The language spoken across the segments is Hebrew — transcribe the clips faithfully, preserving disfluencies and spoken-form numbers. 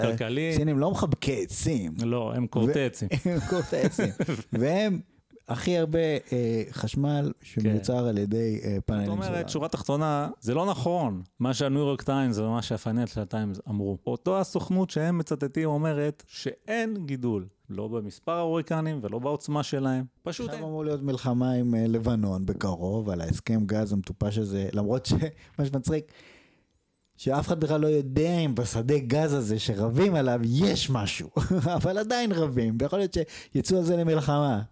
כלכלי. סינים לא מחבקי עצים. לא, הם כורתי עצים. הם כורתי עצים. והם הכי הרבה אה, חשמל שמיוצר על ידי אה, פאנלים סולאריים. זאת אומרת, שורה תחתונה, זה לא נכון. מה שהניו יורק טיימס ומה שהפייננשל טיימס אמרו. אותו הסוכנות שהם מצטטים אומרת שאין גידול. לא במספר ההוריקנים ולא בעוצמה שלהם. פשוט אין. עכשיו אמור להיות מלחמה עם אה, לבנון בקרוב, על ההסכם גז המטופש הזה, למרות שמה שמצחיק, שאף אחד בכלל לא יודע אם בשדה גז הזה שרבים עליו יש משהו, אבל עדיין רבים, ויכול להיות שיצאו על זה למלחמה.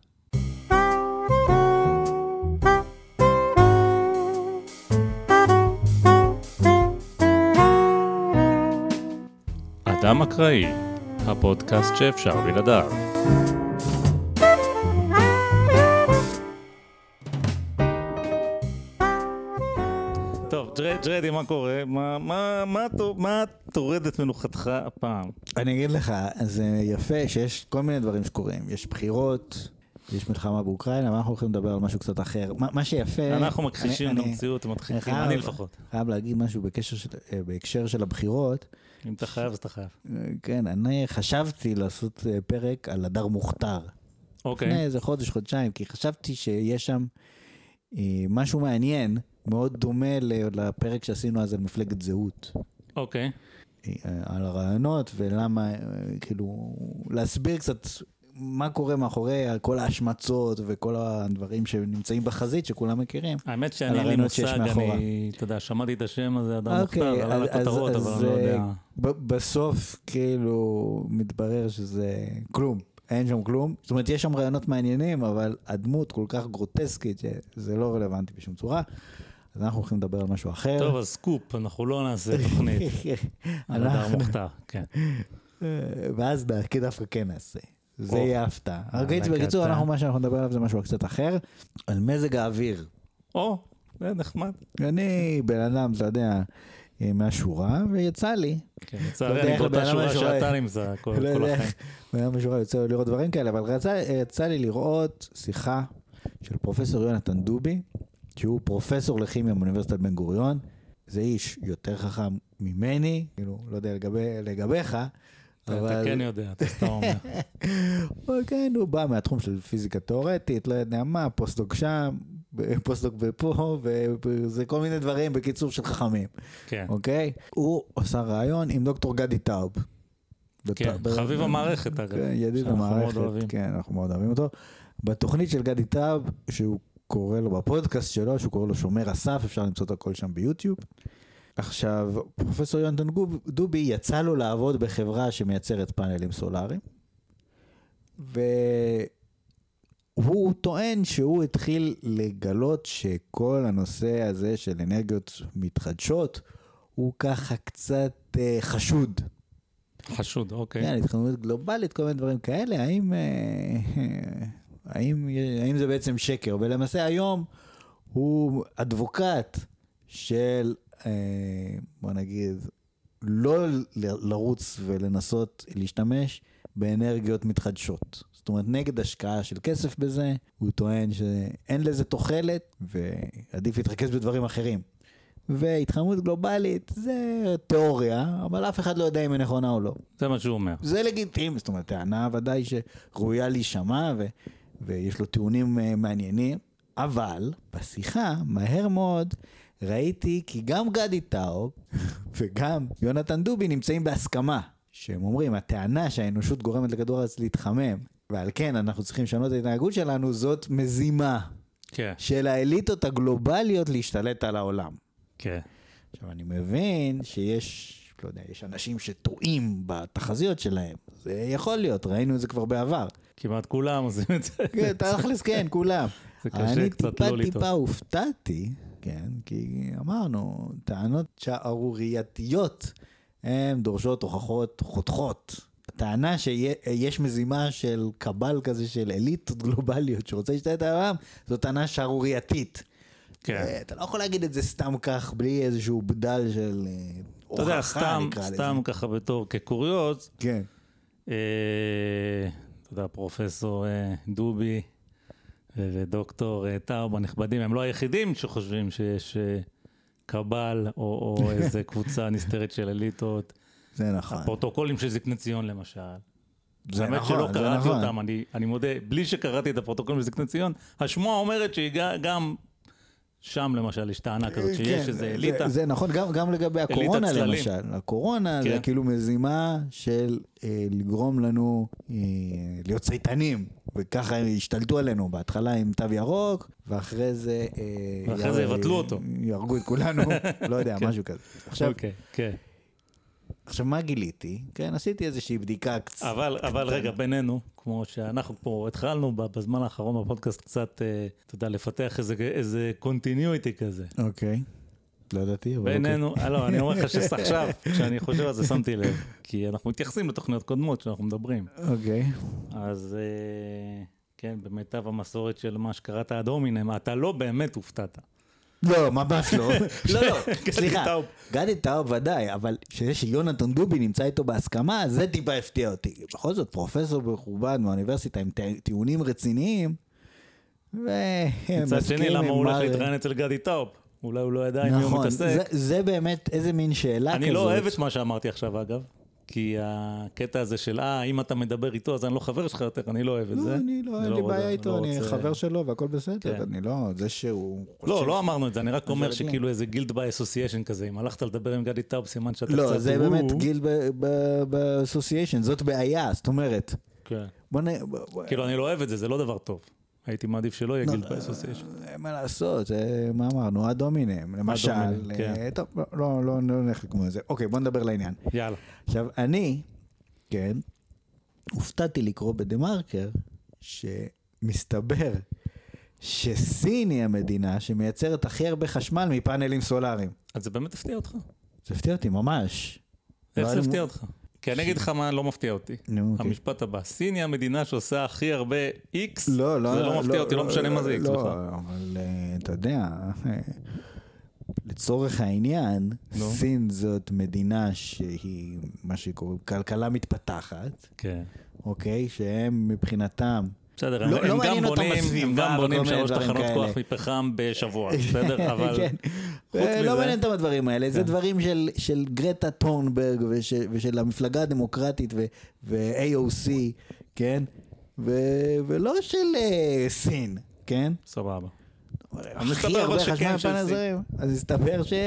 אדם אקראי, הפודקאסט שאפשר בלעדיו. טוב, ג'רדי, מה קורה? מה, מה, מה, מה תורד את מנוחתך הפעם? אני אגיד לך, זה יפה שיש כל מיני דברים שקורים. יש בחירות, יש מלחמה באוקראינה, אבל אנחנו הולכים לדבר על משהו קצת אחר. מה, מה שיפה... אנחנו מכחישים את המציאות, מדחיקים, אני לפחות. חייב להגיד משהו בקשר של, בהקשר של הבחירות. אם אתה חייב, אז אתה חייב. כן, אני חשבתי לעשות פרק על הדר מוכתר. אוקיי. לפני איזה חודש, חודשיים, כי חשבתי שיש שם משהו מעניין, מאוד דומה לפרק שעשינו אז על מפלגת זהות. אוקיי. על הרעיונות ולמה, כאילו, להסביר קצת מה קורה מאחורי כל ההשמצות וכל הדברים שנמצאים בחזית שכולם מכירים. האמת שאני אין לי מושג, אני, אתה יודע, שמעתי את השם הזה, אדם מוכתר, עלה לכותרות, אבל אני לא יודע. בסוף, כאילו, מתברר שזה כלום. אין שם כלום. זאת אומרת, יש שם רעיונות מעניינים, אבל הדמות כל כך גרוטסקית שזה לא רלוונטי בשום צורה. אז אנחנו הולכים לדבר על משהו אחר. טוב, אז סקופ, אנחנו לא נעשה תוכנית על הדר מוכתר, כן. ואז דרכי דווקא כן נעשה. זה יהיה הפתעה. בקיצור, אנחנו מה שאנחנו נדבר עליו זה משהו קצת אחר, על מזג האוויר. או, זה נחמד. אני בן אדם, אתה יודע, מהשורה, ויצא לי. כן, יצא לי, אני באותה שורה שאתה נמצא כל החיים. בן מהשורה יוצא לראות דברים כאלה, אבל יצא לי לראות שיחה של פרופסור יונתן דובי, שהוא פרופסור לכימיה באוניברסיטת בן גוריון. זה איש יותר חכם ממני, כאילו, לא יודע לגביך, אתה כן יודע, אתה סתם אומר. כן, הוא בא מהתחום של פיזיקה תיאורטית, לא יודע מה, פוסט-דוק שם, פוסט-דוק ופה, וזה כל מיני דברים בקיצור של חכמים. כן. אוקיי? הוא עושה רעיון עם דוקטור גדי טאוב. כן, חביב המערכת, אגב. כן, ידיד המערכת, כן, אנחנו מאוד אוהבים אותו. בתוכנית של גדי טאוב, שהוא קורא לו בפודקאסט שלו, שהוא קורא לו שומר הסף, אפשר למצוא את הכל שם ביוטיוב. עכשיו, פרופסור יונתן דובי יצא לו לעבוד בחברה שמייצרת פאנלים סולאריים, והוא טוען שהוא התחיל לגלות שכל הנושא הזה של אנרגיות מתחדשות, הוא ככה קצת אה, חשוד. חשוד, אוקיי. כן, התחממות גלובלית, כל מיני דברים כאלה, האם, אה, האם, האם זה בעצם שקר? ולמעשה היום הוא אדבוקט של... בוא נגיד, לא לרוץ ולנסות להשתמש באנרגיות מתחדשות. זאת אומרת, נגד השקעה של כסף בזה, הוא טוען שאין לזה תוחלת, ועדיף להתרכז בדברים אחרים. והתחממות גלובלית זה תיאוריה, אבל אף אחד לא יודע אם היא נכונה או לא. זה מה שהוא אומר. זה לגיטימי, זאת אומרת, טענה ודאי שראויה להישמע, ו- ויש לו טיעונים מעניינים, אבל בשיחה, מהר מאוד, ראיתי כי גם גדי טאוב וגם יונתן דובי נמצאים בהסכמה, שהם אומרים, הטענה שהאנושות גורמת לכדור הארץ להתחמם, ועל כן אנחנו צריכים לשנות את ההתנהגות שלנו, זאת מזימה כן. של האליטות הגלובליות להשתלט על העולם. כן. עכשיו אני מבין שיש, לא יודע, יש אנשים שטועים בתחזיות שלהם, זה יכול להיות, ראינו את זה כבר בעבר. כמעט כולם עושים את זה. כן, תכלס כן, כולם. זה קשה קצת לא לטעות. אני טיפה טיפה הופתעתי, כן, כי אמרנו, טענות שערורייתיות, הן דורשות הוכחות חותכות. הטענה שיש מזימה של קבל כזה של אליטות גלובליות שרוצה להשתלט על העולם, זו טענה שערורייתית. כן. אתה לא יכול להגיד את זה סתם כך, בלי איזשהו בדל של אתה יודע, סתם, סתם ככה בתור כקוריוז. כן. אתה יודע, פרופסור דובי ודוקטור טאוב הנכבדים, הם לא היחידים שחושבים שיש קבל או, או איזה קבוצה נסתרת של אליטות זה נכון. הפרוטוקולים של זקני ציון למשל. זה האמת נכון, שלא זה קראתי נכון. אותם, אני, אני מודה, בלי שקראתי את הפרוטוקולים של זקני ציון, השמועה אומרת שהיא גם שם למשל יש טענה כזאת, שיש כן, איזה זה- אליטה. זה נכון, גם, גם לגבי הקורונה צללים. למשל. הקורונה כן. זה כאילו מזימה של אה, לגרום לנו אה, להיות צייתנים, וככה הם השתלטו עלינו, בהתחלה עם תו ירוק, ואחרי זה... אה, ואחרי זה יבטלו אותו. יהרגו את כולנו, לא יודע, משהו כזה. עכשיו, אוקיי, כן. עכשיו, מה גיליתי? כן, עשיתי איזושהי בדיקה קצת. אבל, אבל רגע, בינינו, כמו שאנחנו פה התחלנו בזמן האחרון בפודקאסט קצת, אה, אתה יודע, לפתח איזה, איזה continuity כזה. אוקיי. לא ידעתי, אבל בינינו, אה, לא, אני אומר לך שעכשיו, כשאני חושב על זה, שמתי לב, כי אנחנו מתייחסים לתוכניות קודמות שאנחנו מדברים. אוקיי. אז אה, כן, במיטב המסורת של מה שקראת הדומינם, אתה לא באמת הופתעת. לא, ממש לא. לא, לא, סליחה. טאוב. גדי טאוב ודאי, אבל שיש יונתן דובי נמצא איתו בהסכמה, זה טיפה הפתיע אותי. בכל זאת, פרופסור מכובד מהאוניברסיטה עם טיעונים רציניים, מצד שני, למה הוא הולך להתראיין אצל גדי טאוב? אולי הוא לא ידע עם מי הוא נכון, מתעסק. זה- זה באמת איזה מין שאלה כזאת. אני לא אוהב את מה שאמרתי עכשיו, אגב, כי הקטע הזה של, אה, אם אתה מדבר איתו, אז אני לא חבר שלך יותר, אני לא אוהב את לא, זה. אני לא, אני אין לי רוצה- בעיה איתו, לא אני רוצה- חבר שלו והכל כן. בסדר, אני לא, זה שהוא... לא, חושב- לא אמרנו את זה, אני רק אומר זה שכאילו איזה גילד ביי אסוסיישן כזה, אם הלכת לדבר עם גדי טאוב, סימן שאתה קצת... לא, זה הוא- באמת גיל באסוסיישן, זאת בעיה, זאת אומרת, כן. בוא נ... בוא- בוא- כאילו, אני לא אוהב את זה, זה לא דבר טוב. הייתי מעדיף שלא יהיה לא, גילד ביי אסוסיישן. אין מה לעשות, זה, מה אמרנו, הדומינם, למשל, הדומינם, כן. אה, טוב, לא, לא, לא, לא נלך כמו זה, אוקיי, בוא נדבר לעניין. יאללה. עכשיו, אני, כן, הופתעתי לקרוא בדה-מרקר, שמסתבר שסין היא המדינה שמייצרת הכי הרבה חשמל מפאנלים סולאריים. אז זה באמת הפתיע אותך. זה הפתיע אותי ממש. איך לא, זה אני- הפתיע אותך? כי אני אגיד לך מה לא מפתיע אותי. נו, אוקיי. המשפט הבא, סין היא המדינה שעושה הכי הרבה איקס, לא, לא, זה לא מפתיע אותי, לא משנה מה זה איקס לא, בכלל. אבל אה, אתה יודע, אה, לצורך העניין, נו. סין זאת מדינה שהיא, מה שקוראים, כלכלה מתפתחת, כן. אוקיי? שהם מבחינתם, בסדר, לא- הם לא הם גם מעניין אותם בונים, הם הסביבה גם וכל בונים מיני שלוש דברים תחנות כאלה. כוח מפחם בשבוע, בסדר? אבל כן. חוץ אה, לא מזה- מעניין אותם הדברים האלה, זה כן. דברים של, של גרטה טורנברג וש, ושל המפלגה הדמוקרטית ו-איי או סי, כן? ו- ולא של אה, סין, כן? סבבה. הכי מסתבר הרבה שכן חשמל של פאנל סין. זרים, אז הסתבר ש...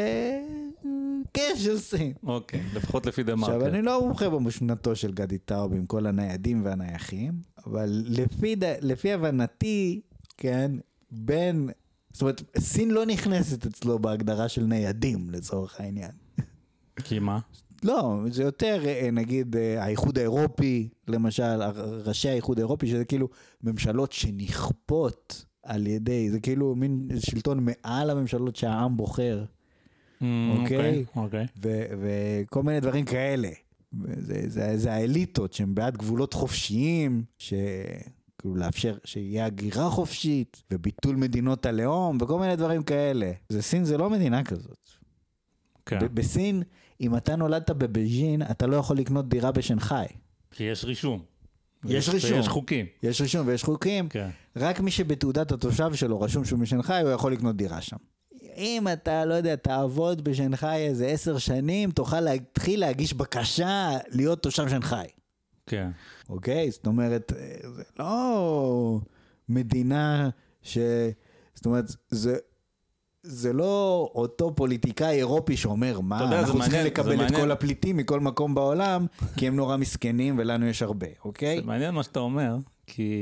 כן, של סין. אוקיי, לפחות לפי דה עכשיו, מרקר. אני לא מומחה במשנתו של גדי טאוב עם כל הניידים והנייחים, אבל לפי, ד- לפי הבנתי, כן, בין... זאת אומרת, סין לא נכנסת אצלו בהגדרה של ניידים, לצורך העניין. כי מה? לא, זה יותר, אה, נגיד, אה, האיחוד האירופי, למשל, ראשי האיחוד האירופי, שזה כאילו ממשלות שנכפות על ידי, זה כאילו מין שלטון מעל הממשלות שהעם בוחר, אוקיי? אוקיי. ו- וכל מיני דברים כאלה. זה, זה, זה האליטות שהן בעד גבולות חופשיים, שכאילו לאפשר שיהיה הגירה חופשית, וביטול מדינות הלאום, וכל מיני דברים כאלה. זה סין זה לא מדינה כזאת. כן. ב- בסין, אם אתה נולדת בבייג'ין, אתה לא יכול לקנות דירה בשנגחאי. כי יש רישום. יש ויש- רישום. ויש חוקים. יש רישום ויש חוקים. כן. רק מי שבתעודת התושב שלו רשום שהוא משנגחאי, הוא יכול לקנות דירה שם. אם אתה, לא יודע, תעבוד בשנגחאי איזה עשר שנים, תוכל להתחיל להגיש בקשה להיות תושב שנגחאי. כן. אוקיי? זאת אומרת, זה לא מדינה ש... זאת אומרת, זה... זה לא אותו פוליטיקאי אירופי שאומר, מה, אתה יודע, זה אנחנו צריכים מעניין, לקבל זה את מעניין. כל הפליטים מכל מקום בעולם, כי הם נורא מסכנים ולנו יש הרבה, אוקיי? זה מעניין מה שאתה אומר, כי...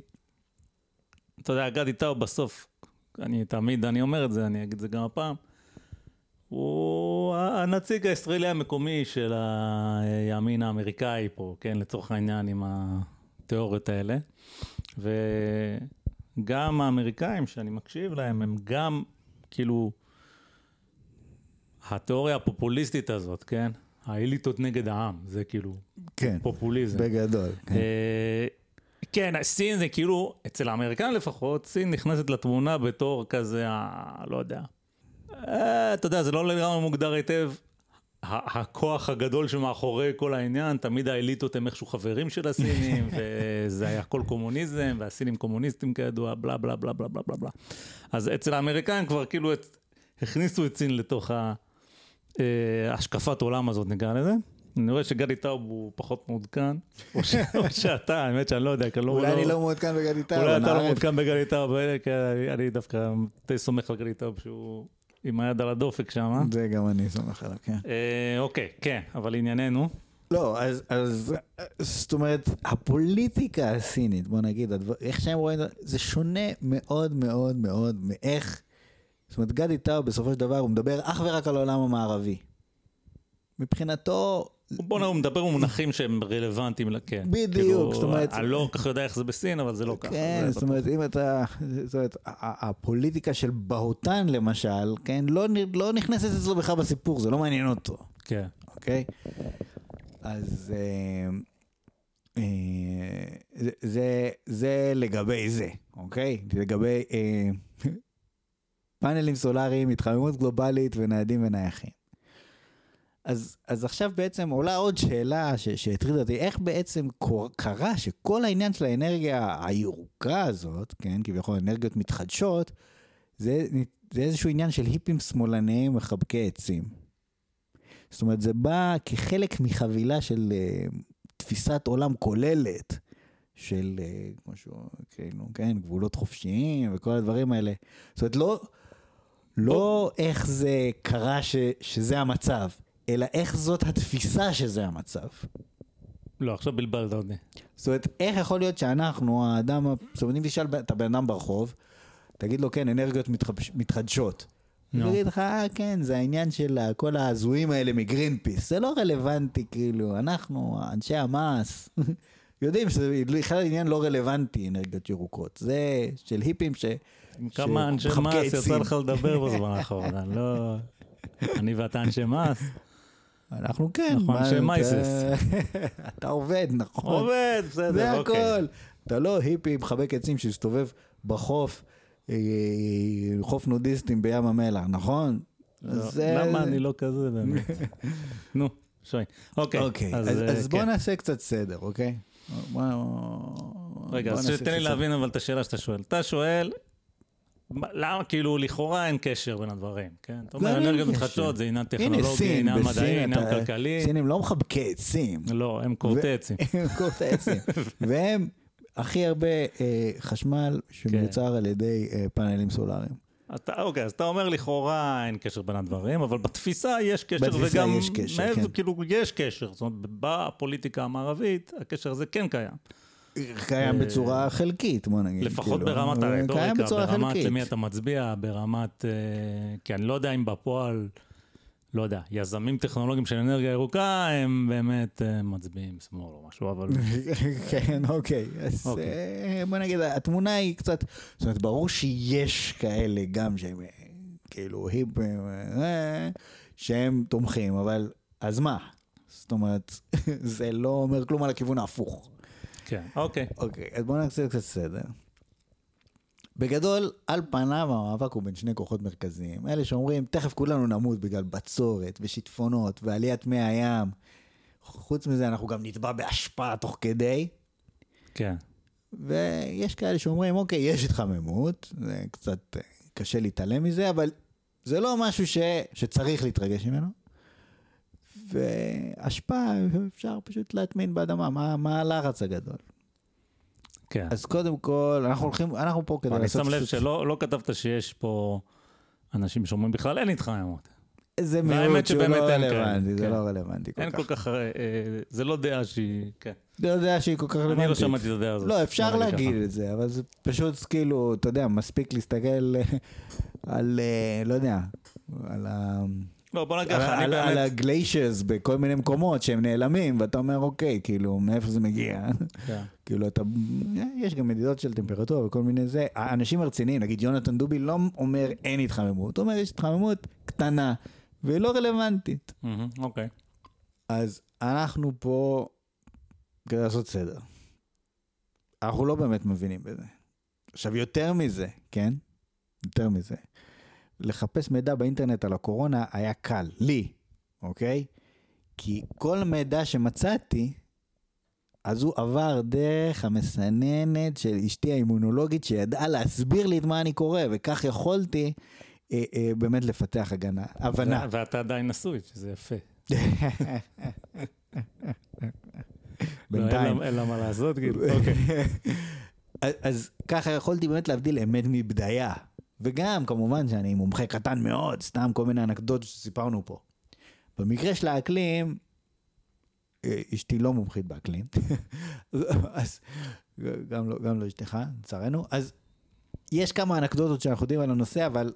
אתה יודע, גדי טאוב בסוף, אני תמיד, אני אומר את זה, אני אגיד את זה גם הפעם, הוא הנציג הישראלי המקומי של הימין האמריקאי פה, כן, לצורך העניין עם התיאוריות האלה. וגם האמריקאים שאני מקשיב להם, הם גם כאילו, התיאוריה הפופוליסטית הזאת, כן? האליטות נגד העם, זה כאילו כן, פופוליזם. בגדול. כן. אה, כן, סין זה כאילו, אצל האמריקאים לפחות, סין נכנסת לתמונה בתור כזה, ה- לא יודע. אה, אתה יודע, זה לא לגמרי מוגדר היטב. ה- הכוח הגדול שמאחורי כל העניין, תמיד האליטות הם איכשהו חברים של הסינים, וזה היה הכל קומוניזם, והסינים קומוניסטים כידוע, בלה בלה בלה בלה בלה בלה בלה. אז אצל האמריקאים כבר כאילו את, הכניסו את סין לתוך ה- אה, השקפת עולם הזאת, נקרא לזה. אני רואה שגדי טאוב הוא פחות מעודכן, או שאתה, האמת שאני לא יודע. אולי אני לא מעודכן בגדי טאוב. אולי אתה לא מעודכן בגדי טאוב, אני דווקא די סומך על גדי טאוב שהוא עם היד על הדופק שם. זה גם אני סומך עליו, כן. אוקיי, כן, אבל ענייננו. לא, אז, אז, זאת אומרת, הפוליטיקה הסינית, בוא נגיד, איך שהם רואים, זה שונה מאוד מאוד מאוד מאיך, זאת אומרת, גדי טאוב בסופו של דבר, הוא מדבר אך ורק על העולם המערבי. מבחינתו... בוא נראה, הוא מדבר במונחים שהם רלוונטיים, כן. בדיוק, זאת אומרת... אני לא כך יודע איך זה בסין, אבל זה לא ככה. כן, זאת אומרת, אם אתה... זאת אומרת, הפוליטיקה של בהותן, למשל, כן, לא נכנסת אצלו בכלל בסיפור, זה לא מעניין אותו. כן. אוקיי? אז אה, אה, זה, זה לגבי זה, אוקיי? לגבי אה, פאנלים סולאריים, התחממות גלובלית וניידים ונייחים. אז, אז עכשיו בעצם עולה עוד שאלה ש, שהטרידה אותי, איך בעצם קרה שכל העניין של האנרגיה הירוקה הזאת, כן, כביכול אנרגיות מתחדשות, זה, זה איזשהו עניין של היפים שמאלניים מחבקי עצים. זאת אומרת, זה בא כחלק מחבילה של uh, תפיסת עולם כוללת, של, uh, כמו שהוא, כאילו, כן, גבולות חופשיים וכל הדברים האלה. זאת אומרת, לא, לא איך זה קרה ש, שזה המצב, אלא איך זאת התפיסה שזה המצב. לא, עכשיו בלבלת אותי. זאת אומרת, איך יכול להיות שאנחנו, האדם, זאת אומרת, אם תשאל את הבן אדם ברחוב, תגיד לו, כן, אנרגיות מתחדש, מתחדשות. הוא יגיד לך, אה, כן, זה העניין של כל הזויים האלה מגרינפיס. זה לא רלוונטי, כאילו, אנחנו, אנשי המס, יודעים שזה בכלל עניין לא רלוונטי, אנרגיות ירוקות. זה של היפים ש... כמה אנשי מס יצא לך לדבר בזמן האחרון, לא... אני ואתה אנשי מס. אנחנו כן. אנחנו אנשי מייסס. אתה עובד, נכון. עובד, בסדר, זה הכל. אתה לא היפי מחבק עצים שהסתובב בחוף, חוף נודיסטים בים המלח, נכון? למה אני לא כזה באמת? נו, שוי. אוקיי. אז בוא נעשה קצת סדר, אוקיי? רגע, אז תן לי להבין אבל את השאלה שאתה שואל. אתה שואל, למה כאילו לכאורה אין קשר בין הדברים, כן? אתה אומר, אנרגיות מתחדשות, זה עניין טכנולוגי, עניין מדעי, עניין כלכלי. סינים לא מחבקי עצים. לא, הם קורטי עצים. הם קורטי עצים. והם הכי הרבה חשמל שמיוצר על ידי פאנלים סולאריים. אוקיי, אז אתה אומר לכאורה אין קשר בין הדברים, אבל בתפיסה יש קשר, בתפיסה וגם יש קשר, כן. כאילו יש קשר, זאת אומרת, בפוליטיקה המערבית, הקשר הזה כן קיים. קיים בצורה חלקית, בוא נגיד. לפחות ברמת הרטוריקה, ברמת למי אתה מצביע, ברמת, כי אני לא יודע אם בפועל, לא יודע, יזמים טכנולוגיים של אנרגיה ירוקה, הם באמת מצביעים שמאל או משהו, אבל... כן, אוקיי. אז בוא נגיד, התמונה היא קצת, זאת אומרת, ברור שיש כאלה גם שהם כאילו היפים, שהם תומכים, אבל אז מה? זאת אומרת, זה לא אומר כלום על הכיוון ההפוך. כן, אוקיי. אוקיי, אז בואו נעשה קצת סדר. בגדול, על פניו המאבק הוא בין שני כוחות מרכזיים. אלה שאומרים, תכף כולנו נמות בגלל בצורת ושיטפונות ועליית מי הים. חוץ מזה, אנחנו גם נטבע בהשפעה תוך כדי. כן. ויש כאלה שאומרים, אוקיי, יש התחממות, זה קצת קשה להתעלם מזה, אבל זה לא משהו ש... שצריך להתרגש ממנו. והשפעה אפשר פשוט להטמין באדמה, מה, מה הלחץ הגדול. כן. אז קודם כל, אנחנו הולכים, אנחנו פה כדי לעשות... אני שם לב שלא לא כתבת שיש פה אנשים שאומרים בכלל, אין התחממות. זה מיעוט שהוא לא רלוונטי, זה לא רלוונטי כל כך. אין כל כך, זה לא דעה שהיא, כן. זה לא דעה שהיא כל כך רלוונטית. אני לא שמעתי את הדעה הזאת. לא, אפשר להגיד את זה, אבל זה פשוט כאילו, אתה יודע, מספיק להסתכל על, לא יודע, על ה... לא, בוא נגיד לך, אני באמת... על הגליישרס בכל מיני מקומות שהם נעלמים, ואתה אומר, אוקיי, כאילו, מאיפה זה מגיע? כאילו, אתה... יש גם מדידות של טמפרטורה וכל מיני זה. האנשים הרציניים, נגיד יונתן דובי לא אומר אין התחממות, הוא אומר יש התחממות קטנה, ולא רלוונטית. אוקיי. אז אנחנו פה כדי לעשות סדר. אנחנו לא באמת מבינים בזה. עכשיו, יותר מזה, כן? יותר מזה. לחפש מידע באינטרנט על הקורונה היה קל, לי, אוקיי? כי כל מידע שמצאתי, אז הוא עבר דרך המסננת של אשתי האימונולוגית, שידעה להסביר לי את מה אני קורא, וכך יכולתי אה, אה, באמת לפתח הגנה, הבנה. ואתה עדיין נשוי, שזה יפה. בינתיים. אין לה מה לעשות, כאילו. אוקיי. אז ככה יכולתי באמת להבדיל אמת מבדיה. וגם, כמובן, שאני מומחה קטן מאוד, סתם כל מיני אנקדוטות שסיפרנו פה. במקרה של האקלים, אשתי לא מומחית באקלים, אז גם לא, גם לא אשתך, לצערנו. אז יש כמה אנקדוטות שאנחנו יודעים על הנושא, אבל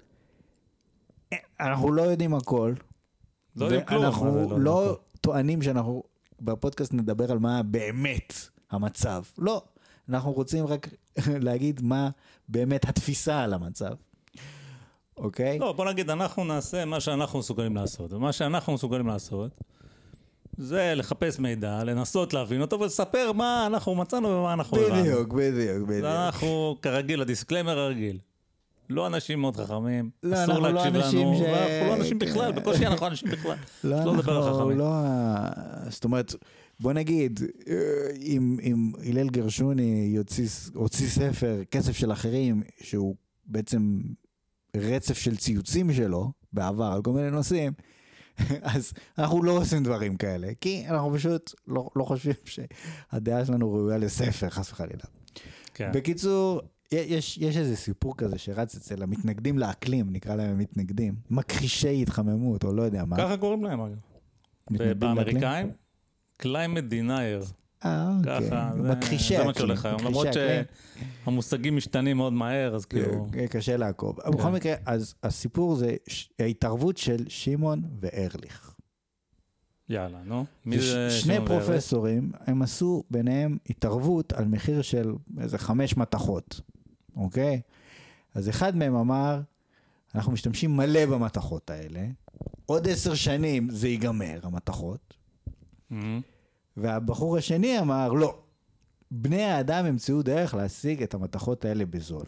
אנחנו לא יודעים הכל. לא יודעים כלום. אנחנו לא טוענים שאנחנו בפודקאסט נדבר על מה באמת המצב. לא. אנחנו רוצים רק להגיד מה באמת התפיסה על המצב. אוקיי? לא, בוא נגיד, אנחנו נעשה מה שאנחנו מסוגלים לעשות. ומה שאנחנו מסוגלים לעשות, זה לחפש מידע, לנסות להבין אותו, ולספר מה אנחנו מצאנו ומה אנחנו הבנו. בדיוק, בדיוק, בדיוק. אנחנו, כרגיל, הדיסקליימר הרגיל. לא אנשים מאוד חכמים, לא, אסור אנחנו לא להקשיב אנשים לנו, ש- ואנחנו לא אנשים בכלל, בקושי אנחנו אנשים בכלל. לא, לא לדבר על אנחנו חכמים. לא... זאת אומרת, בוא נגיד, אם, אם הלל גרשוני יוציא, הוציא ספר, כסף של אחרים, שהוא בעצם רצף של ציוצים שלו, בעבר, על כל מיני נושאים, אז אנחנו לא עושים דברים כאלה, כי אנחנו פשוט לא, לא חושבים שהדעה שלנו ראויה לספר, חס וחלילה. כן. בקיצור, יש, יש איזה סיפור כזה שרץ אצל המתנגדים לאקלים, נקרא להם מתנגדים, מכחישי התחממות, או לא יודע מה. ככה קוראים להם, אגב. מתנגדים באמריקאים, climate denier. אה, אוקיי. ככה, מכחישי זה מה אקלים. שהולך היום. מכחישי למרות אקלים. שהמושגים משתנים מאוד מהר, אז כאילו... אה, קשה לעקוב. בכל מקרה, אז הסיפור זה ש- ההתערבות של שמעון וארליך. יאללה, נו. מי זה זה ש- שני שמעון וארליך? פרופסורים, הם עשו ביניהם התערבות על מחיר של איזה חמש מתכות, אוקיי? אז אחד מהם אמר, אנחנו משתמשים מלא במתכות האלה, עוד עשר שנים זה ייגמר, המתכות, Mhm. והבחור השני אמר, לא, בני האדם ימצאו דרך להשיג את המתכות האלה בזול.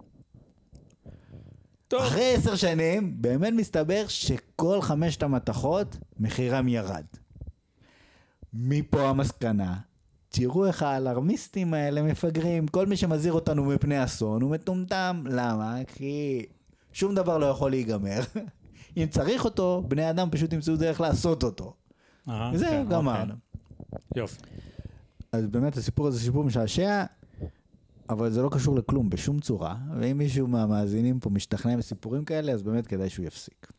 טוב. אחרי עשר שנים, באמת מסתבר שכל חמשת המתכות, מחירם ירד. מפה המסקנה, תראו איך האלרמיסטים האלה מפגרים, כל מי שמזהיר אותנו מפני אסון הוא מטומטם. למה? כי שום דבר לא יכול להיגמר. אם צריך אותו, בני אדם פשוט ימצאו דרך לעשות אותו. אה, וזהו, כן, גמרנו. אוקיי. יופי. אז באמת הסיפור הזה סיפור משעשע, אבל זה לא קשור לכלום בשום צורה, ואם מישהו מהמאזינים פה משתכנע בסיפורים כאלה, אז באמת כדאי שהוא יפסיק.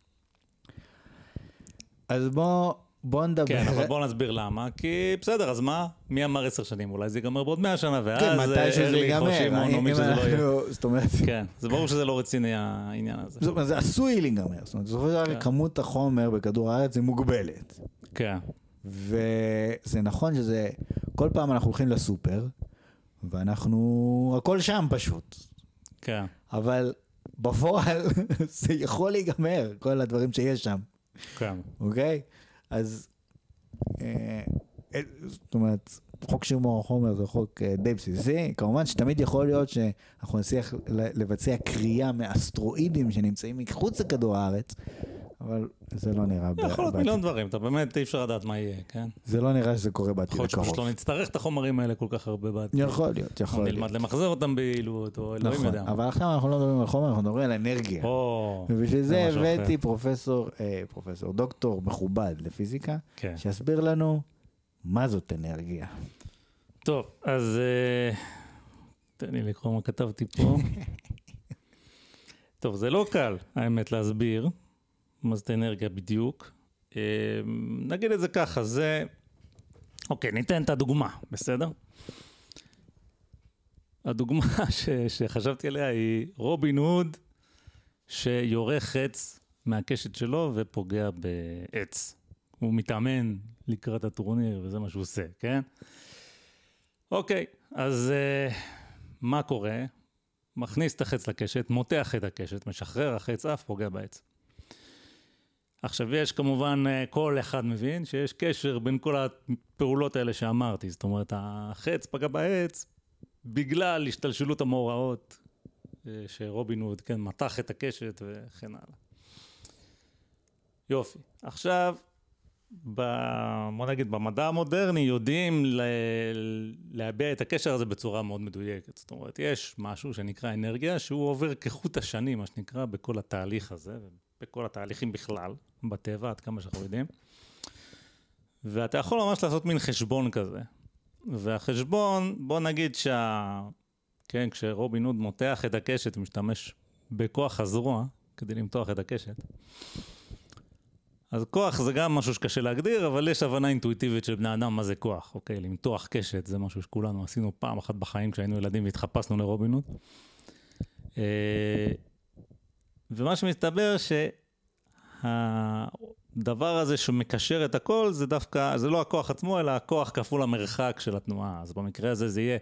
אז בוא, בוא נדבר. כן, אבל בוא נסביר למה, כי בסדר, אז מה? מי אמר עשר שנים? אולי זה ייגמר בעוד מאה שנה, ואז כן, מתי שזה ארליך או ייגמר. שמעון או מי אם שזה לא יהיה. אנחנו- זאת אומרת, כן, זה ברור שזה לא רציני העניין הזה. זאת אומרת, זה עשוי להיגמר. זאת אומרת, בסופו של דבר, כן. כמות החומר בכדור הארץ היא מוגבלת. כן. וזה נכון שזה, כל פעם אנחנו הולכים לסופר, ואנחנו, הכל שם פשוט. כן. אבל בפועל זה יכול להיגמר, כל הדברים שיש שם, כן. אוקיי? אז, אה, אה, זאת אומרת, חוק שימור החומר זה חוק אה, די בסיסי, כמובן שתמיד יכול להיות שאנחנו נצליח לבצע קריאה מאסטרואידים שנמצאים מחוץ לכדור הארץ, אבל זה לא נראה יכול להיות בעתיד. מיליון דברים, אתה באמת אי אפשר לדעת מה יהיה, כן? זה לא נראה שזה קורה בעתיד יכול להיות הקרוב. שפשוט לא נצטרך את החומרים האלה כל כך הרבה בעתיד. יכול להיות, יכול או להיות. נלמד למחזר אותם ביעילות, או אלוהים נכון, יודע. אבל עכשיו אנחנו לא מדברים על חומר, אנחנו מדברים על אנרגיה. או... ובשביל זה משהו הבאתי אחר. פרופסור, אה, פרופסור, דוקטור מכובד לפיזיקה, כן. שיסביר לנו מה זאת אנרגיה. טוב, אז אה, תן לי לקרוא מה כתבתי פה. טוב, זה לא קל, האמת, להסביר מה זאת אנרגיה בדיוק. אה, נגיד את זה ככה, זה... אוקיי, ניתן את הדוגמה, בסדר? הדוגמה ש... שחשבתי עליה היא רובין הוד שיורה חץ מהקשת שלו ופוגע בעץ. הוא מתאמן לקראת הטורניר וזה מה שהוא עושה, כן? אוקיי, אז uh, מה קורה? מכניס את החץ לקשת, מותח את הקשת, משחרר, החץ אף, פוגע בעץ. עכשיו יש כמובן, כל אחד מבין שיש קשר בין כל הפעולות האלה שאמרתי, זאת אומרת, החץ פגע בעץ בגלל השתלשלות המאורעות שרובין הוד, כן, מתח את הקשת וכן הלאה. יופי. עכשיו, בוא נגיד, במדע המודרני יודעים להביע את הקשר הזה בצורה מאוד מדויקת. זאת אומרת, יש משהו שנקרא אנרגיה, שהוא עובר כחוט השני, מה שנקרא, בכל התהליך הזה, בכל התהליכים בכלל, בטבע, עד כמה שאנחנו יודעים. ואתה יכול ממש לעשות מין חשבון כזה. והחשבון, בוא נגיד שה... כן, כשרובין הוד מותח את הקשת, משתמש בכוח הזרוע כדי למתוח את הקשת. אז כוח זה גם משהו שקשה להגדיר, אבל יש הבנה אינטואיטיבית של בני אדם מה זה כוח. אוקיי, למתוח קשת זה משהו שכולנו עשינו פעם אחת בחיים כשהיינו ילדים והתחפשנו לרובין הוד. ומה שמסתבר שהדבר הזה שמקשר את הכל זה דווקא, זה לא הכוח עצמו, אלא הכוח כפול המרחק של התנועה. אז במקרה הזה זה יהיה,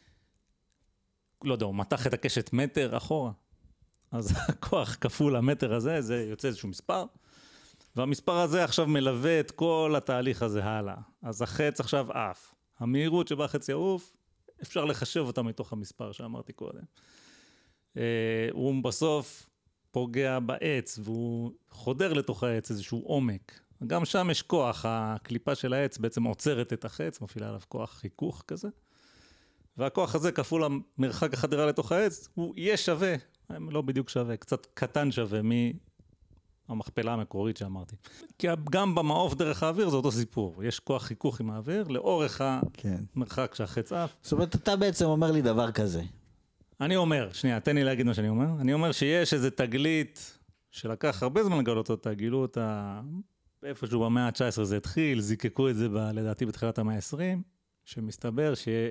לא יודע, הוא מתח את הקשת מטר אחורה. אז הכוח כפול המטר הזה, זה יוצא איזשהו מספר. והמספר הזה עכשיו מלווה את כל התהליך הזה הלאה. אז החץ עכשיו עף. המהירות שבה החץ יעוף, אפשר לחשב אותה מתוך המספר שאמרתי קודם. הוא בסוף פוגע בעץ, והוא חודר לתוך העץ איזשהו עומק. גם שם יש כוח, הקליפה של העץ בעצם עוצרת את החץ, מפעילה עליו כוח חיכוך כזה. והכוח הזה כפול המרחק החדירה לתוך העץ, הוא יהיה שווה, לא בדיוק שווה, קצת קטן שווה מהמכפלה המקורית שאמרתי. כי גם במעוף דרך האוויר זה אותו סיפור, יש כוח חיכוך עם האוויר לאורך כן. המרחק שהחץ עף. זאת אומרת, אתה בעצם אומר לי דבר כזה. אני אומר, שנייה, תן לי להגיד מה שאני אומר. אני אומר שיש איזה תגלית שלקח הרבה זמן לגלות אותה, גילו אותה איפשהו במאה ה-תשע עשרה זה התחיל, זיקקו את זה ב, לדעתי בתחילת המאה ה-עשרים, שמסתבר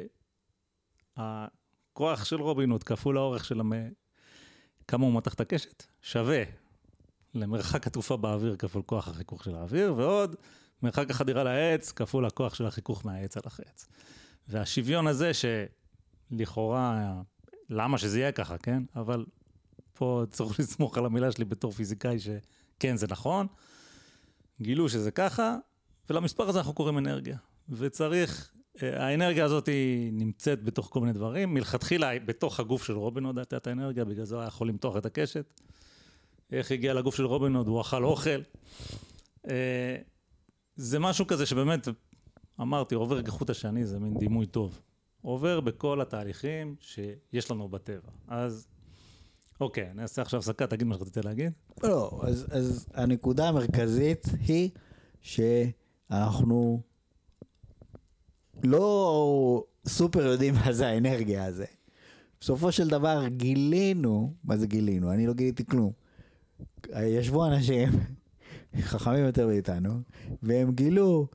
שהכוח של רובין הוד כפול האורך של המ... כמה הוא מתח את הקשת, שווה למרחק התעופה באוויר כפול כוח החיכוך של האוויר, ועוד מרחק החדירה לעץ כפול הכוח של החיכוך מהעץ על החץ. והשוויון הזה שלכאורה... למה שזה יהיה ככה, כן? אבל פה צריך לסמוך על המילה שלי בתור פיזיקאי שכן, זה נכון. גילו שזה ככה, ולמספר הזה אנחנו קוראים אנרגיה. וצריך, האנרגיה הזאת היא נמצאת בתוך כל מיני דברים. מלכתחילה, בתוך הגוף של רובין הוד הייתה את האנרגיה, בגלל זה הוא היה יכול למתוח את הקשת. איך הגיע לגוף של רובין הוד? הוא אכל אוכל. זה משהו כזה שבאמת, אמרתי, עובר כחוט השני, זה מין דימוי טוב. עובר בכל התהליכים שיש לנו בטבע. אז, אוקיי, אני אעשה עכשיו הפסקה, תגיד מה שרצית להגיד. לא, אז, אז הנקודה המרכזית היא שאנחנו לא סופר יודעים מה זה האנרגיה הזה. בסופו של דבר גילינו, מה זה גילינו? אני לא גיליתי כלום. ישבו אנשים חכמים יותר מאיתנו, והם גילו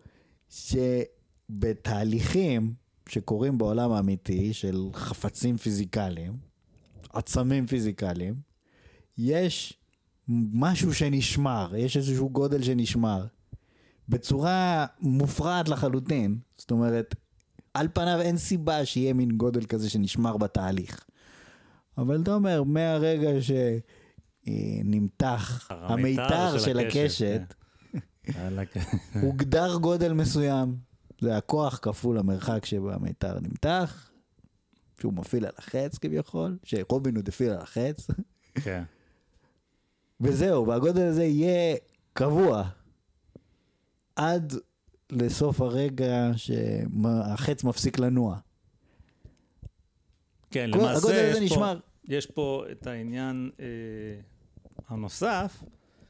שבתהליכים שקורים בעולם האמיתי של חפצים פיזיקליים, עצמים פיזיקליים, יש משהו שנשמר, יש איזשהו גודל שנשמר, בצורה מופרעת לחלוטין. זאת אומרת, על פניו אין סיבה שיהיה מין גודל כזה שנשמר בתהליך. אבל אתה אומר, מהרגע שנמתח המיתר של הקשת, הוגדר גודל מסוים. זה הכוח כפול המרחק שבמיתר נמתח, שהוא מפעיל על החץ כביכול, שרובין הוד הפעיל על החץ. כן. וזהו, והגודל הזה יהיה קבוע, עד לסוף הרגע שהחץ מפסיק לנוע. כן, למעשה יש, יש, פה, יש פה את העניין אה, הנוסף,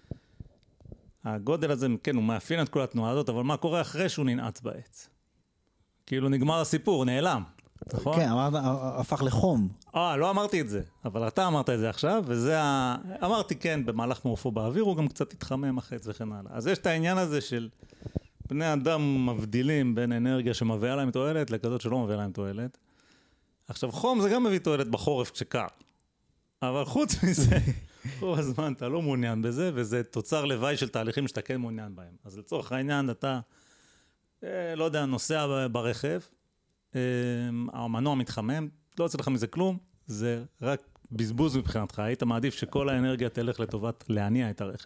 הגודל הזה, כן, הוא מאפיין את כל התנועה הזאת, אבל מה קורה אחרי שהוא ננעץ בעץ? כאילו נגמר הסיפור, הוא נעלם, נכון? כן, אמרת, הפך לחום. אה, לא אמרתי את זה, אבל אתה אמרת את זה עכשיו, וזה ה... אמרתי כן, במהלך מעופו באוויר, הוא גם קצת התחמם החץ וכן הלאה. אז יש את העניין הזה של בני אדם מבדילים בין אנרגיה שמביאה להם תועלת, לכזאת שלא מביאה להם תועלת. עכשיו, חום זה גם מביא תועלת בחורף כשקר. אבל חוץ מזה, רוב הזמן אתה לא מעוניין בזה, וזה תוצר לוואי של תהליכים שאתה כן מעוניין בהם. אז לצורך העניין אתה, אה, לא יודע, נוסע ברכב, אה, המנוע מתחמם, לא יוצא לך מזה כלום, זה רק בזבוז מבחינתך. היית מעדיף שכל האנרגיה תלך לטובת להניע את הרכב.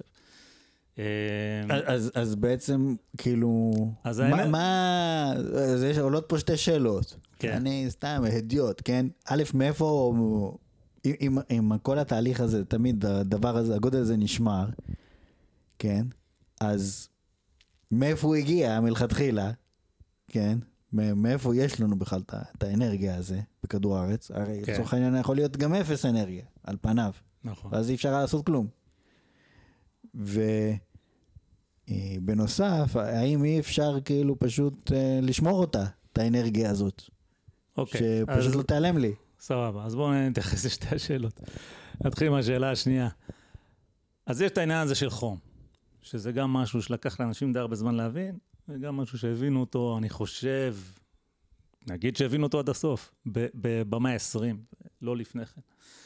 אז, אז בעצם, כאילו, אז מה, האנר... מה, אז יש עולות פה שתי שאלות. כן. אני סתם הדיוט, כן? א', מאיפה, אם, אם כל התהליך הזה, תמיד הדבר הזה, הגודל הזה נשמר, כן? אז מאיפה הוא הגיע מלכתחילה, כן? מאיפה יש לנו בכלל את האנרגיה הזה בכדור הארץ? הרי כן. לצורך העניין יכול להיות גם אפס אנרגיה, על פניו. נכון. אז אי אפשר לעשות כלום. בנוסף, האם אי אפשר כאילו פשוט לשמור אותה, את האנרגיה הזאת? אוקיי. שפשוט אז... לא תיעלם לי. סבבה, אז בואו נתייחס לשתי השאלות. נתחיל מהשאלה השנייה. אז יש את העניין הזה של חום, שזה גם משהו שלקח לאנשים די הרבה זמן להבין, וגם משהו שהבינו אותו, אני חושב, נגיד שהבינו אותו עד הסוף, במאה ה-עשרים, לא לפני כן.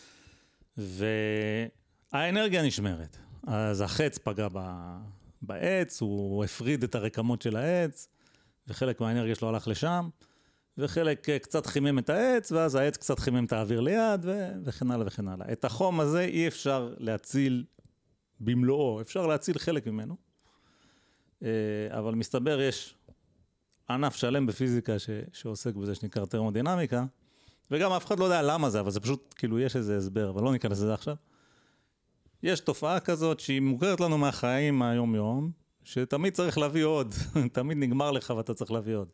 והאנרגיה נשמרת. אז החץ פגע בעץ, הוא הפריד את הרקמות של העץ, וחלק מהאנרגיה שלו הלך לשם, וחלק קצת חימם את העץ, ואז העץ קצת חימם את האוויר ליד, ו- וכן הלאה וכן הלאה. את החום הזה אי אפשר להציל במלואו, אפשר להציל חלק ממנו, אבל מסתבר יש ענף שלם בפיזיקה ש- שעוסק בזה, שנקרא תרמודינמיקה, וגם אף אחד לא יודע למה זה, אבל זה פשוט, כאילו, יש איזה הסבר, אבל לא ניכנס לזה עכשיו. יש תופעה כזאת שהיא מוכרת לנו מהחיים מהיום-יום, שתמיד צריך להביא עוד, תמיד נגמר לך ואתה צריך להביא עוד.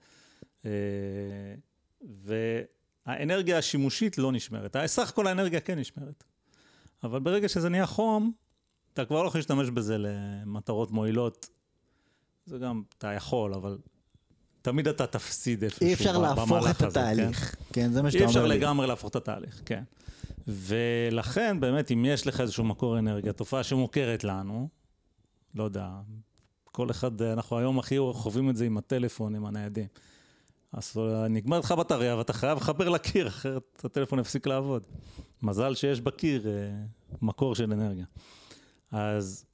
והאנרגיה השימושית לא נשמרת. סך כל האנרגיה כן נשמרת. אבל ברגע שזה נהיה חום, אתה כבר לא יכול להשתמש בזה למטרות מועילות. זה גם, אתה יכול, אבל תמיד אתה תפסיד איפשהו. אי אפשר להפוך את התהליך. כן, זה מה שאתה אומר לי. אי אפשר לי. לגמרי להפוך את התהליך, כן. ולכן, באמת, אם יש לך איזשהו מקור אנרגיה, תופעה שמוכרת לנו, לא יודע, כל אחד, אנחנו היום הכי חווים את זה עם הטלפון, עם הניידים. אז נגמר לך בטריה, ואתה חייב לחבר לקיר, אחרת הטלפון יפסיק לעבוד. מזל שיש בקיר מקור של אנרגיה. אז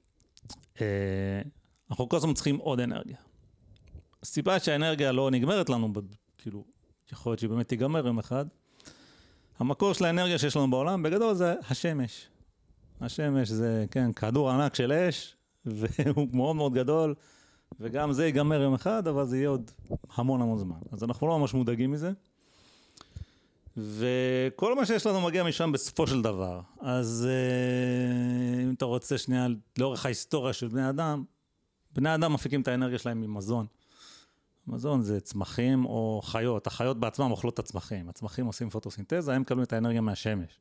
אנחנו כל הזמן צריכים עוד אנרגיה. הסיבה שהאנרגיה לא נגמרת לנו, כאילו, יכול להיות שהיא באמת תיגמר יום אחד, המקור של האנרגיה שיש לנו בעולם, בגדול זה השמש. השמש זה, כן, כדור ענק של אש, והוא מאוד מאוד גדול, וגם זה ייגמר יום אחד, אבל זה יהיה עוד המון המון זמן. אז אנחנו לא ממש מודאגים מזה. וכל מה שיש לנו מגיע משם בסופו של דבר. אז אם אתה רוצה שנייה, לאורך ההיסטוריה של בני אדם, בני אדם מפיקים את האנרגיה שלהם ממזון. מזון זה צמחים או חיות. החיות בעצמם אוכלות את הצמחים. הצמחים עושים פוטוסינתזה, הם מקבלים את האנרגיה מהשמש.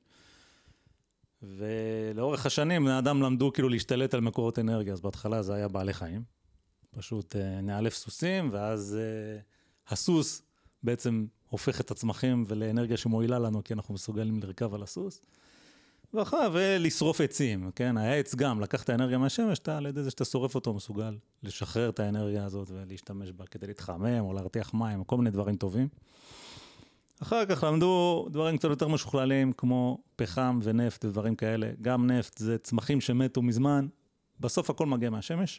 ולאורך השנים בני אדם למדו כאילו להשתלט על מקורות אנרגיה. אז בהתחלה זה היה בעלי חיים. פשוט נאלף סוסים, ואז הסוס בעצם הופך את הצמחים ולאנרגיה שמועילה לנו, כי אנחנו מסוגלים לרכב על הסוס. ואחר, ולשרוף עצים, כן? העץ גם, לקח את האנרגיה מהשמש, אתה על ידי זה שאתה שורף אותו, מסוגל לשחרר את האנרגיה הזאת ולהשתמש בה כדי להתחמם או להרתיח מים, או כל מיני דברים טובים. אחר כך למדו דברים קצת יותר משוכללים, כמו פחם ונפט ודברים כאלה. גם נפט זה צמחים שמתו מזמן, בסוף הכל מגיע מהשמש.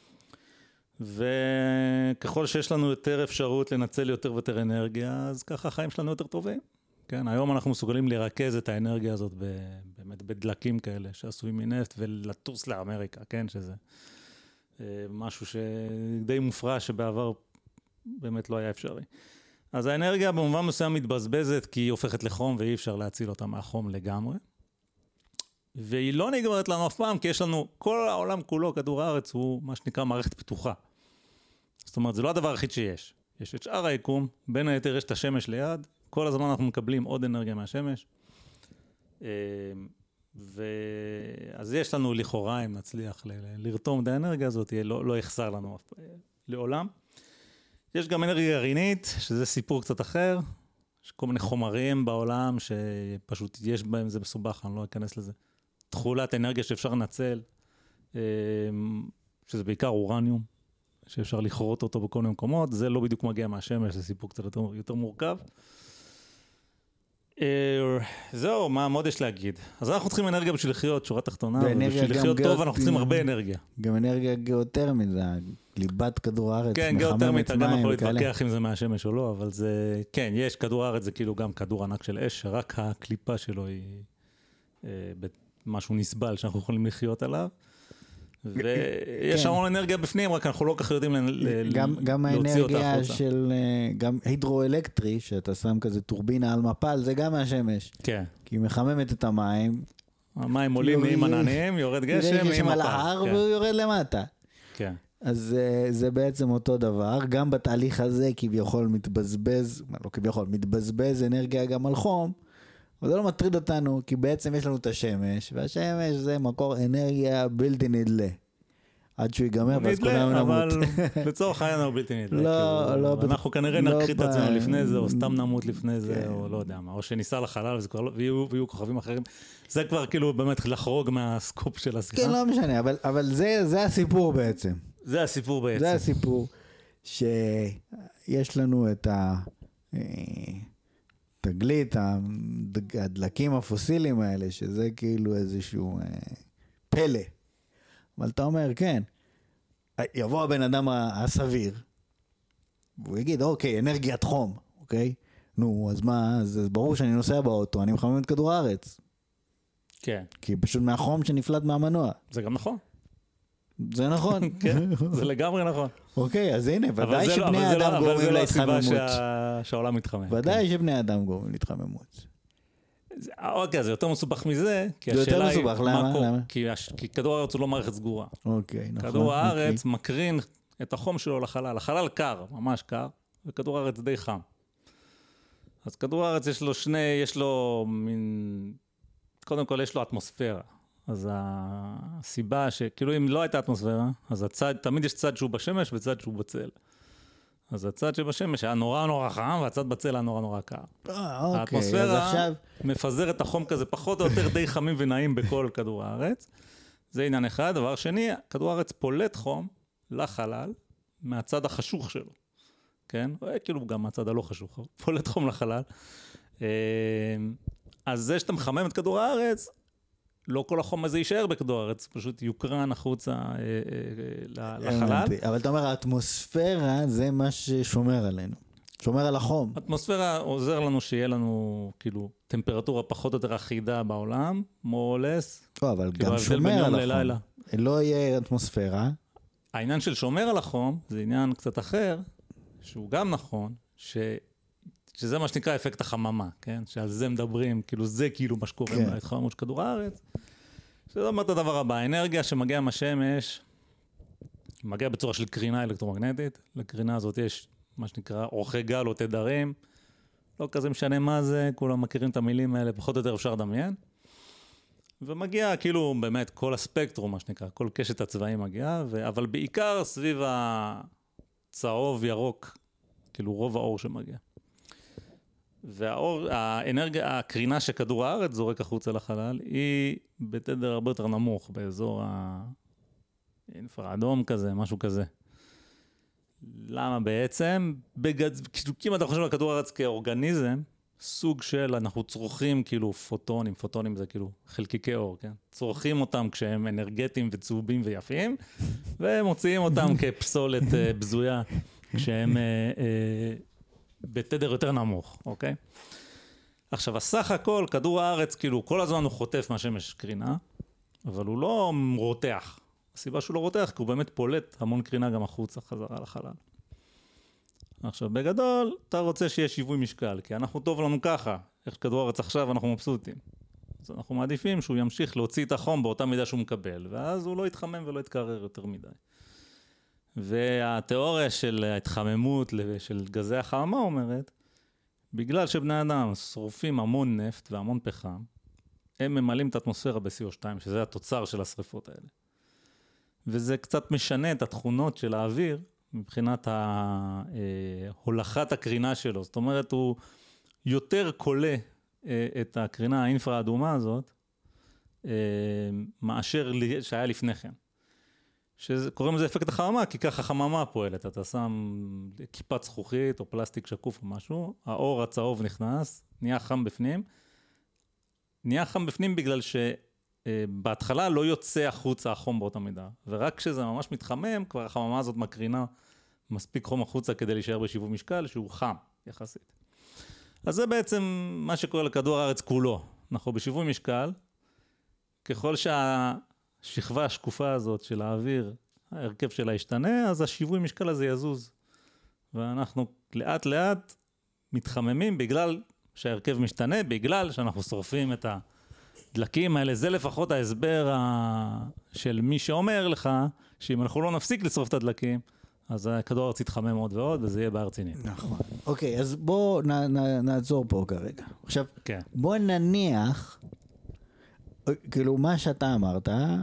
וככל שיש לנו יותר אפשרות לנצל יותר ויותר אנרגיה, אז ככה החיים שלנו יותר טובים. כן, היום אנחנו מסוגלים לרכז את האנרגיה הזאת באמת בדלקים כאלה, שעשויים מנפט, ולטוס לאמריקה, כן, שזה משהו שדי מופרע שבעבר באמת לא היה אפשרי. אז האנרגיה במובן מסוים מתבזבזת, כי היא הופכת לחום, ואי אפשר להציל אותה מהחום לגמרי. והיא לא נגמרת לנו אף פעם, כי יש לנו, כל העולם כולו, כדור הארץ, הוא מה שנקרא מערכת פתוחה. זאת אומרת, זה לא הדבר הכי שיש. יש את שאר היקום, בין היתר יש את השמש ליד, כל הזמן אנחנו מקבלים עוד אנרגיה מהשמש. אז יש לנו לכאורה, אם נצליח לרתום את האנרגיה הזאת, לא, לא יחסר לנו לעולם. יש גם אנרגיה גרעינית, שזה סיפור קצת אחר, יש כל מיני חומרים בעולם שפשוט יש בהם, זה מסובך, אני לא אכנס לזה. תכולת אנרגיה שאפשר לנצל, שזה בעיקר אורניום, שאפשר לכרות אותו בכל מיני מקומות, זה לא בדיוק מגיע מהשמש, זה סיפור קצת יותר, יותר מורכב. זהו, מה עוד יש להגיד? אז אנחנו צריכים אנרגיה בשביל לחיות, שורה תחתונה, ובשביל לחיות טוב אנחנו צריכים הרבה אנרגיה. גם אנרגיה גיאותרמית, זה ליבת כדור הארץ, כן, גיאותרמית, אתה גם יכול להתווכח אם זה מהשמש או לא, אבל זה, כן, יש, כדור הארץ זה כאילו גם כדור ענק של אש, שרק הקליפה שלו היא משהו נסבל שאנחנו יכולים לחיות עליו. ויש המון אנרגיה בפנים, רק אנחנו לא כך יודעים להוציא אותה החוצה. של, גם הידרואלקטרי, שאתה שם כזה טורבינה על מפל, זה גם מהשמש. כן. כי היא מחממת את המים. המים עולים עם עננים, יורד גשם, עם מפל. על ההר והוא יורד למטה. כן. אז זה בעצם אותו דבר. גם בתהליך הזה כביכול מתבזבז, לא כביכול, מתבזבז אנרגיה גם על חום, אבל זה לא מטריד אותנו, כי בעצם יש לנו את השמש, והשמש זה מקור אנרגיה בלתי נדלה. עד שהוא ייגמר, ואז כולנו נמות. אבל לצורך העניין הוא בלתי נדלה. לא, לא. אנחנו כנראה נקחית את עצמנו לפני זה, או סתם נמות לפני זה, או לא יודע מה, או שניסע לחלל, ויהיו כוכבים אחרים. זה כבר כאילו באמת לחרוג מהסקופ של השיחה. כן, לא משנה, אבל זה הסיפור בעצם. זה הסיפור בעצם. זה הסיפור שיש לנו את התגלית, הדלקים הפוסיליים האלה, שזה כאילו איזשהו פלא. אבל אתה אומר, כן, יבוא הבן אדם הסביר, והוא יגיד, אוקיי, אנרגיית חום, אוקיי? נו, אז מה, אז ברור שאני נוסע באוטו, אני מחמם את כדור הארץ. כן. כי פשוט מהחום שנפלט מהמנוע. זה גם נכון. זה נכון. כן, זה לגמרי נכון. אוקיי, אז הנה, ודאי שבני האדם גורמים להתחממות. אבל זה לא הסיבה שהעולם מתחמם. ודאי שבני האדם גורמים להתחממות. אוקיי, זה יותר מסובך מזה, כי זה יותר מסובך, למה? כי כדור הארץ הוא לא מערכת סגורה. אוקיי, נכון. כדור הארץ מקרין את החום שלו לחלל. החלל קר, ממש קר, וכדור הארץ די חם. אז כדור הארץ יש לו שני, יש לו מין, קודם כל יש לו אטמוספירה. אז הסיבה שכאילו אם לא הייתה אטמוספירה, אז הצד, תמיד יש צד שהוא בשמש וצד שהוא בצל. אז הצד שבשמש היה נורא נורא חם, והצד בצל היה נורא נורא קר. אה, אוקיי. האטמוספירה עכשיו... מפזר את החום כזה פחות או יותר די חמים ונעים בכל כדור הארץ. זה עניין אחד. דבר שני, כדור הארץ פולט חום לחלל מהצד החשוך שלו. כן? כאילו גם מהצד הלא חשוך, פולט חום לחלל. אז זה שאתה מחמם את כדור הארץ, לא כל החום הזה יישאר בכדור הארץ, פשוט יוקרן החוצה אה, אה, לחלל. אבל אתה אומר, האטמוספירה זה מה ששומר עלינו, שומר על החום. האטמוספירה עוזר לנו שיהיה לנו כאילו טמפרטורה פחות או יותר אחידה בעולם, more or less. לא, אבל גם שומר על החום. לא יהיה אטמוספירה. העניין של שומר על החום זה עניין קצת אחר, שהוא גם נכון, ש... שזה מה שנקרא אפקט החממה, כן? שעל זה מדברים, כאילו זה כאילו מה שקורה כן. בהתחממות של כדור הארץ. שזה אומר את הדבר הבא, האנרגיה שמגיעה מהשמש, מגיעה בצורה של קרינה אלקטרומגנטית, לקרינה הזאת יש מה שנקרא אורכי גל או תדרים, לא כזה משנה מה זה, כולם מכירים את המילים האלה, פחות או יותר אפשר לדמיין, ומגיע כאילו באמת כל הספקטרום, מה שנקרא, כל קשת הצבעים מגיעה, ו... אבל בעיקר סביב הצהוב ירוק, כאילו רוב האור שמגיע. והאור, האנרגיה, הקרינה שכדור הארץ זורק החוצה לחלל, היא בתדר הרבה יותר נמוך, באזור האינפרה-אדום כזה, משהו כזה. למה בעצם? בגד... אם אתה חושב על כדור הארץ כאורגניזם, סוג של, אנחנו צורכים כאילו פוטונים, פוטונים זה כאילו חלקיקי אור, כן? צורכים אותם כשהם אנרגטיים וצהובים ויפים, ומוציאים אותם כפסולת בזויה, כשהם... בתדר יותר נמוך, אוקיי? עכשיו, הסך הכל, כדור הארץ, כאילו, כל הזמן הוא חוטף מהשמש קרינה, אבל הוא לא רותח. הסיבה שהוא לא רותח, כי הוא באמת פולט המון קרינה גם החוצה, חזרה לחלל. עכשיו, בגדול, אתה רוצה שיהיה שיווי משקל, כי אנחנו טוב לנו ככה, איך כדור הארץ עכשיו, אנחנו מבסוטים. אז אנחנו מעדיפים שהוא ימשיך להוציא את החום באותה מידה שהוא מקבל, ואז הוא לא יתחמם ולא יתקרר יותר מדי. והתיאוריה של ההתחממות של גזי החממה אומרת, בגלל שבני אדם שורפים המון נפט והמון פחם, הם ממלאים את האטמוספירה ב-סי או שתיים, שזה התוצר של השריפות האלה. וזה קצת משנה את התכונות של האוויר, מבחינת הולכת הקרינה שלו. זאת אומרת, הוא יותר קולה את הקרינה האינפרה האדומה הזאת, מאשר שהיה לפני כן. שקוראים לזה אפקט החממה, כי ככה החממה פועלת. אתה שם כיפת זכוכית או פלסטיק שקוף או משהו, האור הצהוב נכנס, נהיה חם בפנים. נהיה חם בפנים בגלל שבהתחלה לא יוצא החוצה החום באותה מידה. ורק כשזה ממש מתחמם, כבר החממה הזאת מקרינה מספיק חום החוצה כדי להישאר בשיווי משקל, שהוא חם יחסית. אז זה בעצם מה שקורה לכדור הארץ כולו. אנחנו בשיווי משקל, ככל שה... השכבה השקופה הזאת של האוויר, ההרכב שלה ישתנה, אז השיווי משקל הזה יזוז. ואנחנו לאט לאט מתחממים בגלל שההרכב משתנה, בגלל שאנחנו שורפים את הדלקים האלה. זה לפחות ההסבר ה... של מי שאומר לך, שאם אנחנו לא נפסיק לשרוף את הדלקים, אז הכדור הארץ יתחמם עוד ועוד, וזה יהיה בארצינית. נכון. אוקיי, אז בואו נ, נ, נעצור פה כרגע. עכשיו, כן. בואו נניח... כאילו מה שאתה אמרת,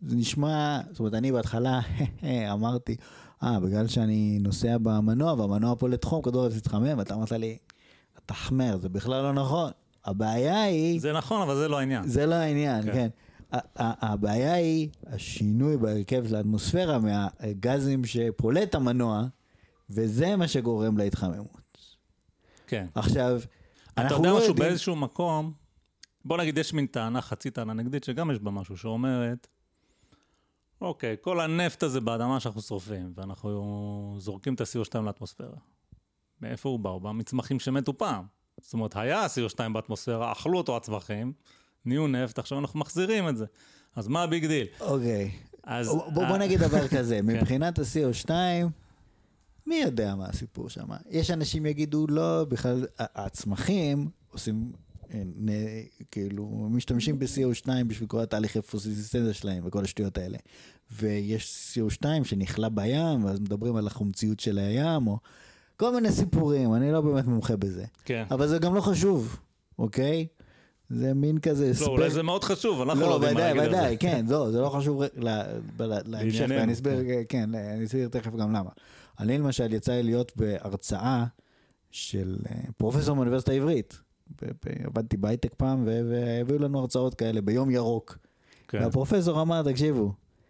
זה נשמע, זאת אומרת, אני בהתחלה אמרתי, אה, בגלל שאני נוסע במנוע, והמנוע פולט חום, כדור הארץ מתחמם, ואתה אמרת לי, אתה חמר, זה בכלל לא נכון. הבעיה היא... זה נכון, אבל זה לא העניין. זה לא העניין, כן. כן. הבעיה היא השינוי בהרכב של האטמוספירה מהגזים שפולט המנוע, וזה מה שגורם להתחממות. כן. עכשיו, אתה יודע משהו באיזשהו מקום, בוא נגיד יש מין טענה, חצי טענה נגדית, שגם יש בה משהו שאומרת, אוקיי, כל הנפט הזה באדמה שאנחנו שורפים, ואנחנו זורקים את ה-סי או שתיים לאטמוספירה. מאיפה הוא בא? הוא בא מצמחים שמתו פעם. זאת אומרת, היה ה-סי או שתיים באטמוספירה, אכלו אותו הצמחים, נהיו נפט, עכשיו אנחנו מחזירים את זה. אז מה הביג דיל? אוקיי. בוא נגיד דבר כזה, מבחינת ה-סי או שתיים, מי יודע מה הסיפור שם? יש אנשים יגידו, לא, בכלל, הצמחים עושים, כאילו, משתמשים ב-סי או שתיים בשביל כל התהליכי פוטוסינתזה שלהם וכל השטויות האלה. ויש סי או שתיים שנכלה בים, ואז מדברים על החומציות של הים, או כל מיני סיפורים, אני לא באמת מומחה בזה. כן. אבל זה גם לא חשוב, אוקיי? זה מין כזה... לא, אולי זה מאוד חשוב, אנחנו לא יודעים מה להגיד על זה. לא, ודאי, כן, זה לא חשוב להמשך, ואני אסביר, כן, אני אסביר תכף גם למה. אני למשל יצא לי להיות בהרצאה של פרופסור מאוניברסיטה העברית. עבדתי בהייטק פעם, והביאו לנו הרצאות כאלה ביום ירוק. והפרופסור אמר, תקשיבו,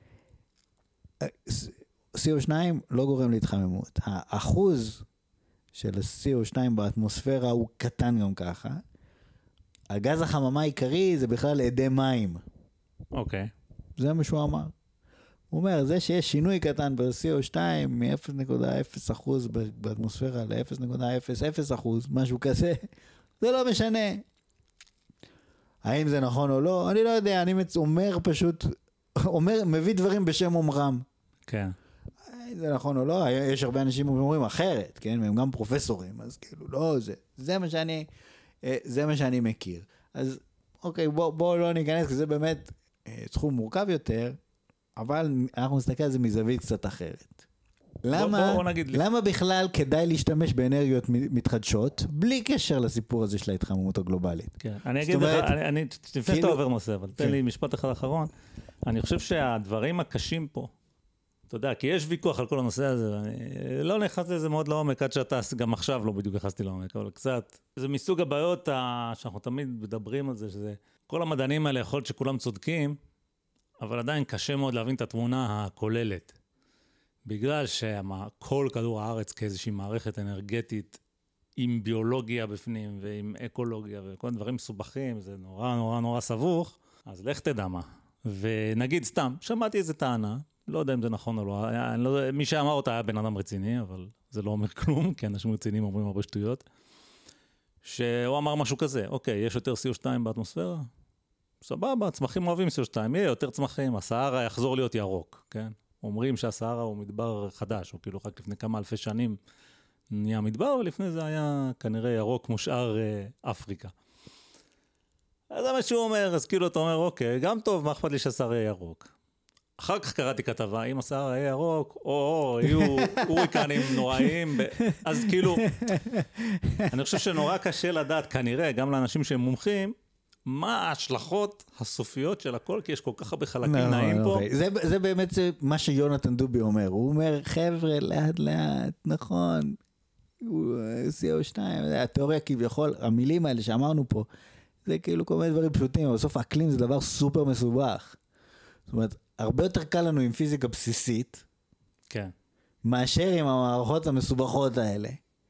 סי או שתיים לא גורם להתחממות. האחוז של ה-סי או שתיים באטמוספירה הוא קטן גם ככה. הגז החממה העיקרי זה בכלל עדי מים. אוקיי. זה מה שהוא אמר. הוא אומר, זה שיש שינוי קטן ב-סי או שתיים מ-אפס נקודה אפס אחוז באטמוספירה ל-אפס נקודה אפס אפס אחוז, משהו כזה, זה לא משנה. האם זה נכון או לא? אני לא יודע, אני אומר פשוט, אומר, מביא דברים בשם אומרם. כן. זה נכון או לא? יש הרבה אנשים שאומרים אחרת, כן? והם גם פרופסורים, אז כאילו, לא, זה, זה מה שאני, זה מה שאני מכיר. אז, אוקיי, בוא, בוא לא ניכנס, כי זה באמת תחום מורכב יותר, אבל אנחנו נסתכל על זה מזווית קצת אחרת. למה, בוא, בוא נגיד למה בכלל כדאי להשתמש באנרגיות מתחדשות, בלי קשר לסיפור הזה של ההתחממות הגלובלית? כן, אני אגיד לך, אני, אני, לפני שאתה עובר נושא, אבל תן לי משפט אחד אחרון. אני חושב שהדברים הקשים פה, אתה יודע, כי יש ויכוח על כל הנושא הזה, אני לא נכנס לזה מאוד לעומק, עד שאתה, גם עכשיו לא בדיוק נכנסתי לעומק, אבל קצת, זה מסוג הבעיות שאנחנו תמיד מדברים על זה, שזה, כל המדענים האלה יכול להיות שכולם צודקים, אבל עדיין קשה מאוד להבין את התמונה הכוללת. בגלל שכל כדור הארץ כאיזושהי מערכת אנרגטית עם ביולוגיה בפנים ועם אקולוגיה וכל דברים מסובכים, זה נורא נורא נורא סבוך, אז לך תדע מה. ונגיד סתם, שמעתי איזה טענה, לא יודע אם זה נכון או לא, אני לא, מי שאמר אותה היה בן אדם רציני, אבל זה לא אומר כלום, כי אנשים רציניים אומרים הרבה שטויות, שהוא אמר משהו כזה, אוקיי, יש יותר סי או שתיים באטמוספירה? סבבה, צמחים אוהבים סי או שתיים, יהיה יותר צמחים, הסהרה יחזור להיות ירוק, כן? אומרים שהסהרה הוא מדבר חדש, או כאילו רק לפני כמה אלפי שנים נהיה מדבר, ולפני זה היה כנראה ירוק כמו שאר אה, אפריקה. אז זה מה שהוא אומר, אז כאילו אתה אומר, אוקיי, גם טוב, מה אכפת לי שהסהרה יהיה ירוק? אחר כך קראתי כתבה, אם הסהרה יהיה ירוק, או, או, יהיו הוריקנים נוראיים, ב... אז כאילו, אני חושב שנורא קשה לדעת, כנראה, גם לאנשים שהם מומחים, מה ההשלכות הסופיות של הכל, כי יש כל כך הרבה חלקים נעים פה. זה, זה באמת מה שיונתן דובי אומר. הוא אומר, חבר'ה, לאט לאט, נכון, סי או שתיים, התיאוריה כביכול, המילים האלה שאמרנו פה, זה כאילו כל מיני דברים פשוטים, אבל בסוף האקלים זה דבר סופר מסובך. זאת אומרת, הרבה יותר קל לנו עם פיזיקה בסיסית, כן. מאשר עם המערכות המסובכות האלה.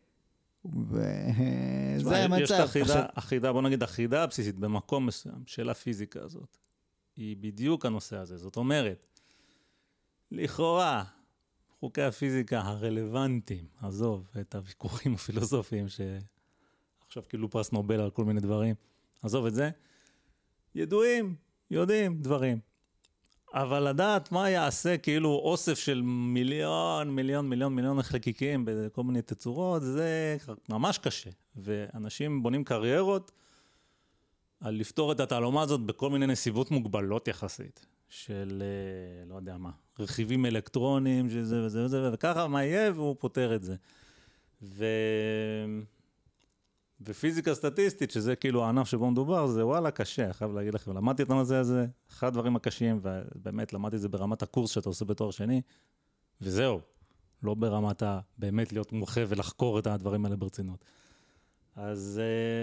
וזה המצב. יש את החידה, החידה, בוא נגיד, החידה הבסיסית במקום מסוים של הפיזיקה הזאת, היא בדיוק הנושא הזה. זאת אומרת, לכאורה, חוקי הפיזיקה הרלוונטיים, עזוב את הוויכוחים הפילוסופיים שעכשיו כאילו פרס נובל על כל מיני דברים, עזוב את זה, ידועים, יודעים דברים. אבל לדעת מה יעשה כאילו אוסף של מיליון, מיליון, מיליון, מיליון חלקיקים בכל מיני תצורות, זה ממש קשה. ואנשים בונים קריירות על לפתור את התעלומה הזאת בכל מיני נסיבות מוגבלות יחסית. של, לא יודע מה, רכיבים אלקטרונים, שזה וזה וזה, וככה מה יהיה, והוא פותר את זה. ו... ופיזיקה סטטיסטית, שזה כאילו הענף שבו מדובר, זה וואלה קשה, חייב להגיד לכם. למדתי את הנושא הזה, אחד הדברים הקשים, ובאמת למדתי את זה ברמת הקורס שאתה עושה בתואר שני, וזהו, לא ברמת ה... באמת להיות מומחה ולחקור את הדברים האלה ברצינות. אז,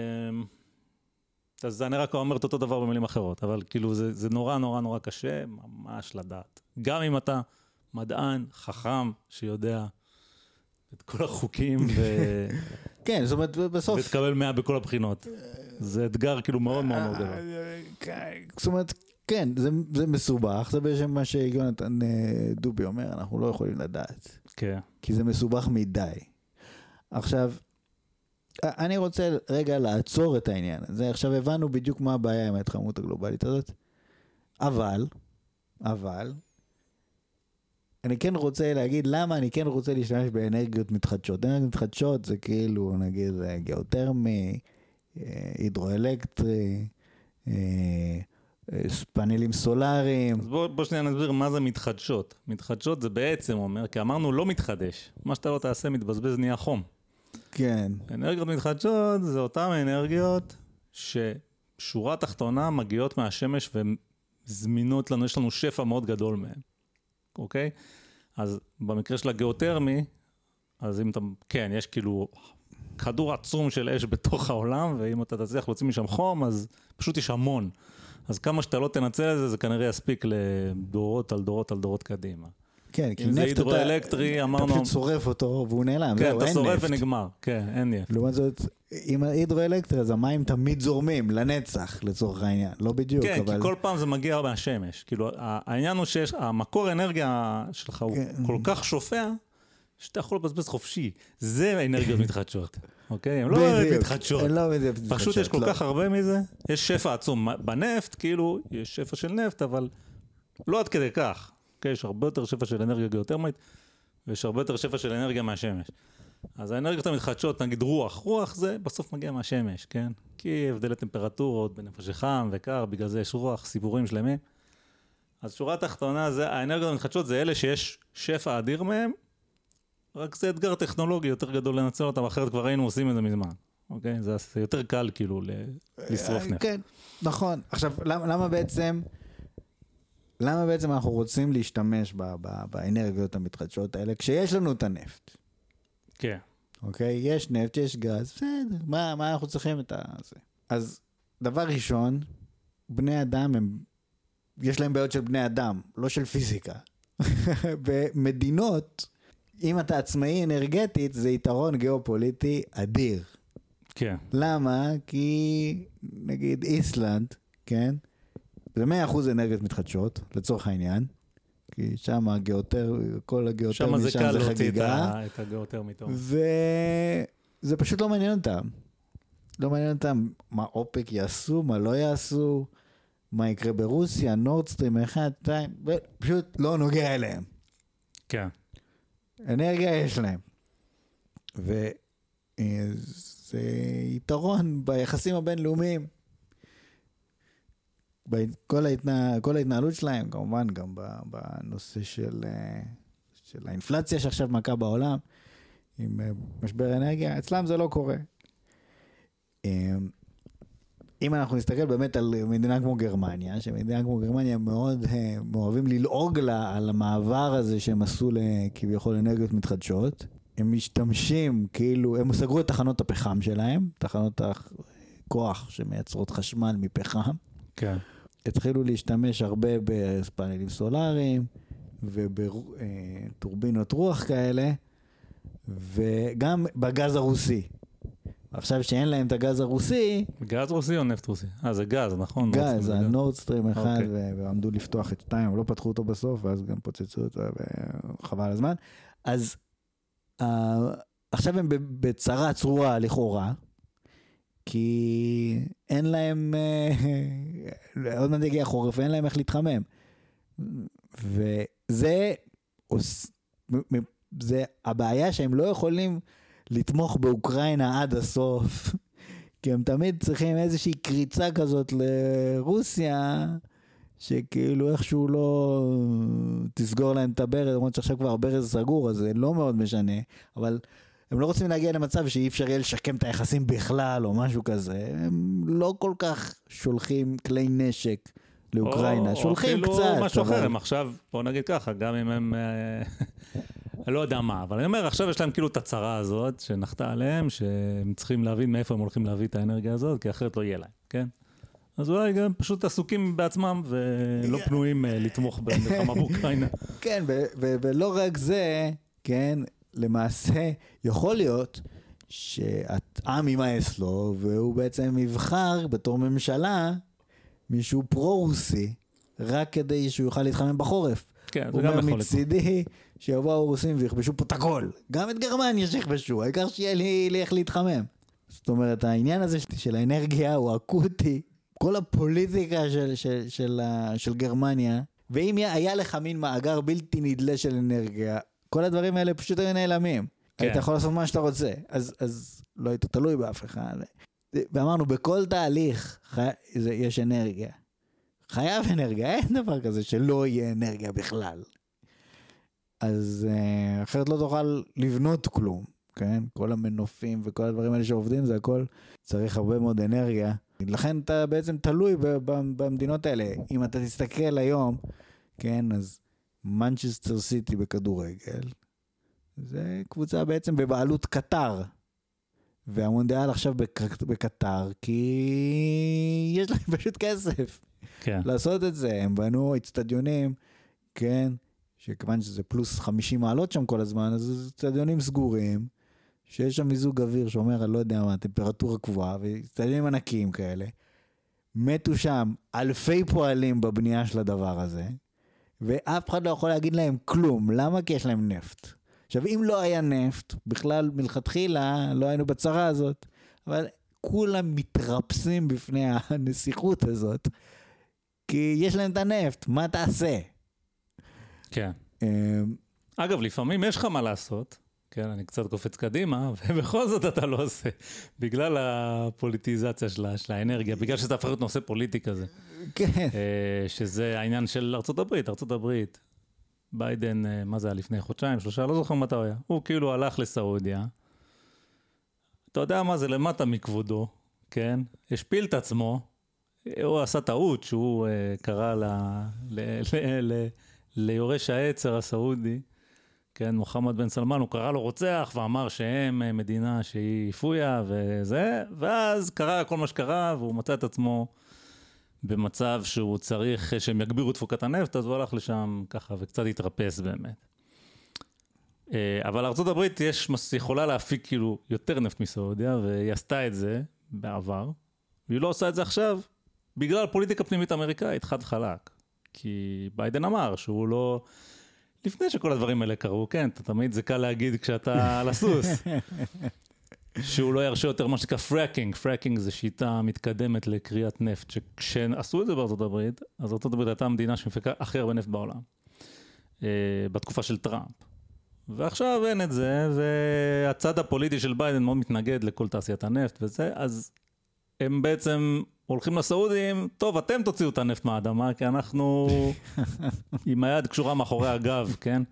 אז אני רק אומר את אותו דבר במילים אחרות, אבל כאילו זה, זה נורא נורא נורא קשה, ממש לדעת. גם אם אתה מדען, חכם, שיודע את כל החוקים ו... כן, זאת אומרת, בסוף... ותקבל מאה בכל הבחינות. זה אתגר כאילו מאוד מאוד מאוד גדול. זאת אומרת, כן, זה, זה מסובך, זה בעצם מה שיונתן דובי אומר, אנחנו לא יכולים לדעת. כן. כי זה מסובך מדי. עכשיו, אני רוצה רגע לעצור את העניין הזה. עכשיו הבנו בדיוק מה הבעיה עם ההתחממות הגלובלית הזאת. אבל, אבל, אני כן רוצה להגיד למה אני כן רוצה להשתמש באנרגיות מתחדשות. אנרגיות מתחדשות זה כאילו, נגיד, גיאותרמי, הידרואלקטרי, פאנלים סולאריים. אז בוא, בוא שנייה נסביר מה זה מתחדשות. מתחדשות זה בעצם אומר, כי אמרנו לא מתחדש. מה שאתה לא תעשה מתבזבז נהיה חום. כן. אנרגיות מתחדשות זה אותן אנרגיות ששורה תחתונה מגיעות מהשמש וזמינות לנו, יש לנו שפע מאוד גדול מהן. אוקיי? אז במקרה של הגיאותרמי, אז אם אתה, כן, יש כאילו כדור עצום של אש בתוך העולם, ואם אתה תצליח להוציא משם חום, אז פשוט יש המון. אז כמה שאתה לא תנצל את זה, זה כנראה יספיק לדורות על דורות על דורות קדימה. כן, כי אם זה נפט הידרואלקטרי, אתה, אמרנו... אתה פשוט שורף אותו והוא נעלם. כן, זהו, אתה אין שורף נפט. ונגמר. כן, אין נפט. לעומת זאת, עם ההידרואלקטרי, אז המים תמיד זורמים לנצח, לצורך העניין. לא בדיוק, כן, אבל... כי כל פעם זה מגיע מהשמש. כאילו, העניין הוא שיש, המקור אנרגיה שלך הוא כן. כל כך שופע, שאתה יכול לבזבז חופשי. זה אנרגיות מתחדשות. אוקיי? הם לא בדיוק. מתחדשות. הם לא מתחדשות. פשוט יש כל לא. כך הרבה מזה. יש שפע עצום. בנפט, כאילו, יש שפע של נפט, אבל לא עד כדי כך. אוקיי? יש הרבה יותר שפע של אנרגיה גיאותרמית, ויש הרבה יותר שפע של אנרגיה מהשמש. אז האנרגיות המתחדשות, נגיד רוח, רוח זה בסוף מגיע מהשמש, כן? כי הבדלי טמפרטורות בין איפה שחם וקר, בגלל זה יש רוח, סיפורים שלמים. אז שורה תחתונה, זה, האנרגיות המתחדשות זה אלה שיש שפע אדיר מהם, רק זה אתגר טכנולוגי יותר גדול לנצל אותם, אחרת כבר היינו עושים את זה מזמן. אוקיי? זה, זה יותר קל כאילו ל- לשרוף נפט. כן, נכון. עכשיו, למה, למה בעצם... למה בעצם אנחנו רוצים להשתמש ב- ב- באנרגיות המתחדשות האלה, כשיש לנו את הנפט? כן. אוקיי? יש נפט, יש גז, בסדר. מה, מה אנחנו צריכים את זה? אז דבר ראשון, בני אדם הם, יש להם בעיות של בני אדם, לא של פיזיקה. במדינות, אם אתה עצמאי אנרגטית, זה יתרון גיאופוליטי אדיר. כן. למה? כי נגיד איסלנד, כן? זה מאה אחוז אנרגיות מתחדשות, לצורך העניין. כי שם הגיאותר, כל הגיאותרמי שם זה חגיגה. שם זה קל להוציא את הגיאותרמי טוב. וזה פשוט לא מעניין אותם. לא מעניין אותם מה אופק יעשו, מה לא יעשו, מה יקרה ברוסיה, נורדסטרים, אחד, שתיים, פשוט לא נוגע אליהם. כן. אנרגיה יש להם. וזה יתרון ביחסים הבינלאומיים. כל, ההתנה, כל ההתנהלות שלהם, כמובן גם בנושא של, של האינפלציה שעכשיו מכה בעולם, עם משבר אנרגיה, אצלם זה לא קורה. אם אנחנו נסתכל באמת על מדינה כמו גרמניה, שמדינה כמו גרמניה מאוד אוהבים ללעוג לה על המעבר הזה שהם עשו כביכול אנרגיות מתחדשות, הם משתמשים כאילו, הם סגרו את תחנות הפחם שלהם, תחנות הכוח שמייצרות חשמל מפחם, כן. התחילו להשתמש הרבה בפאנלים סולאריים ובטורבינות רוח כאלה, וגם בגז הרוסי. עכשיו שאין להם את הגז הרוסי... גז רוסי או נפט רוסי? אה, זה גז, נכון? גז, הנורדסטרים אחד, ועמדו לפתוח את שתיים, לא פתחו אותו בסוף, ואז גם פוצצו אותו, וחבל הזמן. אז עכשיו הם בצרה צרורה לכאורה, כי אין להם, עוד מעט יגיע חורף, ואין להם איך להתחמם. וזה, זה הבעיה שהם לא יכולים לתמוך באוקראינה עד הסוף, כי הם תמיד צריכים איזושהי קריצה כזאת לרוסיה, שכאילו איכשהו לא תסגור להם את הברז, למרות שעכשיו כבר הברז סגור, אז זה לא מאוד משנה, אבל הם לא רוצים להגיע למצב שאי אפשר יהיה לשקם את היחסים בכלל או משהו כזה, הם לא כל כך שולחים כלי נשק לאוקראינה, או, שולחים או קצת. אפילו משהו אבל... אחר, הם עכשיו, בוא נגיד ככה, גם אם הם, אני לא יודע מה, אבל אני אומר, עכשיו יש להם כאילו את הצרה הזאת, שנחתה עליהם, שהם צריכים להבין מאיפה הם הולכים להביא את האנרגיה הזאת, כי אחרת לא יהיה להם, כן? אז אולי גם פשוט עסוקים בעצמם, ולא פנויים לתמוך במלחמה באוקראינה. כן, ולא רק זה, כן, למעשה, יכול להיות שהעם יימאס לו, והוא בעצם יבחר בתור ממשלה, מישהו פרו-רוסי, רק כדי שהוא יוכל להתחמם בחורף. כן, זה גם יכול להיות. הוא אומר לקרות. מצידי, שיבואו הרוסים ויכבשו פה את הכל. גם את גרמניה שיכבשו, העיקר שיהיה לי, לי איך להתחמם. זאת אומרת, העניין הזה של האנרגיה הוא אקוטי, כל הפוליטיקה של, של, של, של גרמניה, ואם היה לך מין מאגר בלתי נדלה של אנרגיה, כל הדברים האלה פשוט היו נעלמים. כן. היית יכול לעשות מה שאתה רוצה, אז, אז לא היית תלוי באף אחד. ואמרנו, בכל תהליך חי... יש אנרגיה. חייב אנרגיה, אין דבר כזה שלא יהיה אנרגיה בכלל. אז uh, אחרת לא תוכל לבנות כלום, כן? כל המנופים וכל הדברים האלה שעובדים, זה הכל צריך הרבה מאוד אנרגיה. לכן אתה בעצם תלוי במדינות האלה. אם אתה תסתכל היום, כן, אז מנצ'סטר סיטי בכדורגל, זה קבוצה בעצם בבעלות קטר. והמונדיאל עכשיו בקטר, כי יש להם פשוט כסף. כן. לעשות את זה. הם בנו אצטדיונים, כן, שכיוון שזה פלוס חמישים מעלות שם כל הזמן, אז אצטדיונים סגורים, שיש שם מיזוג אוויר שאומר, אני לא יודע מה, טמפרטורה קבועה, ואצטדיונים ענקיים כאלה. מתו שם אלפי פועלים בבנייה של הדבר הזה, ואף אחד לא יכול להגיד להם כלום. למה? כי יש להם נפט. עכשיו, אם לא היה נפט, בכלל מלכתחילה לא היינו בצרה הזאת, אבל כולם מתרפסים בפני הנסיכות הזאת, כי יש להם את הנפט, מה תעשה? כן. אגב, לפעמים יש לך מה לעשות, כן, אני קצת קופץ קדימה, ובכל זאת אתה לא עושה, בגלל הפוליטיזציה של, של האנרגיה, בגלל שזה הפך להיות נושא פוליטי כזה. כן. שזה העניין של ארצות הברית, ארצות הברית. ביידן, מה זה היה לפני חודשיים, שלושה, לא זוכר מתי הוא היה. הוא כאילו הלך לסעודיה. אתה יודע מה זה למטה מכבודו, כן? השפיל את עצמו. הוא עשה טעות שהוא uh, קרא ל, ל, ל, ל, ליורש העצר הסעודי, כן? מוחמד בן סלמן, הוא קרא לו רוצח ואמר שהם מדינה שהיא פויה וזה, ואז קרה כל מה שקרה והוא מצא את עצמו במצב שהוא צריך שהם יגבירו את תפוקת הנפט, אז הוא הלך לשם ככה וקצת התרפס באמת. אבל ארצות הברית יש, יכולה להפיק כאילו יותר נפט מסעודיה, והיא עשתה את זה בעבר, והיא לא עושה את זה עכשיו, בגלל פוליטיקה פנימית אמריקאית, חד חלק. כי ביידן אמר שהוא לא, לפני שכל הדברים האלה קרו, כן, אתה תמיד זה קל להגיד כשאתה על הסוס, שהוא לא ירשה יותר מה שנקרא פרקינג. פרקינג זה שיטה מתקדמת לקריאת נפט, שכשעשו את זה בארצות הברית, אז ארצות הברית הייתה המדינה שמפיקה הכי הרבה נפט בעולם, בתקופה של טראמפ. ועכשיו אין את זה, והצד הפוליטי של ביידן מאוד מתנגד לכל תעשיית הנפט וזה, אז הם בעצם הולכים לסעודים, טוב, אתם תוציאו את הנפט מהאדמה, כי אנחנו עם היד קשורה מאחורי הגב, כן?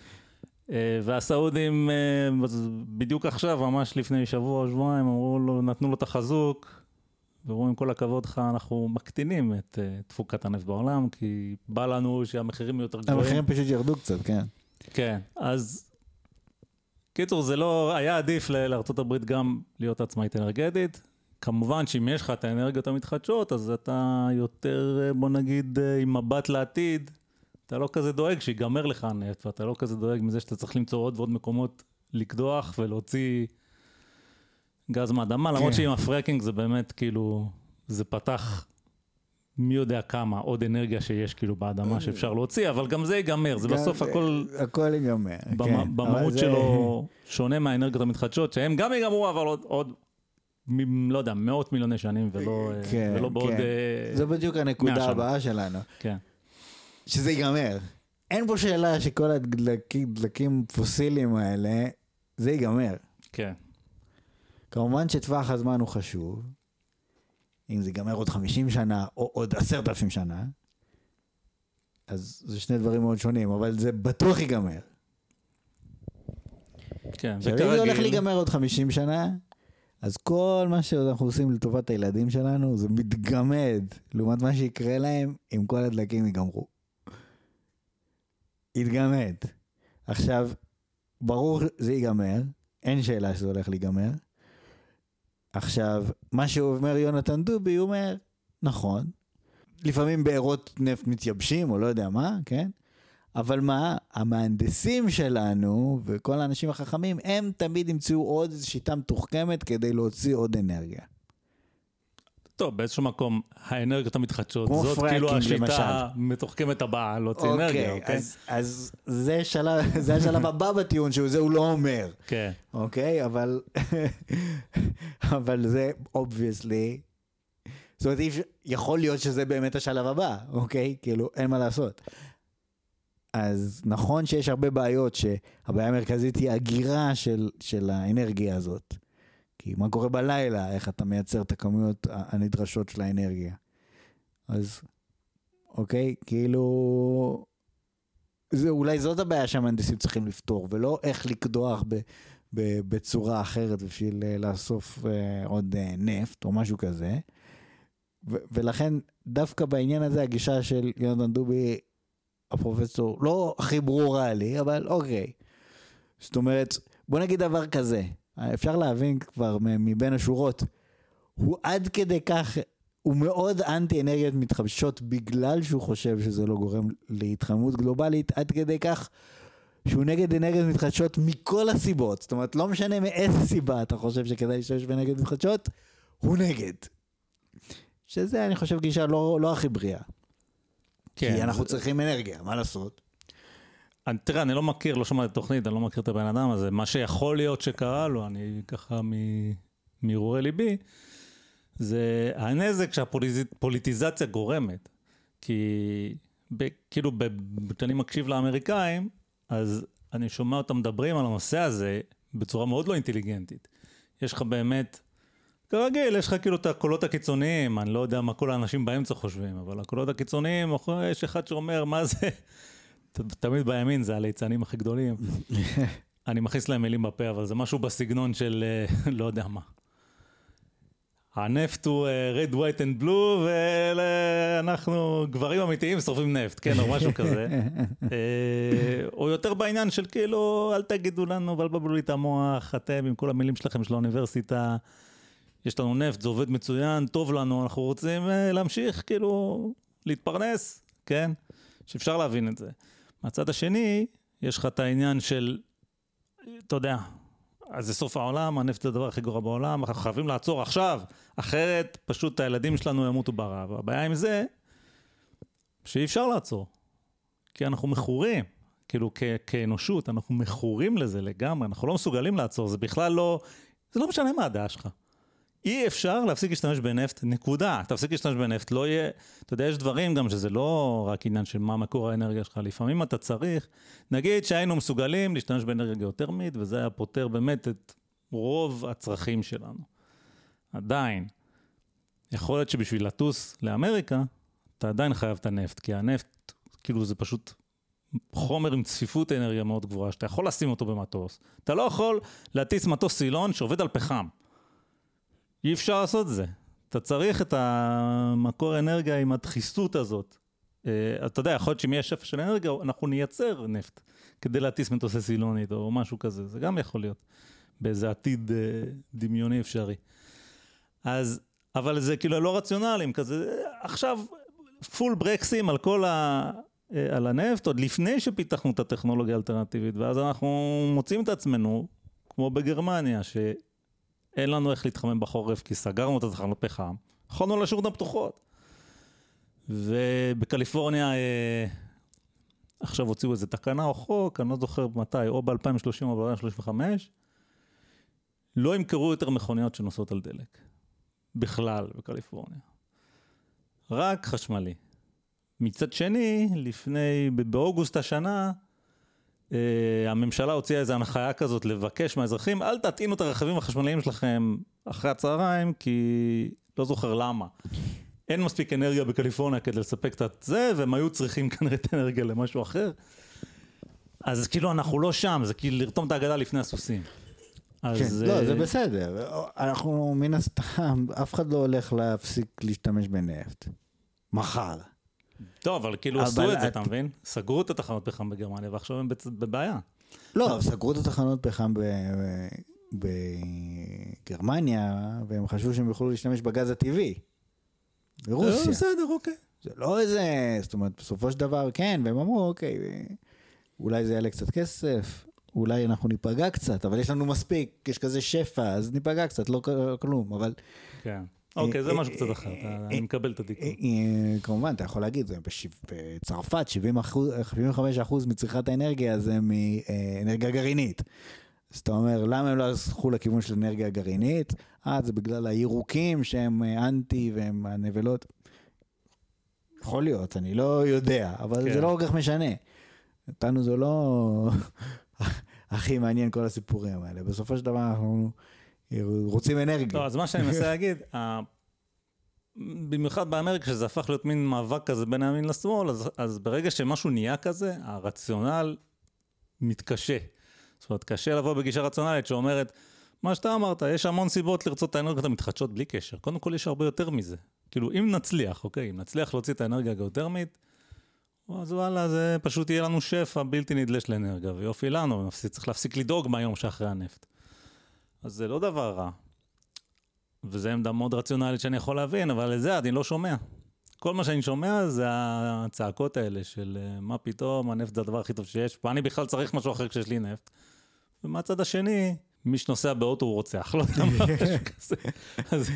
והסעודים בדיוק עכשיו, ממש לפני שבוע או שבועיים, אמרו לו, נתנו לו את החזוק, ואומרים, עם כל הכבוד לך, אנחנו מקטינים את תפוקת הנפט בעולם, כי בא לנו שהמחירים יותר גבוהים. המחירים פשוט ירדו קצת, כן. כן, אז קיצור, זה לא, היה עדיף לארצות הברית גם להיות עצמאית אנרגטית. כמובן שאם יש לך את האנרגיות המתחדשות, אז אתה יותר, בוא נגיד, עם מבט לעתיד, אתה לא כזה דואג שיגמר לך הנפט, ואתה לא כזה דואג מזה שאתה צריך למצוא עוד ועוד מקומות לקדוח ולהוציא גז מהאדמה, למרות שעם הפרקינג זה באמת כאילו, זה פתח מי יודע כמה עוד אנרגיה שיש כאילו באדמה שאפשר להוציא, אבל גם זה ייגמר, זה בסוף הכל, הכל ייגמר, במהות שלו שונה מהאנרגיות המתחדשות, שהם גם ייגמרו, אבל עוד, עוד לא יודע, מאות מיליוני שנים ולא, ולא בעוד... זה בדיוק הנקודה הבאה שלנו. כן. שזה ייגמר. אין פה שאלה שכל הדלקים פוסיליים האלה, זה ייגמר. כן. כמובן שטווח הזמן הוא חשוב, אם זה ייגמר עוד חמישים שנה, או עוד עשרת אלפים שנה, אז זה שני דברים מאוד שונים, אבל זה בטוח ייגמר. כן, עכשיו, אם זה הולך להיגמר עוד חמישים שנה, אז כל מה שאנחנו עושים לטובת הילדים שלנו, זה מתגמד, לעומת מה שיקרה להם, אם כל הדלקים ייגמרו. יתגמד. עכשיו, ברור זה ייגמר, אין שאלה שזה הולך להיגמר. עכשיו, מה שאומר יונתן דובי, הוא אומר, נכון, לפעמים בארות נפט מתייבשים, או לא יודע מה, כן? אבל מה, המהנדסים שלנו, וכל האנשים החכמים, הם תמיד ימצאו עוד שיטה מתוחכמת, כדי להוציא עוד אנרגיה. טוב, באיזשהו מקום, האנרגיות המתחדשות, זאת כאילו השיטה המתוחכמת הבאה, להוציא אנרגיה, אוקיי? אז זה השלב הבא בטיעון, שזה הוא לא אומר. כן. אוקיי, אבל, אבל זה, obviously, זאת אומרת, יכול להיות שזה באמת השלב הבא, אוקיי? כאילו, אין מה לעשות. אז נכון שיש הרבה בעיות, שהבעיה המרכזית היא הגירה של, של האנרגיה הזאת. כי מה קורה בלילה, איך אתה מייצר את הכמויות הנדרשות של האנרגיה. אז, אוקיי, כאילו, זה, אולי זאת הבעיה שהמהנדסים צריכים לפתור, ולא איך לקדוח ב, ב, בצורה אחרת, בשביל לאסוף אה, עוד אה, נפט, או משהו כזה. ו, ולכן, דווקא בעניין הזה, הגישה של יונתן דובי, הפרופסור, לא הכי ברורה לי, אבל אוקיי. זאת אומרת, בוא נגיד דבר כזה, אפשר להבין כבר מבין השורות, הוא עד כדי כך, הוא מאוד אנטי אנרגיות מתחדשות, בגלל שהוא חושב שזה לא גורם להתחממות גלובלית, עד כדי כך שהוא נגד אנרגיות מתחדשות מכל הסיבות. זאת אומרת, לא משנה מאיזה סיבה אתה חושב שכדאי להשתמש באנרגיות מתחדשות, הוא נגד. שזה, אני חושב, גישה לא, לא הכי בריאה. כן, כי אנחנו זה... צריכים אנרגיה, מה לעשות? אני, תראה, אני לא מכיר, לא שמעתי תוכנית, אני לא מכיר את הבן אדם הזה. מה שיכול להיות שקרה לו, אני ככה מהרהורי ליבי, זה הנזק שהפוליטיזציה גורמת. כי ב, כאילו, כשאני מקשיב לאמריקאים, אז אני שומע אותם מדברים על הנושא הזה בצורה מאוד לא אינטליגנטית. יש לך באמת, כרגיל, יש לך כאילו את הקולות הקיצוניים, אני לא יודע מה כל האנשים באמצע חושבים, אבל הקולות הקיצוניים, יש אחד שאומר, מה זה? תמיד בימין זה הליצנים הכי גדולים. אני מכניס להם מילים בפה, אבל זה משהו בסגנון של לא יודע מה. הנפט הוא red, white and blue, ואנחנו גברים אמיתיים שורפים נפט, כן, או משהו כזה. או יותר בעניין של כאילו, אל תגידו לנו, ואל תבלבלו לי את המוח, אתם עם כל המילים שלכם של האוניברסיטה, יש לנו נפט, זה עובד מצוין, טוב לנו, אנחנו רוצים להמשיך כאילו להתפרנס, כן? שאפשר להבין את זה. מהצד השני, יש לך את העניין של, אתה יודע, אז זה סוף העולם, הנפט זה הדבר הכי גרוע בעולם, אנחנו חייבים לעצור עכשיו, אחרת פשוט הילדים שלנו ימותו ברעב. הבעיה עם זה, שאי אפשר לעצור, כי אנחנו מכורים, כאילו כ- כאנושות, אנחנו מכורים לזה לגמרי, אנחנו לא מסוגלים לעצור, זה בכלל לא, זה לא משנה מה הדעה שלך. אי אפשר להפסיק להשתמש בנפט, נקודה. תפסיק להשתמש בנפט, לא יהיה, אתה יודע, יש דברים גם שזה לא רק עניין של מה מקור האנרגיה שלך, לפעמים אתה צריך, נגיד שהיינו מסוגלים להשתמש באנרגיה גיאותרמית, וזה היה פותר באמת את רוב הצרכים שלנו. עדיין, יכול להיות שבשביל לטוס לאמריקה, אתה עדיין חייב את הנפט, כי הנפט, כאילו זה פשוט חומר עם צפיפות אנרגיה מאוד גבוהה, שאתה יכול לשים אותו במטוס. אתה לא יכול להטיס מטוס סילון שעובד על פחם. אי אפשר לעשות זה. אתה צריך את המקור אנרגיה עם הדחיסות הזאת. אתה יודע, יכול להיות שאם יש שפע של אנרגיה, אנחנו נייצר נפט כדי להטיס מטוסי סילונית או משהו כזה. זה גם יכול להיות באיזה עתיד דמיוני אפשרי. אז, אבל זה כאילו לא רציונליים כזה. עכשיו, פול ברקסים על כל ה... על הנפט, עוד לפני שפיתחנו את הטכנולוגיה האלטרנטיבית, ואז אנחנו מוצאים את עצמנו, כמו בגרמניה, ש... אין לנו איך להתחמם בחורף, כי סגרנו את התחנות פחם. יכולנו להשאיר אותן פתוחות. ובקליפורניה, אה, עכשיו הוציאו איזו תקנה או חוק, אני לא זוכר מתי, או ב-אלפיים ושלושים או ב-אלפיים שלושים וחמש, לא ימכרו יותר מכוניות שנוסעות על דלק. בכלל, בקליפורניה. רק חשמלי. מצד שני, לפני, באוגוסט השנה, Uh, הממשלה הוציאה איזו הנחיה כזאת לבקש מהאזרחים, אל תטעינו את הרכבים החשמליים שלכם אחרי הצהריים, כי לא זוכר למה. אין מספיק אנרגיה בקליפורניה כדי לספק את זה, והם היו צריכים כנראה את אנרגיה למשהו אחר. אז כאילו אנחנו לא שם, זה כאילו לרתום את העגלה לפני הסוסים. אז, כן, לא, זה בסדר. אנחנו מן הסתם, אף אחד לא הולך להפסיק להשתמש בנפט. מחר. טוב, אבל כאילו עשו את זה, אתה מבין? סגרו את התחנות פחם בגרמניה, ועכשיו הם בבעיה. לא, סגרו את התחנות פחם בגרמניה, והם חשבו שהם יוכלו להשתמש בגז הטבעי. ברוסיה. בסדר, אוקיי. זה לא איזה, זאת אומרת, בסופו של דבר, כן, והם אמרו, אוקיי, אולי זה יעלה קצת כסף, אולי אנחנו ניפגע קצת, אבל יש לנו מספיק, יש כזה שפע, אז ניפגע קצת, לא כלום, אבל... כן. אוקיי, זה משהו קצת אחר, אני מקבל את התיקון. כמובן, אתה יכול להגיד, בצרפת שבעים וחמישה אחוז מצריכת האנרגיה זה מאנרגיה גרעינית. אז אתה אומר, למה הם לא הלכו לכיוון של אנרגיה גרעינית? אה, זה בגלל הירוקים שהם אנטי והם הנבלות. יכול להיות, אני לא יודע, אבל זה לא כל כך משנה. אותנו זה לא הכי מעניין כל הסיפורים האלה. בסופו של דבר אנחנו רוצים אנרגיה. לא, אז מה שאני מנסה להגיד, במיוחד באמריקה, שזה הפך להיות מין מאבק כזה בין הימין לשמאל, אז, אז ברגע שמשהו נהיה כזה, הרציונל מתקשה. זאת אומרת, קשה לבוא בגישה רציונלית שאומרת, מה שאתה אמרת, יש המון סיבות לרצות את האנרגיות המתחדשות בלי קשר. קודם כל יש הרבה יותר מזה. כאילו, אם נצליח, אוקיי, אם נצליח להוציא את האנרגיה הגיאותרמית, אז וואלה, זה פשוט יהיה לנו שפע בלתי נדלה של אנרגיה, ויופי לנו, צריך להפסיק לדאוג מהיום שאחרי הנפט. אז זה לא דבר רע. וזה עמדה מאוד רציונלית שאני יכול להבין, אבל לזה אני לא שומע. כל מה שאני שומע זה הצעקות האלה של מה פתאום, הנפט זה הדבר הכי טוב שיש, ואני בכלל צריך משהו אחר כשיש לי נפט. ומהצד השני, מי שנוסע באוטו הוא רוצח, לא יודע מה משהו כזה. אז...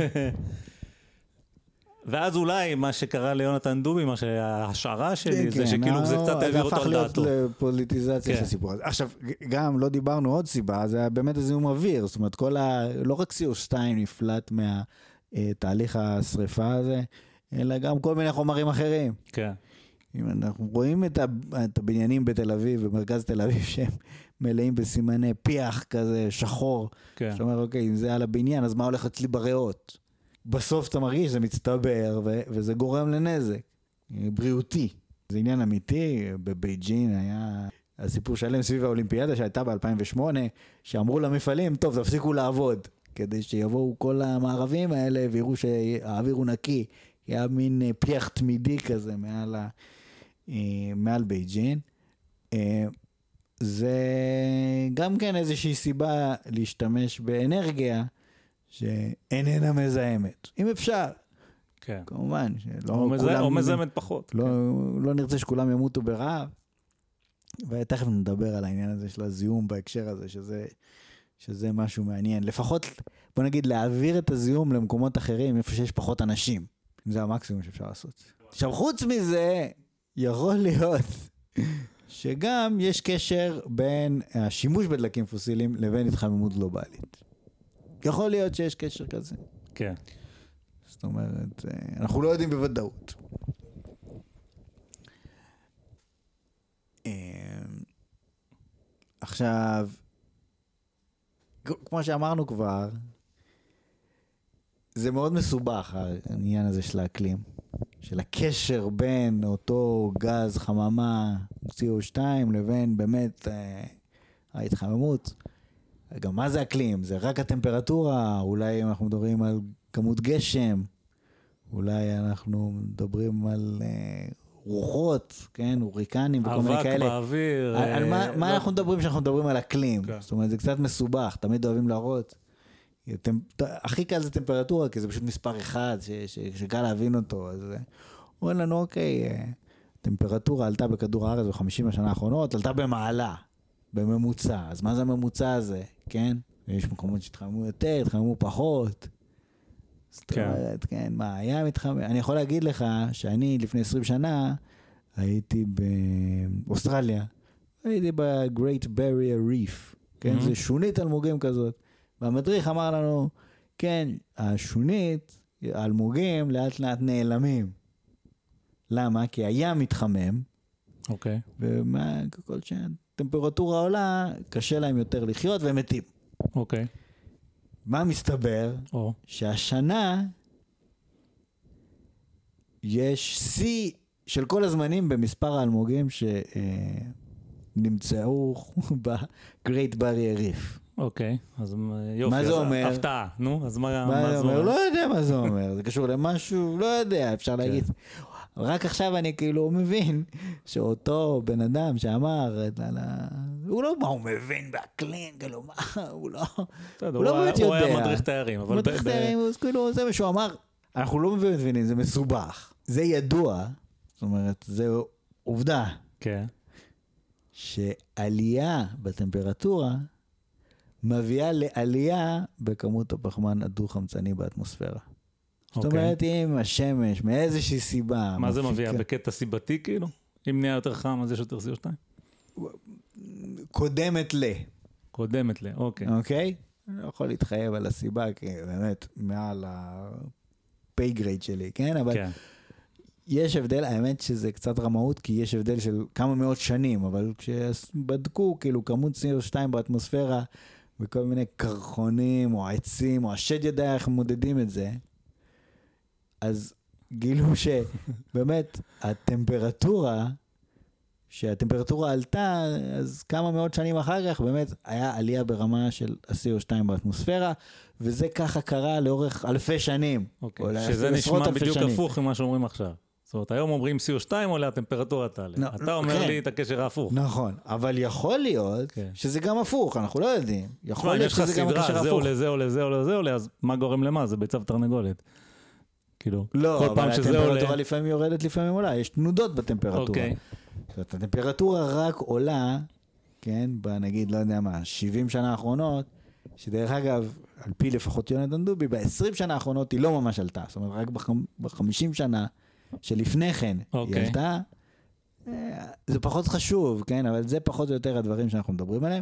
ואז אולי מה שקרה ליונתן דובי, מה שההשערה שלי, זה שכאילו זה קצת העביר אותו על דעתו. זה הפך להיות לפוליטיזציה של הסיפור הזה. עכשיו, גם לא דיברנו עוד סיבה, זה באמת הזיהום אוויר, זאת אומרת, כל ה... לא רק סי או שתיים נפלט מהתהליך השריפה הזה, אלא גם כל מיני חומרים אחרים. כן. אם אנחנו רואים את הבניינים בתל אביב, במרכז תל אביב, שהם מלאים בסימני פיח כזה, שחור. כן. זאת אומרת, אוקיי, אם זה על הבניין, אז מה הולך אצלי בריאות? בסוף אתה מרגיש, זה מצטבר, ו- וזה גורם לנזק, בריאותי. זה עניין אמיתי, בבייג'ין היה הסיפור שלם סביב האולימפיאדה שהייתה ב-אלפיים ושמונה, שאמרו למפעלים, טוב, תפסיקו לעבוד, כדי שיבואו כל המערבים האלה, ויראו שהאוויר הוא נקי, היה מין פיח תמידי כזה מעל, ה- מעל בייג'ין. זה גם כן איזושהי סיבה להשתמש באנרגיה, שאיננה מזהמת. אם אפשר. כן. כמובן. שלא או, מזה, כולם, או מזהמת פחות. לא, כן. לא נרצה שכולם ימותו ברעב. ותכף נדבר על העניין הזה של הזיהום בהקשר הזה, שזה, שזה משהו מעניין. לפחות, בוא נגיד, להעביר את הזיהום למקומות אחרים, איפה שיש פחות אנשים. זה המקסימום שאפשר לעשות. עכשיו, חוץ מזה, יכול להיות שגם יש קשר בין השימוש בדלקים פוסיליים לבין התחממות גלובלית. יכול להיות שיש קשר כזה. כן. זאת אומרת, אנחנו לא יודעים בוודאות. עכשיו, כמו שאמרנו כבר, זה מאוד מסובך, העניין הזה של האקלים, של הקשר בין אותו גז חממה, סי או שתיים, לבין באמת ההתחממות. גם מה זה אקלים? זה רק הטמפרטורה, אולי אנחנו מדברים על כמות גשם, אולי אנחנו מדברים על אה, רוחות, כן, הוריקנים וכל מיני כאלה. אבק באוויר. על, אה, על מה, לא... מה אנחנו מדברים כשאנחנו מדברים על אקלים? כן. זאת אומרת, זה קצת מסובך, תמיד אוהבים להראות. טמפ... הכי קל זה טמפרטורה, כי זה פשוט מספר אחד, ש... ש... שקל להבין אותו. אז אומרים לנו, אוקיי, טמפרטורה עלתה בכדור הארץ ב-חמישים השנה האחרונות, עלתה במעלה. בממוצע. אז מה זה הממוצע הזה? כן? יש מקומות שהתחממו יותר, התחממו פחות. זאת אומרת, כן, מה, היה מתחמם. אני יכול להגיד לך שאני לפני עשרים שנה הייתי באוסטרליה. הייתי ב-Great Barrier Reef. כן? זה שונית אלמוגים כזאת. והמדריך אמר לנו, כן, השונית, האלמוגים לאט לאט נעלמים. למה? כי הים מתחמם. אוקיי. ומה, כל שעה. טמפרטורה עולה, קשה להם יותר לחיות והם מתים. אוקיי. מה מסתבר? או. שהשנה יש שיא של כל הזמנים במספר האלמוגים נמצאו ב-Great Barrier Reef. אוקיי, אז יופי. מה זה אומר? הפתעה, נו, אז מה, מה מה זה זה אומר? אומר? לא יודע מה זה אומר, זה קשור למשהו, לא יודע, אפשר להגיד. רק עכשיו אני כאילו מבין שאותו בן אדם שאמר, הוא לא מה הוא מבין באקלים, כאילו מה, הוא לא הוא לא באמת יודע. הוא היה מדריך תיירים. מדריך תיירים, אז כאילו זה מה שהוא אמר, אנחנו לא מבינים, זה מסובך. זה ידוע, זאת אומרת, זה עובדה. כן. שעלייה בטמפרטורה מביאה לעלייה בכמות הפחמן הדו-חמצני באטמוספירה. זאת אומרת, אם השמש, מאיזושהי סיבה... מה זה מביא? בקטע סיבתי כאילו? אם נהיה יותר חם, אז יש יותר סי או שתיים? קודמת ל. קודמת ל, אוקיי. אוקיי? אני לא יכול להתחייב על הסיבה, כי באמת מעל ה-pay grade שלי, כן? אבל יש הבדל, האמת שזה קצת רמאות, כי יש הבדל של כמה מאות שנים, אבל כשבדקו כאילו כמות סי או שתיים באטמוספירה, וכל מיני קרחונים או עצים, או השד יודע איך מודדים את זה, אז גילו שבאמת הטמפרטורה, שהטמפרטורה עלתה, אז כמה מאות שנים אחר כך באמת היה עלייה ברמה של ה-סי או שתיים באטמוספירה, וזה ככה קרה לאורך אלפי שנים. אוקיי, שזה נשמע בדיוק הפוך ממה שאומרים עכשיו. זאת אומרת, היום אומרים סי או שתיים עולה, הטמפרטורה תעלה. אתה אומר לי את הקשר ההפוך. נכון, אבל יכול להיות שזה גם הפוך, אנחנו לא יודעים. יכול להיות שזה גם הקשר הפוך. זה עולה, זה עולה, זה עולה, זה עולה, אז מה גורם למה? זה ביצה ותרנגולת. כאילו, לא, אבל הטמפרטורה לפעמים יורדת, לפעמים עולה. יש תנודות בטמפרטורה. אוקיי. זאת הטמפרטורה רק עולה, כן, בנגיד, לא יודע מה, שבעים שנה האחרונות, שדרך אגב, על פי לפחות יונתן דובי, ב-עשרים שנה האחרונות היא לא ממש עלתה. זאת אומרת, רק ב-חמישים שנה שלפני כן היא עלתה. זה פחות חשוב, כן, אבל זה פחות או יותר הדברים שאנחנו מדברים עליהם.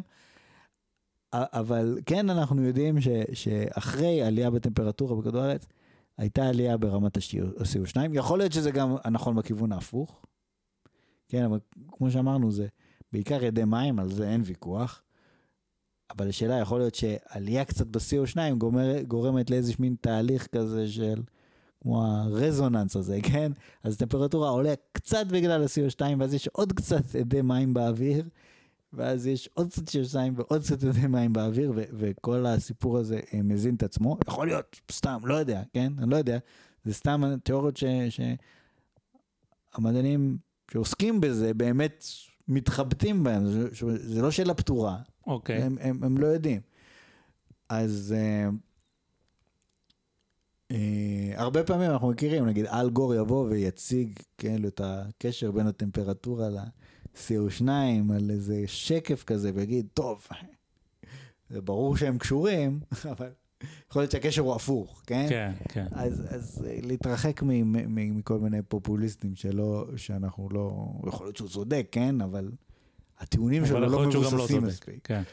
אבל כן, אנחנו יודעים שאחרי עלייה בטמפרטורה בכדור הארץ, הייתה עלייה ברמת ה-סי או שתיים. יכול להיות שזה גם נכון בכיוון ההפוך. כן, אבל כמו שאמרנו, זה בעיקר ידי מים, על זה אין ויכוח. אבל השאלה יכול להיות שעלייה קצת ב-סי או שתיים גורמת לאיזשהו מין תהליך כזה של, כמו הרזוננס הזה, כן? אז הטמפרטורה עולה קצת בגלל ה-סי או שתיים, ואז יש עוד קצת ידי מים באוויר, ואז יש עוד קצת סי או שתיים ועוד קצת ידי מים באוויר, ו- וכל הסיפור הזה מזין את עצמו. יכול להיות, סתם, לא יודע, כן? אני לא יודע. זה סתם תיאוריות ש- שהמדענים שעוסקים בזה באמת מתחבטים בהם. זה, זה לא שאלה פתורה. אוקיי. הם, הם, הם לא יודעים. אז אה, אה, הרבה פעמים אנחנו מכירים, נגיד אל גור יבוא ויציג כאילו את הקשר בין הטמפרטורה ל-סי או שתיים על איזה שקף כזה ויגיד, טוב, זה ברור שהם קשורים, אבל יכול להיות שהקשר הוא הפוך, כן? כן, כן. אז, אז להתרחק מ, מ, מכל מיני פופוליסטים שלא, שאנחנו לא, יכול להיות שהוא צודק, כן? אבל הטיעונים שלו לא מבוססים מספיק. כן.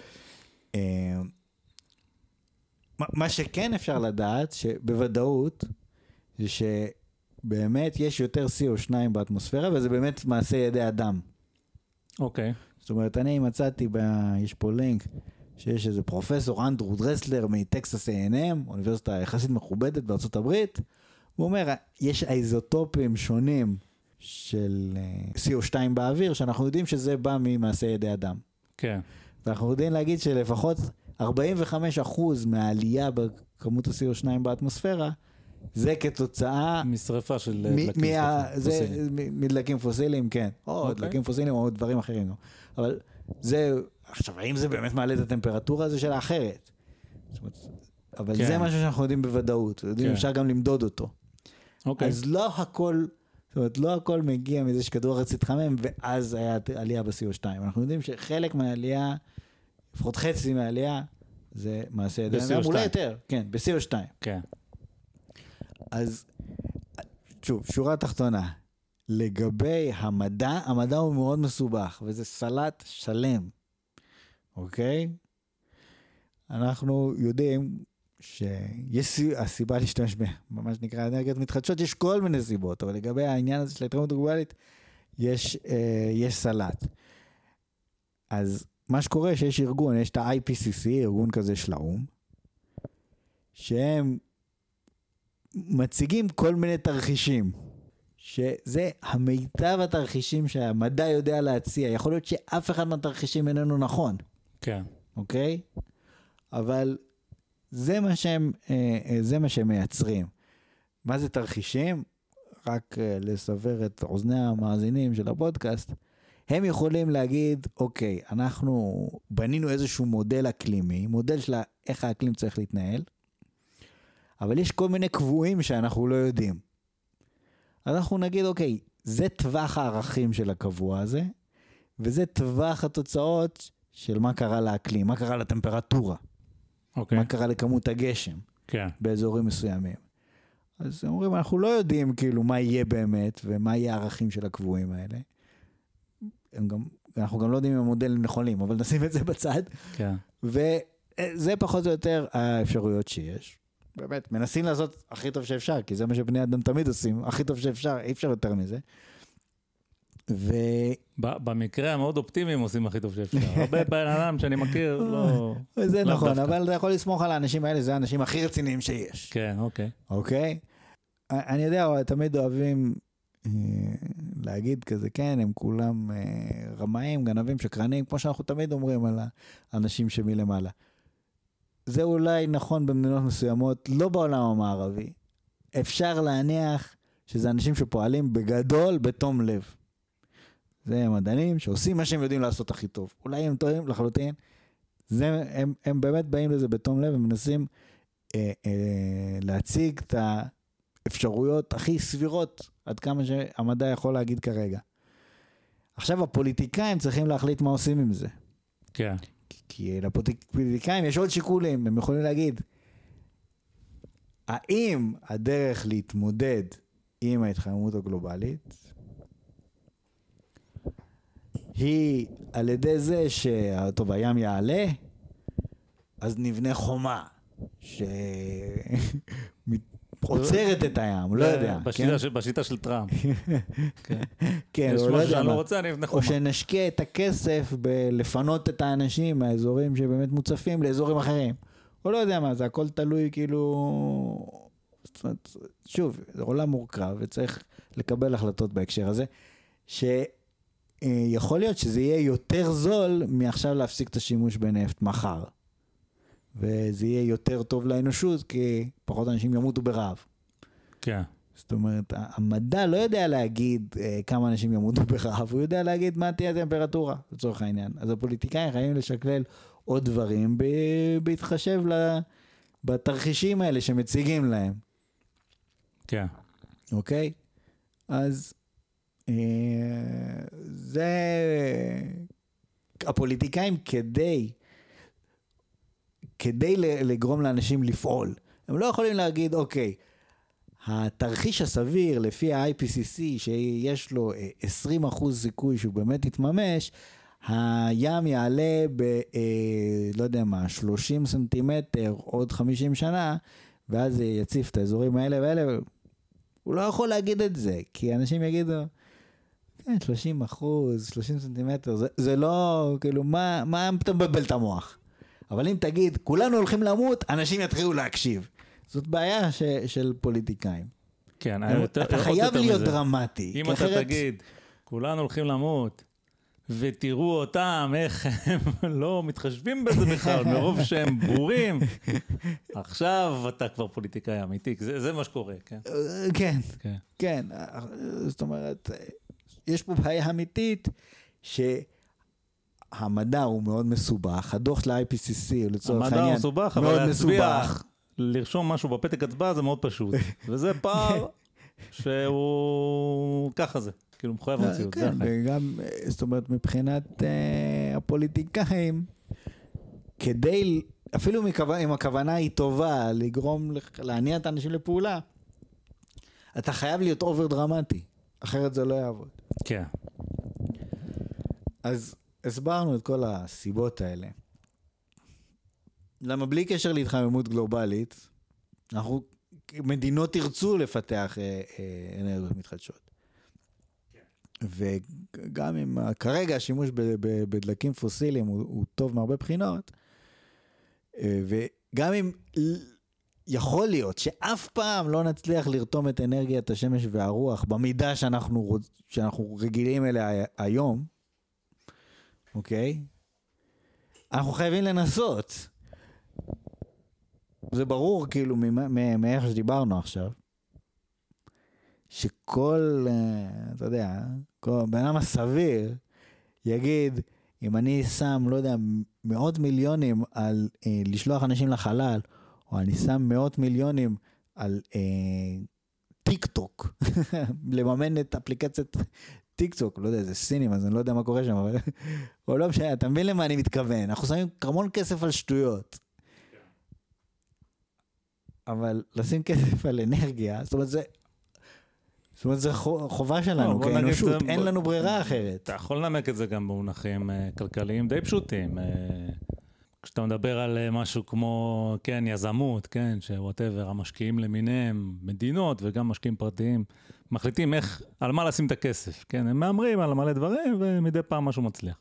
מה שכן אפשר לדעת, שבוודאות, זה שבאמת יש יותר סי או שתיים באטמוספירה, וזה באמת מעשה ידי אדם. אוקיי. זאת אומרת, אני מצאתי, יש פה לינק, שיש איזה פרופסור אנדרו דרסלר מטקסס איי אנד אם, אוניברסיטה יחסית מכובדת בארצות הברית, הוא אומר, יש איזוטופים שונים של סי או שתיים באוויר, שאנחנו יודעים שזה בא ממעשה ידי אדם. כן. ואנחנו יודעים להגיד שלפחות ארבעים וחמישה אחוז מהעלייה בכמות ה-סי או שתיים באטמוספירה, זה כתוצאה... משרפה של דלקים פוסיליים. מדלקים פוסיליים, כן. או דלקים פוסיליים או דברים אחרים. אבל זה... עכשיו, האם זה באמת מעלה את הטמפרטורה? זה שאלה אחרת. אבל זה משהו שאנחנו יודעים בוודאות. אפשר גם למדוד אותו. אז לא הכל... זאת אומרת, לא הכל מגיע מזה שכדור הארץ התחמם, ואז היה עלייה ב-סי או שתיים. אנחנו יודעים שחלק מהעלייה, לפחות חצי מהעלייה, זה מעשה ידי אדם. אולי יותר, כן, ב-סי או שתיים. כן. אז, שוב, שורה תחתונה. לגבי המדע, המדע הוא מאוד מסובך, וזה סלט שלם. אוקיי? אנחנו יודעים שיש הסיבה להשתמש במה שנקרא אנרגיות מתחדשות, יש כל מיני סיבות, אבל לגבי העניין הזה של ההתחממות הגלובלית, יש, אה, יש סלט. אז מה שקורה שיש ארגון, יש את ה-איי פי סי סי, ארגון כזה של האו"ם, שהם מציגים כל מיני תרחישים, שזה המיטב התרחישים שהמדע יודע להציע. יכול להיות שאף אחד מהתרחישים איננו נכון. כן. אוקיי? אבל זה מה שהם, זה מה שהם מייצרים. מה זה תרחישים? רק לסבר את אוזני המאזינים של הפודקאסט. הם יכולים להגיד, אוקיי, אנחנו בנינו איזשהו מודל אקלימי, מודל של איך האקלים צריך להתנהל, אבל יש כל מיני קבועים שאנחנו לא יודעים. אז אנחנו נגיד, אוקיי, זה טווח הערכים של הקבוע הזה, וזה טווח התוצאות של מה קרה לאקלים, מה קרה לטמפרטורה, אוקיי. מה קרה לכמות הגשם, כן. באזורים מסוימים. אז הם אומרים, אנחנו לא יודעים כאילו מה יהיה באמת, ומה יהיה הערכים של הקבועים האלה. הם גם, אנחנו גם לא יודעים אם המודלים נכונים, אבל נשים את זה בצד. כן. וזה פחות או יותר האפשרויות שיש. באמת, מנסים לעשות הכי טוב שאפשר, כי זה מה שבני אדם תמיד עושים, הכי טוב שאפשר, אי אפשר יותר מזה. ו... במקרה המאוד אופטימי הם עושים הכי טוב שאפשר. הרבה בן אדם שאני מכיר, לא... זה נכון, אבל אתה יכול לסמוך על האנשים האלה, זה האנשים הכי רציניים שיש. כן, אוקיי. אוקיי? אני יודע, תמיד אוהבים להגיד כזה, כן, הם כולם רמאים, גנבים, שקרנים, כמו שאנחנו תמיד אומרים על האנשים שמלמעלה. זה אולי נכון במדינות מסוימות, לא בעולם המערבי. אפשר להניח שזה אנשים שפועלים בגדול בתום לב. זה מדענים שעושים מה שהם יודעים לעשות הכי טוב. אולי הם טועים לחלוטין. זה, הם, הם באמת באים לזה בתום לב, הם מנסים אה, אה, להציג את האפשרויות הכי סבירות, עד כמה שהמדע יכול להגיד כרגע. עכשיו הפוליטיקאים צריכים להחליט מה עושים עם זה. כן. כי לפוליטיקאים יש עוד שיקולים, הם יכולים להגיד, האם הדרך להתמודד עם ההתחממות הגלובלית, היא על ידי זה שטוב, הים יעלה, אז נבנה חומה שעוצרת את הים, לא יודע. בשיטה של טראמפ. כן, יש משהו שאני לא רוצה, אני אבנה חומה. או שנשקיע את הכסף בלפנות את האנשים מהאזורים שבאמת מוצפים לאזורים אחרים. או לא יודע מה, זה הכל תלוי כאילו... שוב, זה עולם מורכב וצריך לקבל החלטות בהקשר הזה, ש... יכול להיות שזה יהיה יותר זול מעכשיו להפסיק את השימוש בנפט מחר. וזה יהיה יותר טוב לאנושות, כי פחות אנשים ימותו ברעב. כן. זאת אומרת, המדע לא יודע להגיד כמה אנשים ימותו ברעב, הוא יודע להגיד מה תהיה הטמפרטורה, לצורך העניין. אז הפוליטיקאים חייבים לשקלל עוד דברים, בהתחשב בתרחישים האלה שמציגים להם. כן. אוקיי? אז... זה הפוליטיקאים כדי כדי לגרום לאנשים לפעול, הם לא יכולים להגיד אוקיי, התרחיש הסביר לפי ה-איי פי סי סי שיש לו עשרים אחוז סיכוי שהוא באמת יתממש, הים יעלה ב לא יודע מה שלושים סנטימטר עוד חמישים שנה, ואז יציף את האזורים האלה ואלה. הוא לא יכול להגיד את זה, כי אנשים יגידו כן, שלושים אחוז, שלושים סנטימטר, זה, זה לא, כאילו, מה, מה אתה מבלבל את המוח? אבל אם תגיד, כולנו הולכים למות, אנשים יתחילו להקשיב. זאת בעיה ש, של פוליטיקאים. כן, אתה יותר, חייב להיות מזה. דרמטי. אם אתה אחרת... תגיד, כולנו הולכים למות, ותראו אותם, איך הם לא מתחשבים בזה בכלל, מרוב שהם ברורים. עכשיו אתה כבר פוליטיקאי אמיתי, זה, זה מה שקורה, כן? כן, כן. כן. זאת אומרת... יש פה בעיה אמיתית שהמדע הוא מאוד מסובך, הדוח של ה-איי פי סי סי לצורך העניין, המדע הוא מסובך, אבל להצביע, לרשום משהו בפתק הצבעה זה מאוד פשוט, וזה פער שהוא ככה זה, כאילו מחויב המציאות. כן, וגם, זאת אומרת, מבחינת הפוליטיקאים, כדי, אפילו אם הכוונה היא טובה, לגרום, להניע את האנשים לפעולה, אתה חייב להיות אובר דרמטי, אחרת זה לא יעבוד. כן. אז הסברנו את כל הסיבות האלה. למה בלי קשר להתחממות גלובלית, אנחנו, מדינות ירצו לפתח אה, אה, אנרגיות מתחדשות. כן. וגם אם כרגע השימוש ב, ב, בדלקים פוסיליים הוא, הוא טוב מהרבה בחינות, אה, וגם אם יכול להיות שאף פעם לא נצליח לרתום את אנרגיית השמש והרוח במידה שאנחנו, שאנחנו רגילים אליה היום, אוקיי? אנחנו חייבים לנסות. זה ברור כאילו מאיך שדיברנו עכשיו, שכל, אתה יודע, כל בן אדם הסביר יגיד, אם אני שם, לא יודע, מאות מיליונים על אה, לשלוח אנשים לחלל, או אני שם מאות מיליונים על אה, טיק טוק, לממן את אפליקציית טיק טוק, לא יודע, זה סינים, אז אני לא יודע מה קורה שם, אבל... או לא משנה, אתה מבין למה אני מתכוון, אנחנו שמים כמון כסף על שטויות. אבל לשים כסף על אנרגיה, זאת אומרת, זה... זאת אומרת, זה חובה שלנו, כאנושות, אין לנו ברירה אחרת. אתה יכול לנמק את זה גם במונחים כלכליים די פשוטים. כשאתה מדבר על משהו כמו, כן, יזמות, כן, שוואטאבר, המשקיעים למיניהם, מדינות וגם משקיעים פרטיים, מחליטים איך, על מה לשים את הכסף, כן? הם מאמרים על מלא דברים ומדי פעם משהו מצליח.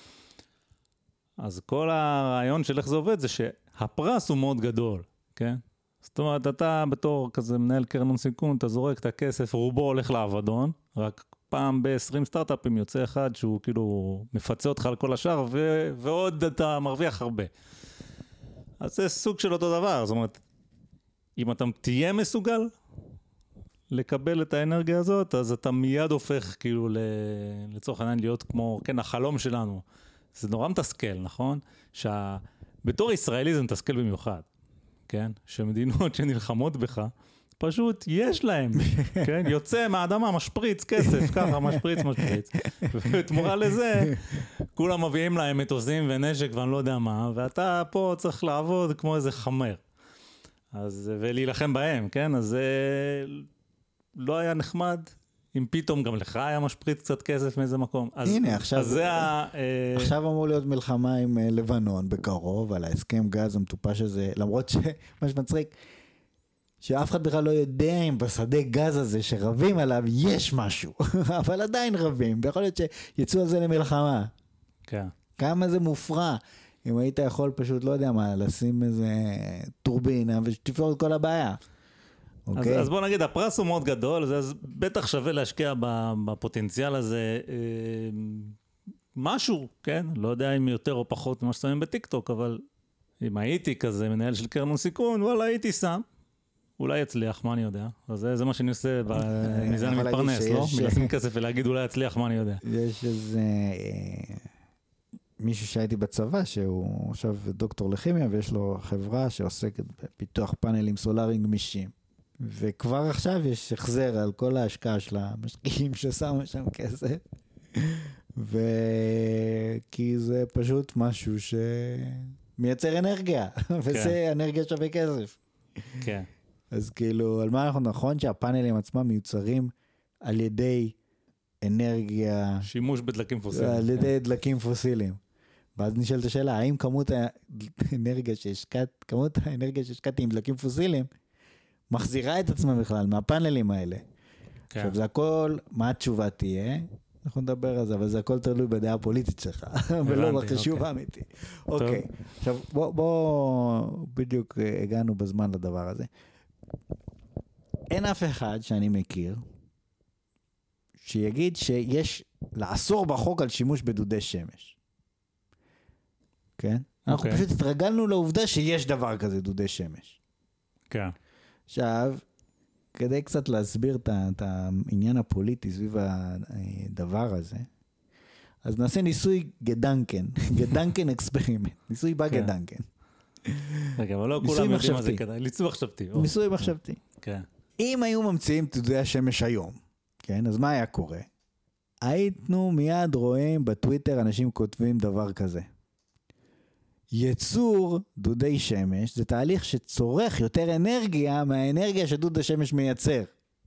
אז כל הרעיון של איך זה עובד זה שהפרס הוא מאוד גדול, כן? זאת אומרת, אתה בתור כזה מנהל קרן הון סיכון, אתה זורק את הכסף, רובו הולך לעבדון, רק פעם ב-עשרים סטארט-אפים יוצא אחד שהוא כאילו מפצה אותך על כל השאר, ו- ועוד אתה מרוויח הרבה. אז זה סוג של אותו דבר, זאת אומרת, אם אתה תהיה מסוגל לקבל את האנרגיה הזאת, אז אתה מיד הופך כאילו לצורך העניין להיות כמו, כן, החלום שלנו. זה נורא מתסכל, נכון? שבתור ישראלי זה מתסכל במיוחד. כן? שמדינות שנלחמות בך, פשוט יש להם, כן? יוצא מהאדמה, משפריץ כסף, ככה, משפריץ, משפריץ. ותמורה לזה, כולם מביאים להם מטוסים ונשק ואני לא יודע מה, ואתה פה צריך לעבוד כמו איזה חמר. אז, ולהילחם בהם, כן? אז זה לא היה נחמד, אם פתאום גם לך היה משפריץ קצת כסף מאיזה מקום. אז, הנה, עכשיו, אז זה ה... עכשיו אמור להיות מלחמה עם לבנון בקרוב, על ההסכם גז המטופש הזה, למרות שמה שמצחיק, שאף אחד בכלל לא יודע אם בשדה גז הזה שרבים עליו יש משהו, אבל עדיין רבים, ויכול להיות שיצאו על זה למלחמה. כן. כמה זה מופרע, אם היית יכול פשוט, לא יודע מה, לשים איזה טורבינה ושתפתור את כל הבעיה. אז, okay. אז בוא נגיד, הפרס הוא מאוד גדול, אז בטח שווה להשקיע בפוטנציאל הזה אה, משהו, כן? לא יודע אם יותר או פחות ממה ששמים בטיקטוק, אבל אם הייתי כזה מנהל של קרן הון סיכון, וואלה, הייתי שם. אולי יצליח, מה אני יודע? אז זה, זה מה שאני עושה, מזה אני מתפרנס, לא? מלשים כסף ולהגיד אולי יצליח, מה אני יודע? יש איזה מישהו שהייתי בצבא, שהוא עכשיו דוקטור לכימיה, ויש לו חברה שעוסקת בפיתוח פאנלים סולאריים גמישים. וכבר עכשיו יש החזר על כל ההשקעה של המשקיעים ששמו שם כסף. וכי זה פשוט משהו שמייצר אנרגיה, וזה אנרגיה שווה כסף. כן. אז כאילו, על מה אנחנו נכון שהפאנלים עצמם מיוצרים על ידי אנרגיה... שימוש בדלקים פוסיליים. על ידי דלקים פוסיליים. ואז נשאלת השאלה, האם כמות האנרגיה שהשקעת, כמות האנרגיה שהשקעתי עם דלקים פוסיליים, מחזירה את עצמה בכלל מהפאנלים האלה. כן. עכשיו, זה הכל, מה התשובה תהיה? אנחנו נדבר על זה, אבל זה הכל תלוי בדעה הפוליטית שלך, ולא בחישוב האמיתי. אוקיי, עכשיו בוא, בוא, בדיוק הגענו בזמן לדבר הזה. אין אף אחד שאני מכיר, שיגיד שיש לאסור בחוק על שימוש בדודי שמש. כן? אנחנו פשוט התרגלנו לעובדה שיש דבר כזה, דודי שמש. כן. עכשיו, כדי קצת להסביר את העניין הפוליטי סביב הדבר הזה, אז נעשה ניסוי גדנקן, גדנקן אקספרימנט, ניסוי בגדנקן. רגע, אבל לא כולם יודעים מה זה כדאי, ניסוי מחשבתי. ניסוי מחשבתי. כן. אם היו ממציאים את דודי השמש היום, כן, אז מה היה קורה? היינו מיד רואים בטוויטר אנשים כותבים דבר כזה. יצור דודי שמש זה תהליך שצורך יותר אנרגיה מהאנרגיה שדוד השמש מייצר.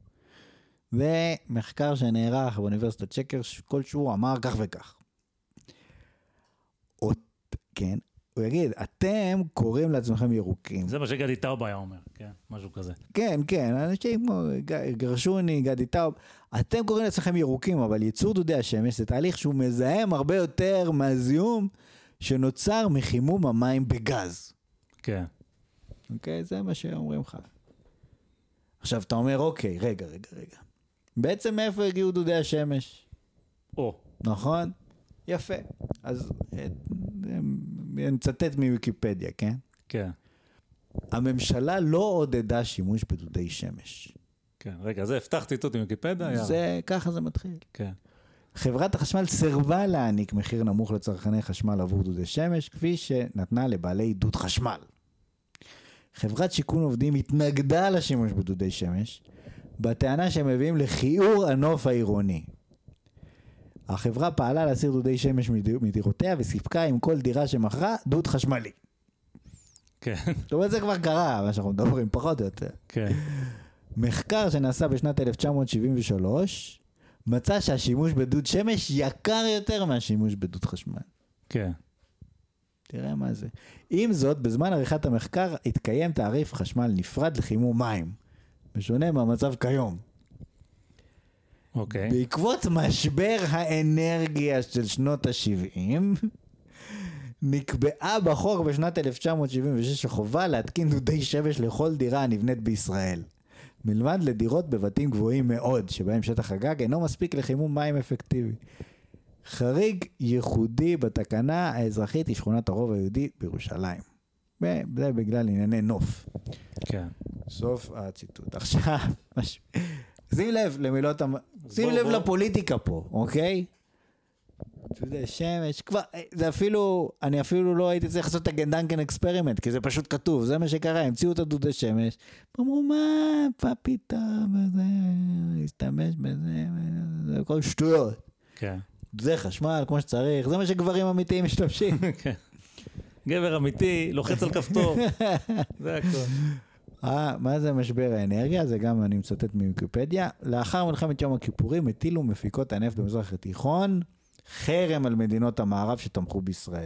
ומחקר שנערך באוניברסיטת שקר כלשהו אמר כך וכך. או, כן, הוא יגיד, אתם קוראים לעצמכם ירוקים. זה מה שגדי טאוב היה אומר, כן, משהו כזה. כן, כן, אנשים כמו גרשוני, גדי טאוב, אתם קוראים לעצמכם ירוקים, אבל ייצור דודי השמש זה תהליך שהוא מזהם הרבה יותר מהזיהום שנוצר מחימום המים בגז. כן. אוקיי? זה מה שאומרים לך. עכשיו, אתה אומר, אוקיי, רגע, רגע, רגע. בעצם מאיפה הגיעו דודי השמש? או. נכון? יפה. אז נצטט מוויקיפדיה, כן? כן. הממשלה לא עודדה שימוש בדודי שמש. כן, רגע, זה הבטח ציטוט עם ויקיפדיה? זה, ככה זה מתחיל. כן. חברת החשמל סירבה להעניק מחיר נמוך לצרכני חשמל עבור דודי שמש, כפי שנתנה לבעלי דוד חשמל. חברת שיכון עובדים התנגדה לשימוש בדודי שמש, בטענה שהם מביאים לכיעור הנוף העירוני. החברה פעלה להסיר דודי שמש מדירותיה, וסיפקה עם כל דירה שמכרה דוד חשמלי. כן. זאת אומרת, זה כבר קרה, מה שאנחנו מדברים, פחות או יותר. כן. מחקר שנעשה בשנת אלף תשע מאות שבעים ושלוש, מצא שהשימוש בדוד שמש יקר יותר מהשימוש בדוד חשמל. כן. תראה מה זה. עם זאת, בזמן עריכת המחקר התקיים תעריף חשמל נפרד לחימום מים, בשונה מהמצב כיום. אוקיי. בעקבות משבר האנרגיה של שנות ה-שבעים, נקבעה בחוק בשנת אלף תשע מאות שבעים ושש החובה להתקין דודי שמש לכל דירה הנבנית בישראל. מלבד לדירות בבתים גבוהים מאוד, שבהם שטח הגג אינו מספיק לחימום מים אפקטיבי. חריג ייחודי בתקנה האזרחית היא שכונת הרוב היהודי בירושלים. זה בגלל ענייני נוף. כן. סוף הציטוט. עכשיו, שים לב למילות, שים לב לפוליטיקה פה, אוקיי? דודי שמש, כבר, זה אפילו, אני אפילו לא הייתי צריך לעשות את הגנדנקן אקספרימנט, כי זה פשוט כתוב, זה מה שקרה, המציאו את הדודי שמש, אמרו, מה, מה פתאום, זה, להשתמש בזה, זה הכל שטויות. כן. זה חשמל, כמו שצריך, זה מה שגברים אמיתיים משתמשים. כן. גבר אמיתי, לוחץ על כפתור, זה הכל. אה, מה זה משבר האנרגיה? זה גם אני מצטט מוויקיפדיה. לאחר מלחמת יום הכיפורים הטילו מפיקות הנפט במזרח התיכון חרם על מדינות המערב שתמכו בישראל.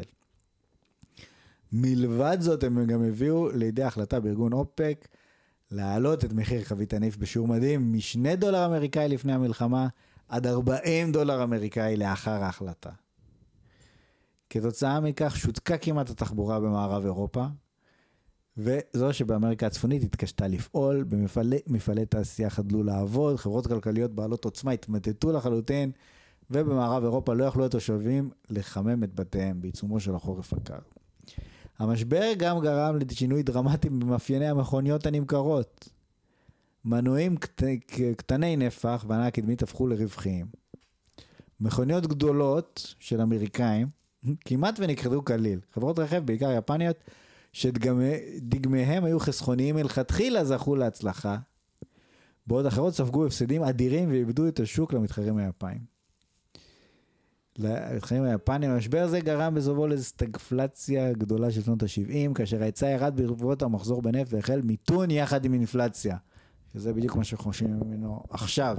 מלבד זאת הם גם הביאו לידי החלטה בארגון אופק להעלות את מחיר חבית הנפט בשיעור מדהים משני דולר אמריקאי לפני המלחמה עד ארבעים דולר אמריקאי לאחר ההחלטה. כתוצאה מכך שותקה כמעט התחבורה במערב אירופה, וזו שבאמריקה הצפונית התקשתה לפעול, במפעלי מפעלי תעשייה חדלו לעבוד, חברות כלכליות בעלות עוצמה התמוטטו לחלוטין, ובמערב אירופה לא יכלו התושבים לחמם את בתיהם בעיצומו של החורף הקר. המשבר גם גרם לשינוי דרמטי במאפייני המכוניות הנמכרות. מנועים קט... קטני נפח והנעה קדמית הפכו לרווחיים. מכוניות גדולות של אמריקאים כמעט ונכחדו כליל. חברות רכב, בעיקר יפניות, שדגמיהם היו חסכוניים מלכתחילה זכו להצלחה, בעוד אחרות ספגו הפסדים אדירים ואיבדו את השוק למתחרים היפנים. למתחרים היפנים, המשבר הזה גרם בסופו לסטגפלציה גדולה של שנות ה-שבעים, כאשר ההיצע ירד בעקבות המחזור בנפט והחל מיתון יחד עם אינפלציה, שזה בדיוק מה שחושבים ממנו עכשיו.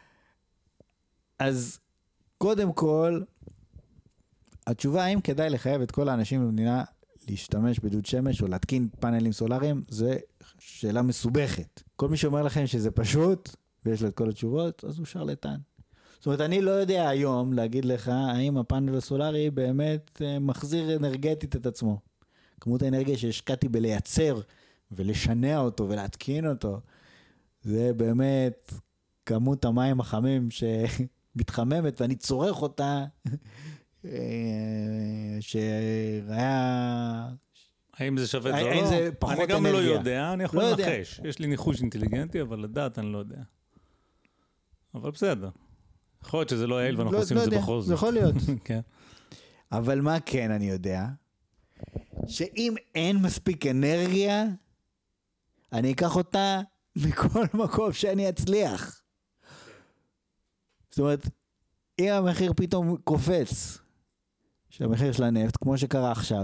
אז קודם כל, התשובה האם כדאי לחייב את כל האנשים במדינה להשתמש בדוד שמש או להתקין פאנלים סולריים, זה שאלה מסובכת. כל מי שאומר לכם שזה פשוט, ויש לו את כל התשובות, אז הוא שרלטן. זאת אומרת, אני לא יודע היום להגיד לך האם הפאנל הסולרי באמת מחזיר אנרגטית את עצמו. כמות האנרגיה שהשקעתי בלייצר ולשנע אותו ולהתקין אותו, זה באמת כמות המים החמים שמתחממת ואני צורך אותה, שהיה... האם זה שווה את זה או לא? זה פחות אני גם אנרגיה. לא יודע, אני יכול לנחש. יש לי ניחוש אינטליגנטי, אבל לדעת אני לא יודע. אבל בסדר. יכול להיות שזה לא יעיל ואנחנו עושים את זה בכל זאת. זה יכול להיות. כן. אבל מה כן אני יודע? שאם אין מספיק אנרגיה, אני אקח אותה מכל מקום שאני אצליח. זאת אומרת, אם המחיר פתאום קופץ, שהמחיר של הנפט, כמו שקרה עכשיו,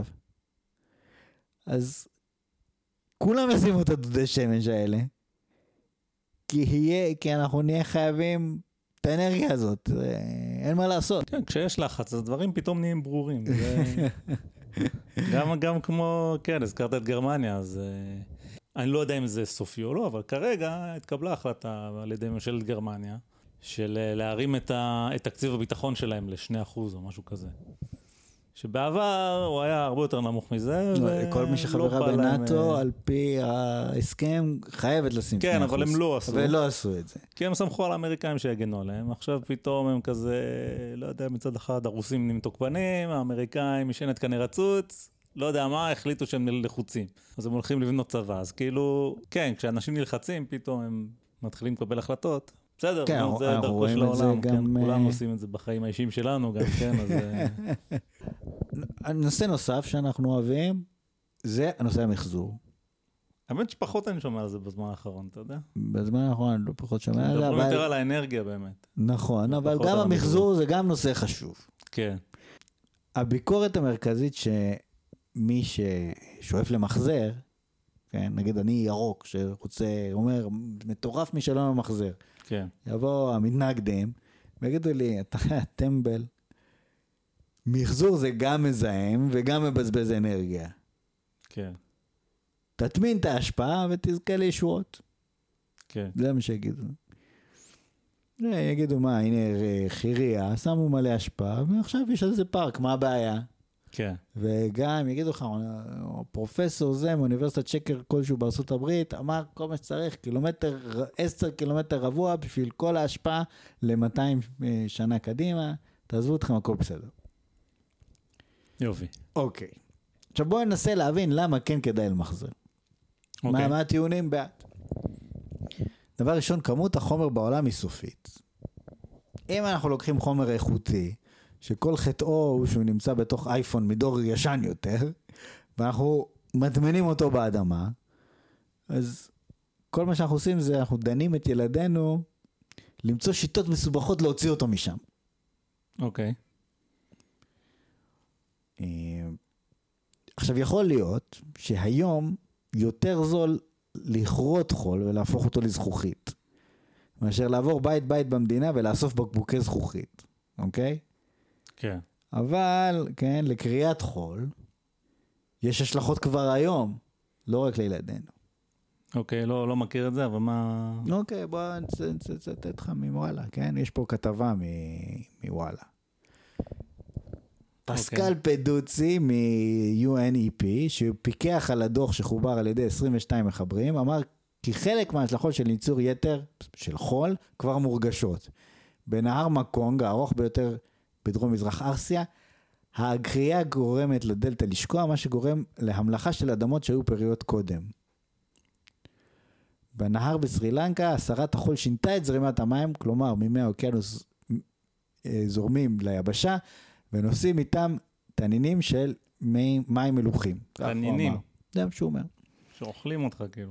אז כולם ישימו את הדודי שמש האלה, כי, יהיה, כי אנחנו נהיה חייבים את האנרגיה הזאת, אין מה לעשות. כן, כשיש לחץ, אז דברים פתאום נהיים ברורים. זה... גם, גם כמו, כן, הזכרת את גרמניה, אז אני לא יודע אם זה סופי או לא, אבל כרגע התקבלה החלטה על ידי ממשלת גרמניה, של להרים את, ה, את תקציב הביטחון שלהם לשני אחוז או משהו כזה. שבעבר הוא היה הרבה יותר נמוך מזה. כל מי שחברה בנאטו, על פי ההסכם, חייבת לשים כן, אבל הם לא עשו. ולא עשו את זה. כי הם סמכו על האמריקאים שיגנו עליהם. עכשיו פתאום הם כזה, לא יודע, מצד אחד הרוסים נמתוקפנים, האמריקאים משענת כנראה רצוץ, לא יודע מה, החליטו שהם לחוצים. אז הם הולכים לבנות צבא. אז כאילו, כן, כשאנשים נלחצים, פתאום הם מתחילים לקבל החלטות. בסדר, כן, זה דרכו של העולם, כן, כולם עושים את זה בחיים האישיים שלנו גם, כן, אז... הנושא נוסף שאנחנו אוהבים, זה הנושא המחזור. האמת שפחות אני שומע על זה בזמן האחרון, אתה יודע? בזמן האחרון אני לא פחות שומע על זה, מדברים יותר על האנרגיה באמת. נכון, אבל גם המחזור זה גם נושא חשוב. כן. הביקורת המרכזית שמי ששואף למחזר, כן, נגיד אני ירוק שרוצה, אומר, מטורף מי שלא ממחזר. כן. יבוא המתנגדים, ויגידו לי, אתה טמבל, מחזור זה גם מזהם וגם מבזבז אנרגיה. כן. תטמין את ההשפעה ותזכה לישועות. כן. זה מה שיגידו. יגידו מה, הנה חירייה, שמו מלא השפעה, ועכשיו יש על זה פארק, מה הבעיה? כן. וגם יגידו לך, פרופסור זה מאוניברסיטת שקר כלשהו בארצות הברית, אמר כל מה שצריך, קילומטר, עשר קילומטר רבוע, בשביל כל ההשפעה ל-מאתיים שנה קדימה, תעזבו אתכם, הכל בסדר. יופי. אוקיי. עכשיו בואו ננסה להבין למה כן כדאי למחזר. אוקיי. מה, מה הטיעונים בעד? דבר ראשון, כמות החומר בעולם היא סופית. אם אנחנו לוקחים חומר איכותי, שכל חטאו הוא שהוא נמצא בתוך אייפון מדור ישן יותר, ואנחנו מטמנים אותו באדמה, אז כל מה שאנחנו עושים זה אנחנו דנים את ילדינו למצוא שיטות מסובכות להוציא אותו משם. אוקיי. עכשיו יכול להיות שהיום יותר זול לכרות חול ולהפוך אותו לזכוכית, מאשר לעבור בית בית במדינה ולאסוף בקבוקי זכוכית, אוקיי? כן. אבל, כן, לקריאת חול, יש השלכות כבר היום, לא רק לילדינו. אוקיי, לא, לא מכיר את זה, אבל מה... אוקיי, בוא נצטט לך מוואלה, כן? יש פה כתבה מוואלה. פסקל פדוצי מ-יו אן אי פי, שהוא פיקח על הדוח שחובר על ידי עשרים ושתיים מחברים, אמר כי חלק מההשלכות של ניצור יתר של חול כבר מורגשות. בנהר מקונג, הארוך ביותר בדרום מזרח אסיה, הגריעה גורמת לדלתה לשקוע, מה שגורם להמלכה של אדמות שהיו פריות קודם. בנהר בסרילנקה, הסרת החול שינתה את זרימת המים, כלומר ממי האוקיינוס זורמים ליבשה, ונושאים איתם תנינים של מי, מים מלוכים. תנינים? זה מה שהוא אומר. שאוכלים אותך כאילו.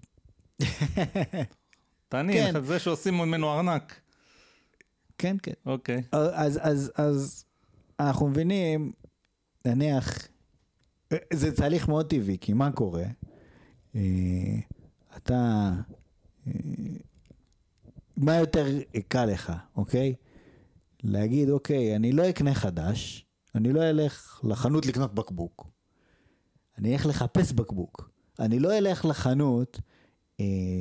תנין, כן. זה שעושים ממנו ארנק. כן, כן. אוקיי. אז, אז, אז אנחנו מבינים, נניח, זה תהליך מאוד טבעי, כי מה קורה? אתה, מה יותר קל לך, אוקיי? להגיד, אוקיי, אני לא אקנה חדש, אני לא אלך לחנות לקנות בקבוק, אני אלך לחפש בקבוק, אני לא אלך לחנות אה,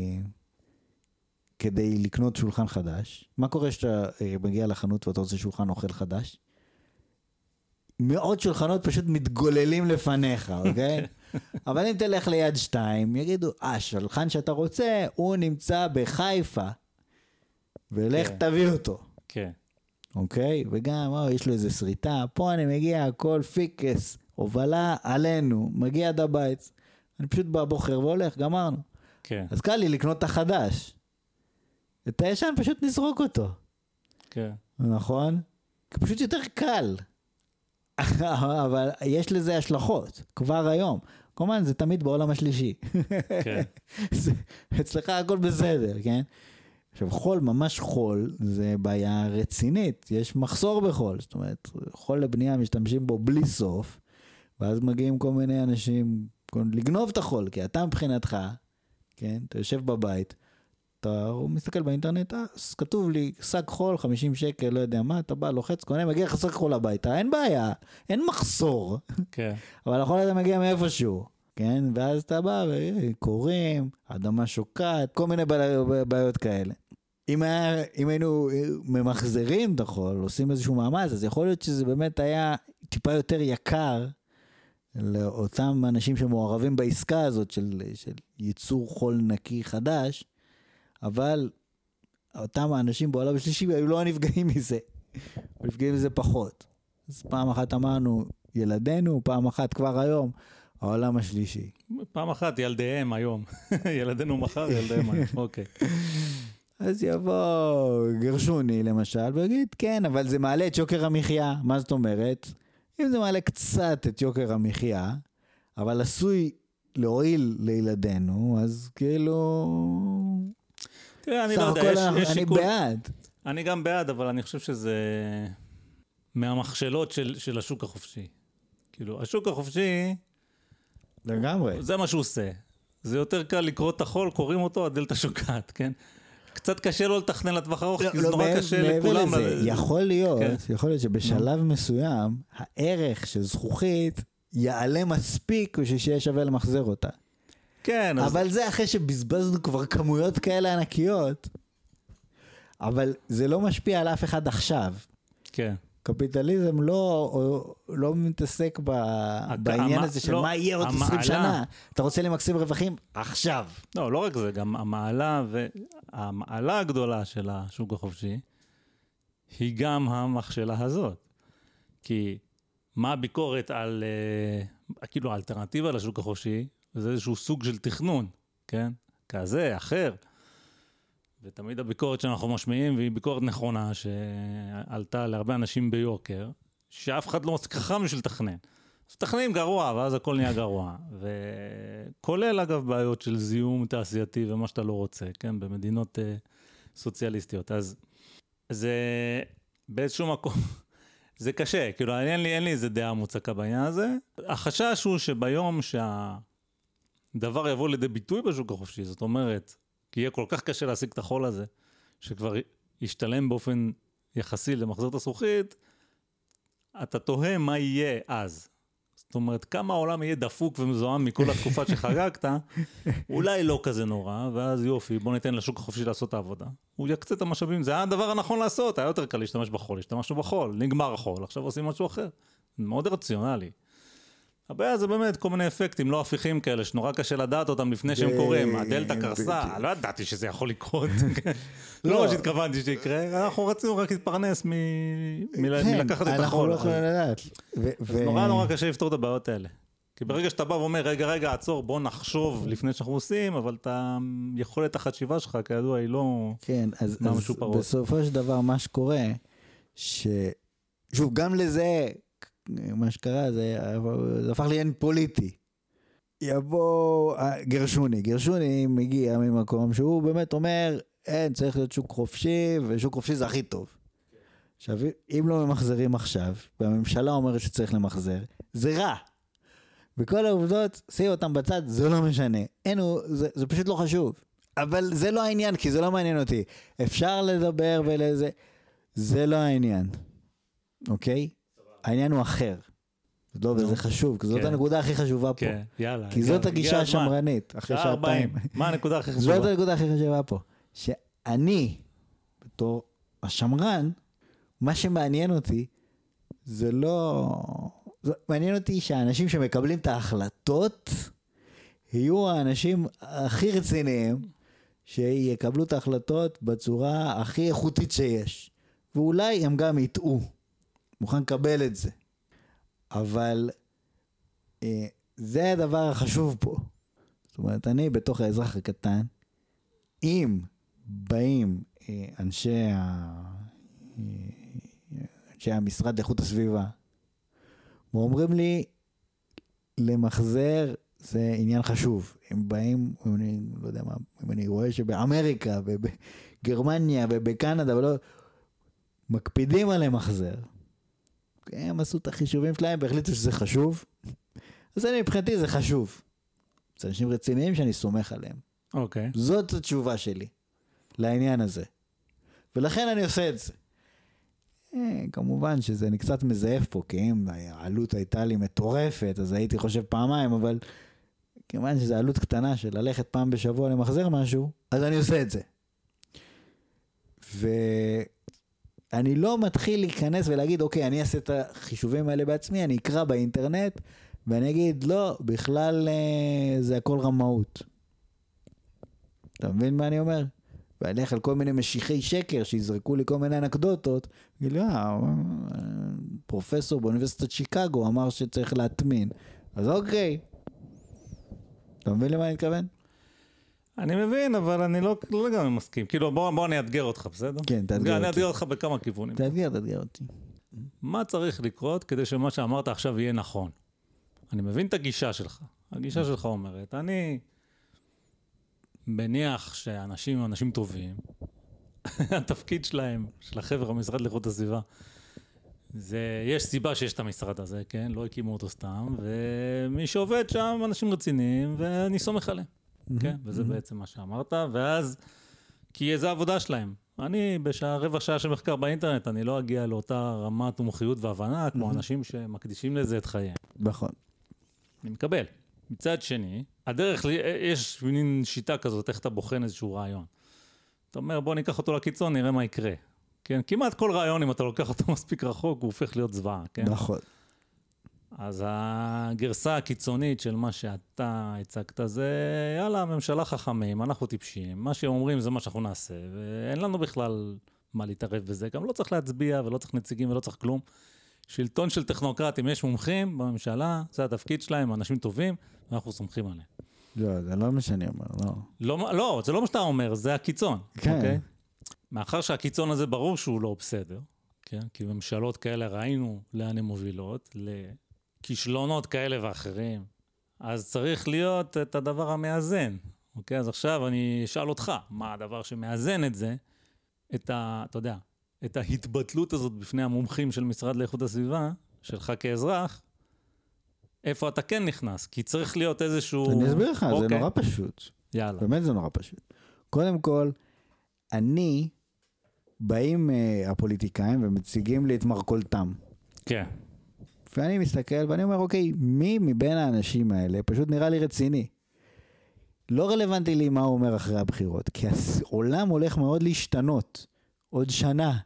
כדי לקנות שולחן חדש. מה קורה שאתה אה, מגיע לחנות ואתה רוצה שולחן אוכל חדש? מאות שולחנות פשוט מתגוללים לפניך, אוקיי? אבל אם תלך ליד שתיים, יגידו, אה, השולחן שאתה רוצה, הוא נמצא בחיפה, ולך כן. תביא אותו. כן. אוקיי? וגם, או, יש לו איזה שריטה, פה אני מגיע, הכל פיקס, הובלה עלינו, מגיע עד הבית. אני פשוט בבוחר והולך, גמרנו. כן. אז קל לי לקנות את החדש. את הישן פשוט נזרוק אותו. כן. נכון? כי פשוט יותר קל. אבל יש לזה השלכות, כבר היום. כלומר, זה תמיד בעולם השלישי. כן. אצלך הכל בסדר, כן? עכשיו, חול, ממש חול, זה בעיה רצינית. יש מחסור בחול. זאת אומרת, חול לבנייה משתמשים בו בלי סוף, ואז מגיעים כל מיני אנשים לגנוב את החול, כי אתה מבחינתך, כן, אתה יושב בבית, אתה מסתכל באינטרנט, אז כתוב לי, שק חול, חמישים שקל, לא יודע מה, אתה בא, לוחץ, קונה, מגיע לך שק חול הביתה, אין בעיה, אין מחסור. כן. אבל החול הזה מגיע מאיפשהו, כן, ואז אתה בא, וקוראים, אדמה שוקעת, כל מיני בעיות כאלה. אם, היה, אם היינו ממחזרים את החול, עושים איזשהו מאמץ, אז יכול להיות שזה באמת היה טיפה יותר יקר לאותם אנשים שמעורבים בעסקה הזאת של, של ייצור חול נקי חדש, אבל אותם האנשים בעולם השלישי היו לא נפגעים מזה, נפגעים מזה פחות. אז פעם אחת אמרנו ילדינו, פעם אחת כבר היום, העולם השלישי. פעם אחת ילדיהם היום, ילדינו מחר, ילדיהם היום, אוקיי. אז יבוא גרשוני למשל, ויגיד, כן, אבל זה מעלה את יוקר המחיה. מה זאת אומרת? אם זה מעלה קצת את יוקר המחיה, אבל עשוי להועיל לילדינו, אז כאילו... תראה, אני לא יודע, יש, יש אני שיקול... בעד. אני גם בעד, אבל אני חושב שזה מהמכשלות של, של השוק החופשי. כאילו, השוק החופשי... לגמרי. זה מה שהוא עושה. זה יותר קל לקרוא את החול, קוראים אותו, הדלתא שוקעת, כן? קצת קשה לו לתכנן לטווח ארוך, לא, כי זה לא, נורא מעבר, קשה מעבר לכולם. לזה, ל... יכול להיות, כן. יכול להיות שבשלב מסוים, הערך של זכוכית יעלה מספיק בשביל שיהיה שווה למחזר אותה. כן. אבל אז... זה אחרי שבזבזנו כבר כמויות כאלה ענקיות, אבל זה לא משפיע על אף אחד עכשיו. כן. קפיטליזם לא, לא מתעסק ב, בעניין הזה של לא, מה יהיה עוד המעלה, עשרים שנה. אתה רוצה למקסם רווחים? עכשיו. לא, לא רק זה, גם המעלה והמעלה הגדולה של השוק החופשי, היא גם המכשלה הזאת. כי מה הביקורת על, כאילו האלטרנטיבה לשוק החופשי, זה איזשהו סוג של תכנון, כן? כזה, אחר. ותמיד הביקורת שאנחנו משמיעים, והיא ביקורת נכונה, שעלתה להרבה אנשים ביוקר, שאף אחד לא מספיק חכם בשביל לתכנן. אז תכננים גרוע, ואז הכל נהיה גרוע. וכולל אגב בעיות של זיהום תעשייתי ומה שאתה לא רוצה, כן? במדינות uh, סוציאליסטיות. אז זה באיזשהו מקום, זה קשה. כאילו, אין לי, אין לי איזה דעה מוצקה בעניין הזה. החשש הוא שביום שהדבר יבוא לידי ביטוי בשוק החופשי, זאת אומרת, כי יהיה כל כך קשה להשיג את החול הזה, שכבר ישתלם באופן יחסי למחזר את הזכוכית, אתה תוהה מה יהיה אז. זאת אומרת, כמה העולם יהיה דפוק ומזוהם מכל התקופה שחגגת, אולי לא כזה נורא, ואז יופי, בוא ניתן לשוק החופשי לעשות את העבודה. הוא יקצה את המשאבים, זה היה הדבר הנכון לעשות, היה יותר קל להשתמש בחול, להשתמשנו בחול, נגמר החול, עכשיו עושים משהו אחר. מאוד רציונלי. הבעיה זה באמת כל מיני אפקטים לא הפיכים כאלה, שנורא קשה לדעת אותם לפני שהם קוראים. הדלתא קרסה, לא ידעתי שזה יכול לקרות. לא מה שהתכוונתי שיקרה, אנחנו רצינו רק להתפרנס מלקחת את החול. אנחנו לא יכולים לדעת. אז נורא נורא קשה לפתור את הבעיות האלה. כי ברגע שאתה בא ואומר, רגע, רגע, עצור, בוא נחשוב לפני שאנחנו עושים, אבל אתה יכולת החשיבה שלך, כידוע, היא לא... כן, אז בסופו של דבר מה שקורה, שוב, גם לזה... מה שקרה זה, זה הפך לעניין פוליטי. יבוא גרשוני, גרשוני מגיע ממקום שהוא באמת אומר, אין, צריך להיות שוק חופשי, ושוק חופשי זה הכי טוב. עכשיו, אם לא ממחזרים עכשיו, והממשלה אומרת שצריך למחזר, זה רע. וכל העובדות, שימו אותם בצד, זה לא משנה. אין, זה, זה פשוט לא חשוב. אבל זה לא העניין, כי זה לא מעניין אותי. אפשר לדבר ולזה, זה לא העניין. אוקיי? העניין הוא אחר. לא, וזה חשוב, כי זאת הנקודה הכי חשובה פה. כן, יאללה. כי זאת הגישה השמרנית, אחרי שעתיים. מה הנקודה הכי חשובה? זאת הנקודה הכי חשובה פה. שאני, בתור השמרן, מה שמעניין אותי, זה לא... מעניין אותי שהאנשים שמקבלים את ההחלטות, יהיו האנשים הכי רציניים, שיקבלו את ההחלטות בצורה הכי איכותית שיש. ואולי הם גם יטעו. מוכן לקבל את זה. אבל אה, זה הדבר החשוב פה. זאת אומרת, אני בתוך האזרח הקטן, אם באים אה, אנשי, ה, אה, אנשי המשרד לאיכות הסביבה, ואומרים לי, למחזר זה עניין חשוב. הם באים, אני לא יודע מה, אם אני רואה שבאמריקה, בגרמניה, ובקנדה, ולא, מקפידים על למחזר. הם עשו את החישובים שלהם והחליטו שזה חשוב. אז אני מבחינתי זה חשוב. זה אנשים רציניים שאני סומך עליהם. אוקיי. Okay. זאת התשובה שלי לעניין הזה. ולכן אני עושה את זה. כמובן שזה אני קצת מזייף פה, כי אם העלות הייתה לי מטורפת, אז הייתי חושב פעמיים, אבל כמובן שזו עלות קטנה של ללכת פעם בשבוע למחזר משהו, אז אני עושה את זה. אני לא מתחיל להיכנס ולהגיד, אוקיי, אני אעשה את החישובים האלה בעצמי, אני אקרא באינטרנט, ואני אגיד, לא, בכלל זה הכל רמאות. אתה מבין מה אני אומר? ואני אלך על כל מיני משיחי שקר, שיזרקו לי כל מיני אנקדוטות, אגיד לי, אה, פרופסור באוניברסיטת שיקגו אמר שצריך להטמין. אז אוקיי. אתה מבין למה אני מתכוון? אני מבין, אבל אני לא, לא לגמרי מסכים. כאילו, בוא, בוא אני אתגר אותך, בסדר? כן, תאתגר אותי. אני אתגר אותך בכמה כיוונים. תאתגר, תאתגר אותי. מה צריך לקרות כדי שמה שאמרת עכשיו יהיה נכון? אני מבין את הגישה שלך. הגישה שלך אומרת, אני מניח שאנשים הם אנשים טובים, התפקיד שלהם, של החבר'ה במשרד לאיכות הסביבה, זה, יש סיבה שיש את המשרד הזה, כן? לא הקימו אותו סתם, ומי שעובד שם אנשים רציניים, ואני סומך עליהם, כן? וזה בעצם מה שאמרת, ואז, כי זה העבודה שלהם. אני בשעה, רבע שעה של מחקר באינטרנט, אני לא אגיע לאותה רמת מומחיות והבנה, כמו אנשים שמקדישים לזה את חייהם. נכון. אני מקבל. מצד שני, הדרך, יש מין שיטה כזאת, איך אתה בוחן איזשהו רעיון. אתה אומר, בוא ניקח אותו לקיצון, נראה מה יקרה. כן, כמעט כל רעיון, אם אתה לוקח אותו מספיק רחוק, הוא הופך להיות זוועה, כן? נכון. אז הגרסה הקיצונית של מה שאתה הצגת זה, יאללה, הממשלה חכמים, אנחנו טיפשים, מה שהם אומרים זה מה שאנחנו נעשה, ואין לנו בכלל מה להתערב בזה, גם לא צריך להצביע ולא צריך נציגים ולא צריך כלום. שלטון של טכנוקרטים, יש מומחים בממשלה, זה התפקיד שלהם, אנשים טובים, ואנחנו סומכים עליהם. לא, זה לא מה שאני אומר, לא. לא, לא, זה לא מה שאתה אומר, זה הקיצון. כן. אוקיי? מאחר שהקיצון הזה ברור שהוא לא בסדר, כן? כי ממשלות כאלה ראינו לאן הן מובילות, לכישלונות כאלה ואחרים, אז צריך להיות את הדבר המאזן. אוקיי? אז עכשיו אני אשאל אותך, מה הדבר שמאזן את זה, את ה, אתה יודע, את ההתבטלות הזאת בפני המומחים של משרד לאיכות הסביבה, שלך כאזרח, איפה אתה כן נכנס? כי צריך להיות איזשהו... אני אסביר לך, אוקיי. זה נורא פשוט. יאללה. באמת זה נורא פשוט. קודם כל, אני, באים uh, הפוליטיקאים ומציגים לי את מרכולתם. כן. ואני מסתכל ואני אומר, אוקיי, מי מבין האנשים האלה פשוט נראה לי רציני? לא רלוונטי לי מה הוא אומר אחרי הבחירות, כי העולם הולך מאוד להשתנות. עוד שנה.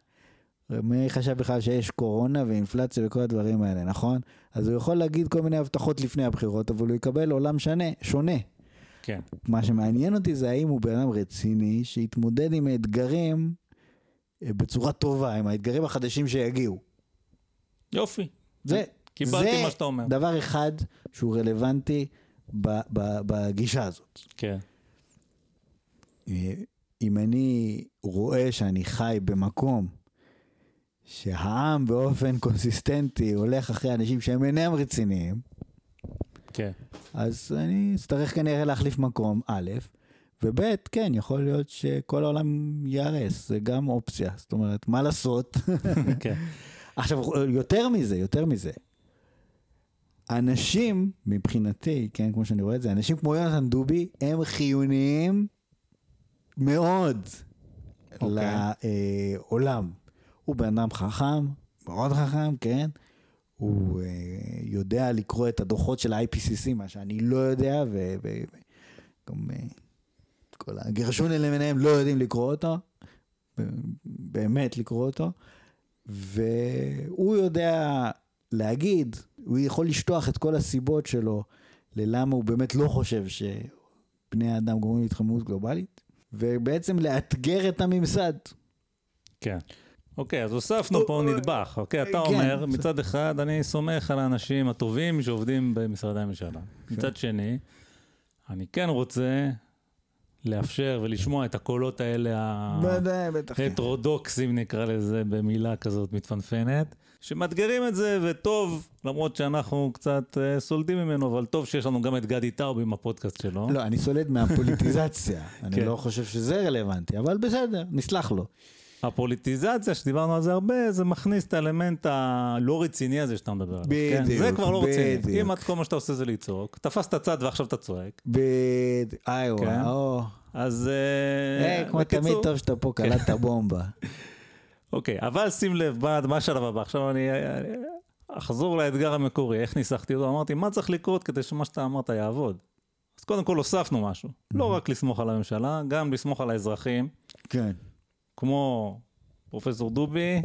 מי חשב בכלל שיש קורונה ואינפלציה וכל הדברים האלה, נכון? אז הוא יכול להגיד כל מיני הבטחות לפני הבחירות, אבל הוא יקבל עולם שונה, שונה. כן. מה שמעניין אותי זה האם הוא בן אדם רציני, שיתמודד עם האתגרים בצורה טובה, עם האתגרים החדשים שיגיעו. יופי. זה, קיבלתי זה מה שאתה אומר. דבר אחד שהוא רלוונטי ב, ב, בגישה הזאת. כן. אם אני רואה שאני חי במקום שהעם באופן קונסיסטנטי הולך אחרי אנשים שהם אינם רציניים, כן. אז אני אצטרך כנראה להחליף מקום, א', וב', כן, יכול להיות שכל העולם יערס, זה גם אופציה, זאת אומרת, מה לעשות? כן. עכשיו, יותר מזה, יותר מזה, אנשים, מבחינתי, כן, כמו שאני רואה את זה, אנשים כמו יונתן דובי, הם חיוניים מאוד Okay. לעולם. הוא בן אדם חכם, מאוד חכם, כן? הוא uh, יודע לקרוא את הדוחות של ה-איי פי סי סי, מה שאני לא יודע, וגם uh, כל הגרשון אלה מנהם לא יודעים לקרוא אותו, באמת לקרוא אותו, והוא יודע להגיד, הוא יכול לשטוח את כל הסיבות שלו, ללמה הוא באמת לא חושב שבני האדם גורמים להתחממות גלובלית, ובעצם לאתגר את הממסד. כן. אוקיי, אז הוספנו פה נדבך. אוקיי, אתה אומר, מצד אחד, אני סומך על האנשים הטובים שעובדים במשרדי הממשלה. מצד שני, אני כן רוצה לאפשר ולשמוע את הקולות האלה, ההטרודוקסים נקרא לזה, במילה כזאת מתפנפנת, שמאתגרים את זה, וטוב, למרות שאנחנו קצת סולדים ממנו, אבל טוב שיש לנו גם את גדי טאוב עם הפודקאסט שלו. לא, אני סולד מהפוליטיזציה. אני לא חושב שזה רלוונטי, אבל בסדר, נסלח לו. הפוליטיזציה, שדיברנו על זה הרבה, זה מכניס את האלמנט הלא רציני הזה שאתה מדבר עליו. בדיוק, כן? זה כבר לא בדיוק. רציני. אם את כל מה שאתה עושה זה לצעוק, תפסת צד ועכשיו אתה צועק. בדיוק, איי כן? וואו. אז... היי, כמו בקיצור... תמיד טוב שאתה פה קלטת בומבה. אוקיי, אבל שים לב, מה השלב הבא? עכשיו אני אחזור לאתגר המקורי, איך ניסחתי אותו? אמרתי, מה צריך לקרות כדי שמה שאתה אמרת יעבוד? אז קודם כל הוספנו משהו. לא רק לסמוך על הממשלה, גם לסמוך על האזרחים. כן. כמו פרופסור דובי,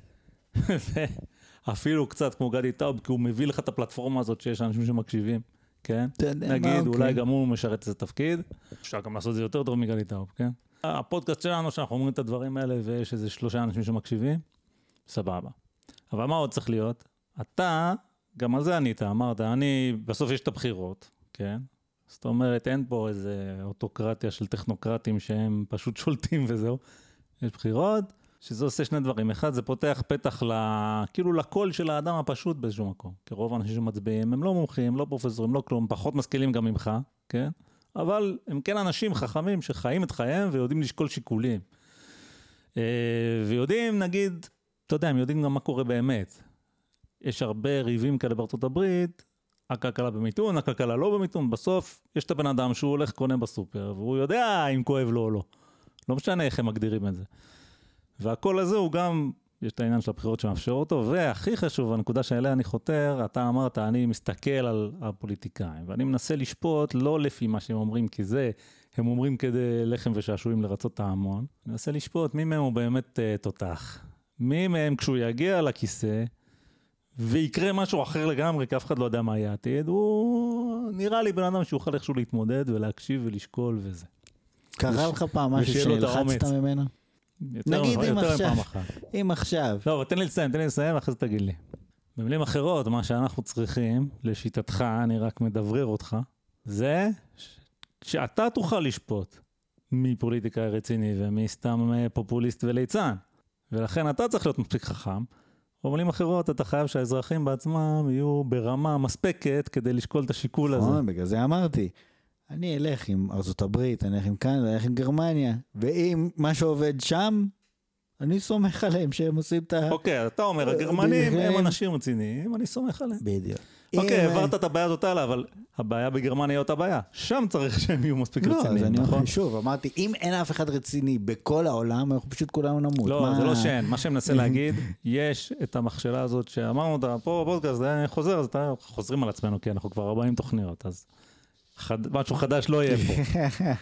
אפילו קצת כמו גדי טאוב, כי הוא מביא לך את הפלטפורמה הזאת שיש אנשים שמקשיבים, כן? נגיד, אולי גם הוא משרת איזה תפקיד, אפשר גם לעשות את זה יותר טוב מגדי טאוב, כן? הפודקאסט שלנו, שאנחנו אומרים את הדברים האלה, ויש איזה שלושה אנשים שמקשיבים, סבבה. אבל מה עוד צריך להיות? אתה, גם על זה ענית, אמרת, אני, בסוף יש את הבחירות, כן? זאת אומרת, אין פה איזה אוטוקרטיה של טכנוקרטים שהם פשוט שולטים וזהו. יש בחירות, שזה עושה שני דברים. אחד, זה פותח פתח ל... כאילו לקול של האדם הפשוט באיזשהו מקום. כי רוב האנשים שמצביעים, הם לא מומחים, לא פרופסורים, לא כלום, פחות משכילים גם ממך, כן? אבל הם כן אנשים חכמים שחיים את חייהם ויודעים לשקול שיקולים. ויודעים, נגיד, אתה יודע, הם יודעים גם מה קורה באמת. יש הרבה ריבים כאלה בארצות הברית, הכלכלה במיתון, הכלכלה לא במיתון, בסוף יש את הבן אדם שהוא הולך קונה בסופר, והוא יודע אם כואב לו או לא. לא משנה איך הם מגדירים את זה. והכל הזה הוא גם, יש את העניין של הבחירות שמאפשר אותו, והכי חשוב, הנקודה שאליה אני חותר, אתה אמרת, אני מסתכל על הפוליטיקאים, ואני מנסה לשפוט לא לפי מה שהם אומרים, כי זה, הם אומרים כדי לחם ושעשועים לרצות את ההמון, אני מנסה לשפוט מי מהם הוא באמת uh, תותח. מי מהם כשהוא יגיע לכיסא, ויקרה משהו אחר לגמרי, כי אף אחד לא יודע מה יהיה העתיד, הוא נראה לי בן אדם שיוכל איכשהו להתמודד ולהקשיב ולשקול וזה. קרה לך פעם משהו שהלחצת ממנו? נגיד אם עכשיו, אם עכשיו. לא, אבל תן לי לסיים, תן לי לסיים, ואחרי זה תגיד לי. במילים אחרות, מה שאנחנו צריכים, לשיטתך, אני רק מדברר אותך, זה שאתה תוכל לשפוט מפוליטיקאי רציני ומסתם פופוליסט וליצן. ולכן אתה צריך להיות מספיק חכם. במילים אחרות, אתה חייב שהאזרחים בעצמם יהיו ברמה מספקת כדי לשקול את השיקול הזה. נכון, בגלל זה אמרתי. אני אלך עם ארצות הברית, אני אלך עם קנדה, אני אלך עם גרמניה, ואם מה שעובד שם, אני סומך עליהם שהם עושים את ה... אוקיי, אתה אומר, הגרמנים הם אנשים רציניים, אני סומך עליהם. בדיוק. אוקיי, העברת את הבעיה הזאת הלאה, אבל הבעיה בגרמניה היא אותה בעיה. שם צריך שהם יהיו מספיק רציניים, נכון? לא, אז אני אומר, שוב, אמרתי, אם אין אף אחד רציני בכל העולם, אנחנו פשוט כולנו נמות. לא, זה לא שאין. מה שמנסה להגיד, יש את המכשלה הזאת שאמרנו אותה, פה בפודקאסט, אני חוזר, אז חוזרים על עצמנו, כי אנחנו כבר ארבעים תוכניות, אז משהו חדש לא יהיה פה.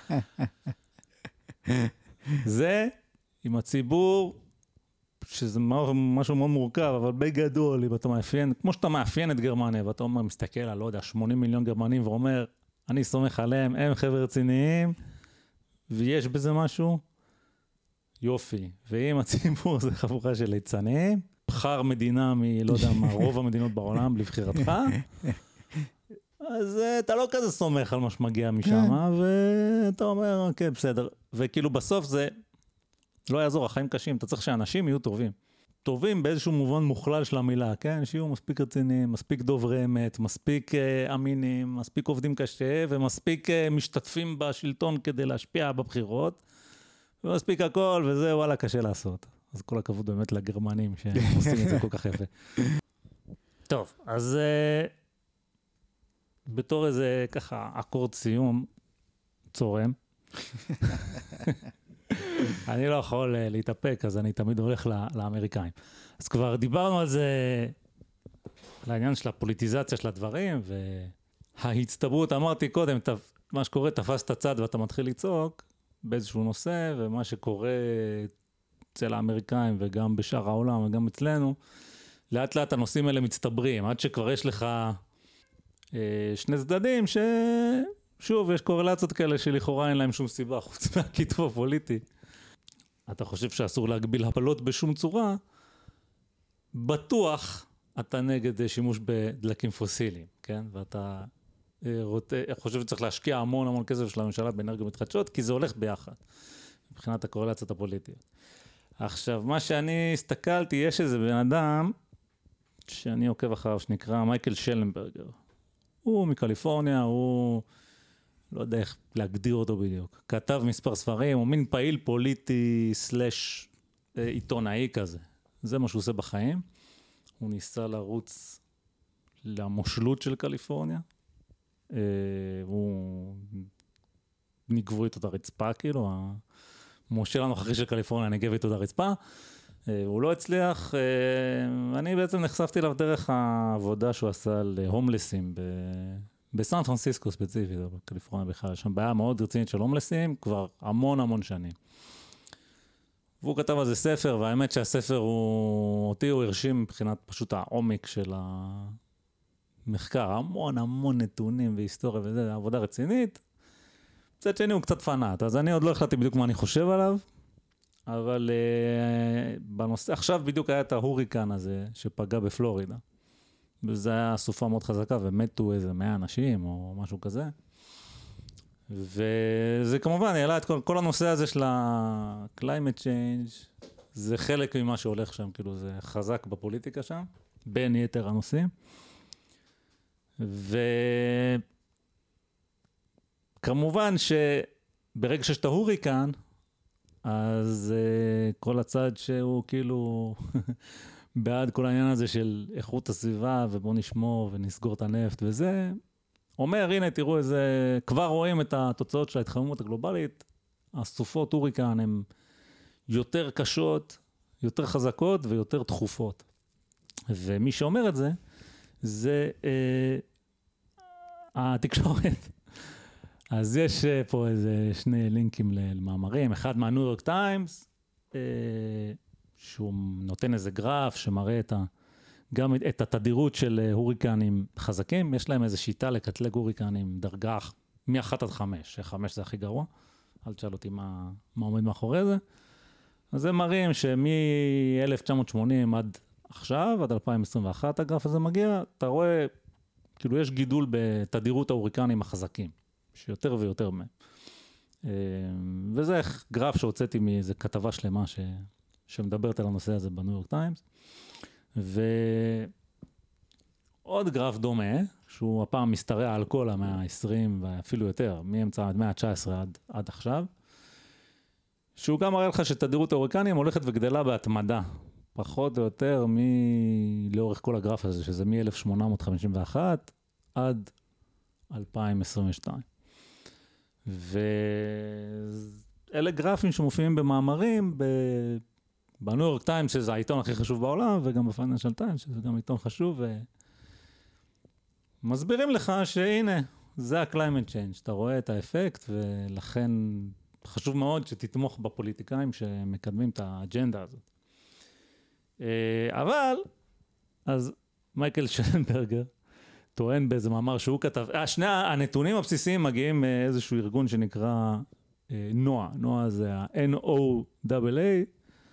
זה עם הציבור, שזה משהו מאוד מורכב, אבל בגדול, אם אתה מאפיין, כמו שאתה מאפיין את גרמניה, ואתה אומר, מסתכל על, לא יודע, שמונים מיליון גרמנים, ואומר, אני סומך עליהם, הם חבר'ה רציניים, ויש בזה משהו, יופי. ואם הציבור זה חבורה של ליצנים, בחר מדינה מ, לא יודע מה, רוב המדינות בעולם, לבחירתך, אז אתה לא כזה סומך על מה שמגיע משם, ואתה אומר, אוקיי, בסדר. וכאילו בסוף זה, לא יעזור, החיים קשים, אתה צריך שאנשים יהיו טובים. טובים באיזשהו מובן מוכלל של המילה, כן? שיהיו מספיק רציניים, מספיק דוברי אמת, מספיק uh, אמינים, מספיק עובדים קשה, ומספיק uh, משתתפים בשלטון כדי להשפיע בבחירות, ומספיק הכל, וזה וואלה קשה לעשות. אז כל הכבוד באמת לגרמנים שעושים את זה כל כך יפה. טוב, אז uh, בתור איזה ככה אקורד סיום צורם, אני לא יכול להתאפק, אז אני תמיד הולך לאמריקאים. אז כבר דיברנו על זה, על העניין של הפוליטיזציה של הדברים, וההצטברות, אמרתי קודם, מה שקורה, תפס את הצד ואתה מתחיל לצעוק באיזשהו נושא, ומה שקורה אצל האמריקאים וגם בשאר העולם וגם אצלנו, לאט לאט הנושאים האלה מצטברים, עד שכבר יש לך אה, שני צדדים ש... שוב, יש קורלציות כאלה שלכאורה אין להם שום סיבה, חוץ מהכיתוב הפוליטי. אתה חושב שאסור להגביל הפלות בשום צורה, בטוח אתה נגד שימוש בדלקים פוסיליים, כן? ואתה רוצה, חושב שצריך להשקיע המון המון כסף של הממשלה באנרגיות מתחדשות, כי זה הולך ביחד, מבחינת הקורלציות הפוליטיות. עכשיו, מה שאני הסתכלתי, יש איזה בן אדם, שאני עוקב אחריו, שנקרא מייקל שלנברגר. הוא מקליפורניה, הוא... לא יודע איך להגדיר אותו בדיוק. כתב מספר ספרים, הוא מין פעיל פוליטי סלש עיתונאי כזה. זה מה שהוא עושה בחיים. הוא ניסה לרוץ למושלות של קליפורניה. הוא נגבו איתו את הרצפה, כאילו, המושל הנוכחי של קליפורניה נגב איתו את הרצפה. הוא לא הצליח. אני בעצם נחשפתי אליו דרך העבודה שהוא עשה על הומלסים ב... בסן פרנסיסקו ספציפית, בקליפורניה בכלל, שם בעיה מאוד רצינית של הומלסים, כבר המון המון שנים. והוא כתב על זה ספר, והאמת שהספר הוא, אותי הוא הרשים מבחינת פשוט העומק של המחקר, המון המון נתונים והיסטוריה וזה, עבודה רצינית. מצד שני הוא קצת פנאט, אז אני עוד לא החלטתי בדיוק מה אני חושב עליו, אבל uh, בנושא, עכשיו בדיוק היה את ההוריקן הזה שפגע בפלורידה. וזה היה סופה מאוד חזקה, ומתו איזה מאה אנשים או משהו כזה. וזה כמובן העלה את כל, כל הנושא הזה של ה-climate change, זה חלק ממה שהולך שם, כאילו זה חזק בפוליטיקה שם, בין יתר הנושאים. וכמובן שברגע שיש את ההוריקן, אז uh, כל הצד שהוא כאילו בעד כל העניין הזה של איכות הסביבה, ובוא נשמור ונסגור את הנפט וזה, אומר, הנה תראו איזה, כבר רואים את התוצאות של ההתחממות הגלובלית, הסופות הוריקן הן יותר קשות, יותר חזקות ויותר דחופות. ומי שאומר את זה, זה אה, התקשורת. אז יש פה איזה שני לינקים למאמרים, אחד מהניו יורק טיימס, אה, שהוא נותן איזה גרף שמראה את ה... גם את התדירות של הוריקנים חזקים, יש להם איזו שיטה לקטלג הוריקנים דרגה מ-אחת עד חמש, חמש זה הכי גרוע, אל תשאל אותי מה, מה עומד מאחורי זה. אז זה מראים שמ-אלף תשע מאות שמונים עד עכשיו, עד אלפיים עשרים ואחת הגרף הזה מגיע, אתה רואה, כאילו יש גידול בתדירות ההוריקנים החזקים, שיותר ויותר מהם. וזה גרף שהוצאתי מאיזו כתבה שלמה ש... שמדברת על הנושא הזה בניו יורק טיימס. ועוד גרף דומה, שהוא הפעם משתרע על כל המאה ה-עשרים ואפילו יותר, מאמצע עד מאה ה-תשע עשרה עד, עד עכשיו, שהוא גם מראה לך שתדירות ההוריקנים הולכת וגדלה בהתמדה, פחות או יותר מ... לאורך כל הגרף הזה, שזה מ-אלף שמונה מאות חמישים ואחת עד אלפיים עשרים ושתיים. ואלה גרפים שמופיעים במאמרים, ב... בניו יורק טיימס, שזה העיתון הכי חשוב בעולם, וגם בפייננשל טיימס, שזה גם עיתון חשוב, ומסבירים לך שהנה, זה ה-climate change, אתה רואה את האפקט, ולכן חשוב מאוד שתתמוך בפוליטיקאים שמקדמים את האג'נדה הזאת. אבל, אז מייקל שלנברגר טוען באיזה מאמר שהוא כתב, שני הנתונים הבסיסיים מגיעים מאיזשהו ארגון שנקרא נועה, נועה זה ה-N O A A,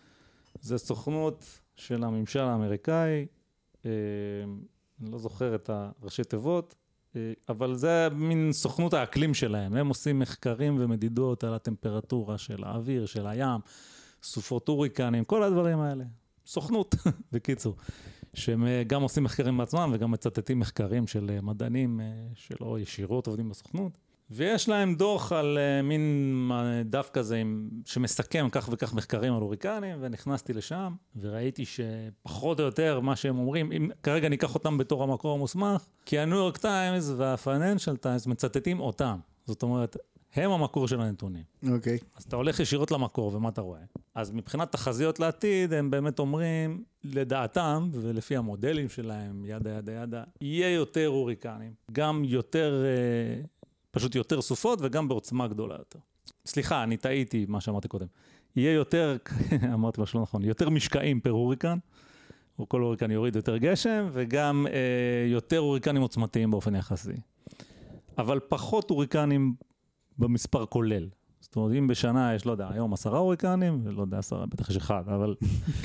זה סוכנות של הממשל האמריקאי, אה, אני לא זוכר את הראשי תיבות, אה, אבל זה מין סוכנות האקלים שלהם, הם עושים מחקרים ומדידות על הטמפרטורה של האוויר, של הים, סופות הוריקנים, כל הדברים האלה. סוכנות, בקיצור, שהם גם עושים מחקרים בעצמם וגם מצטטים מחקרים של מדענים שלא ישירות עובדים בסוכנות. ויש להם דוח על uh, מין דף כזה עם, שמסכם כך וכך מחקרים על הוריקנים, ונכנסתי לשם וראיתי שפחות או יותר מה שהם אומרים, אם כרגע ניקח אותם בתור המקור המוסמך, כי הניו יורק טיימס והפייננשל טיימס מצטטים אותם. זאת אומרת, הם המקור של הנתונים. אוקיי. Okay. אז אתה הולך ישירות למקור ומה אתה רואה? אז מבחינת תחזיות לעתיד, הם באמת אומרים, לדעתם, ולפי המודלים שלהם, ידה ידה ידה, יהיה יותר הוריקנים, גם יותר... Uh, פשוט יותר סופות וגם בעוצמה גדולה יותר. סליחה, אני טעיתי מה שאמרתי קודם. יהיה יותר, אמרתי משהו לא נכון, יותר משקעים פר הוריקן, או כל הוריקן יוריד יותר גשם, וגם אה, יותר הוריקנים עוצמתיים באופן יחסי. אבל פחות הוריקנים במספר כולל. זאת אומרת, אם בשנה יש, לא יודע, היום עשרה הוריקנים, ולא יודע, עשרה, בטח יש אחד, אבל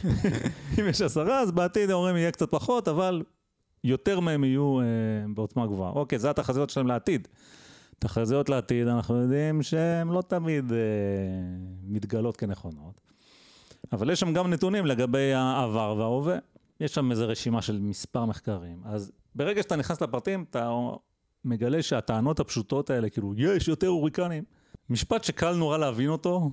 אם יש עשרה, אז בעתיד אומרים יהיה קצת פחות, אבל יותר מהם יהיו אה, בעוצמה גבוהה. אוקיי, זה התחזיות שלהם לעתיד. תחזיות לעתיד, אנחנו יודעים שהן לא תמיד אה, מתגלות כנכונות. אבל יש שם גם נתונים לגבי העבר וההווה. יש שם איזו רשימה של מספר מחקרים. אז ברגע שאתה נכנס לפרטים, אתה מגלה שהטענות הפשוטות האלה, כאילו, יש יותר הוריקנים. משפט שקל נורא להבין אותו,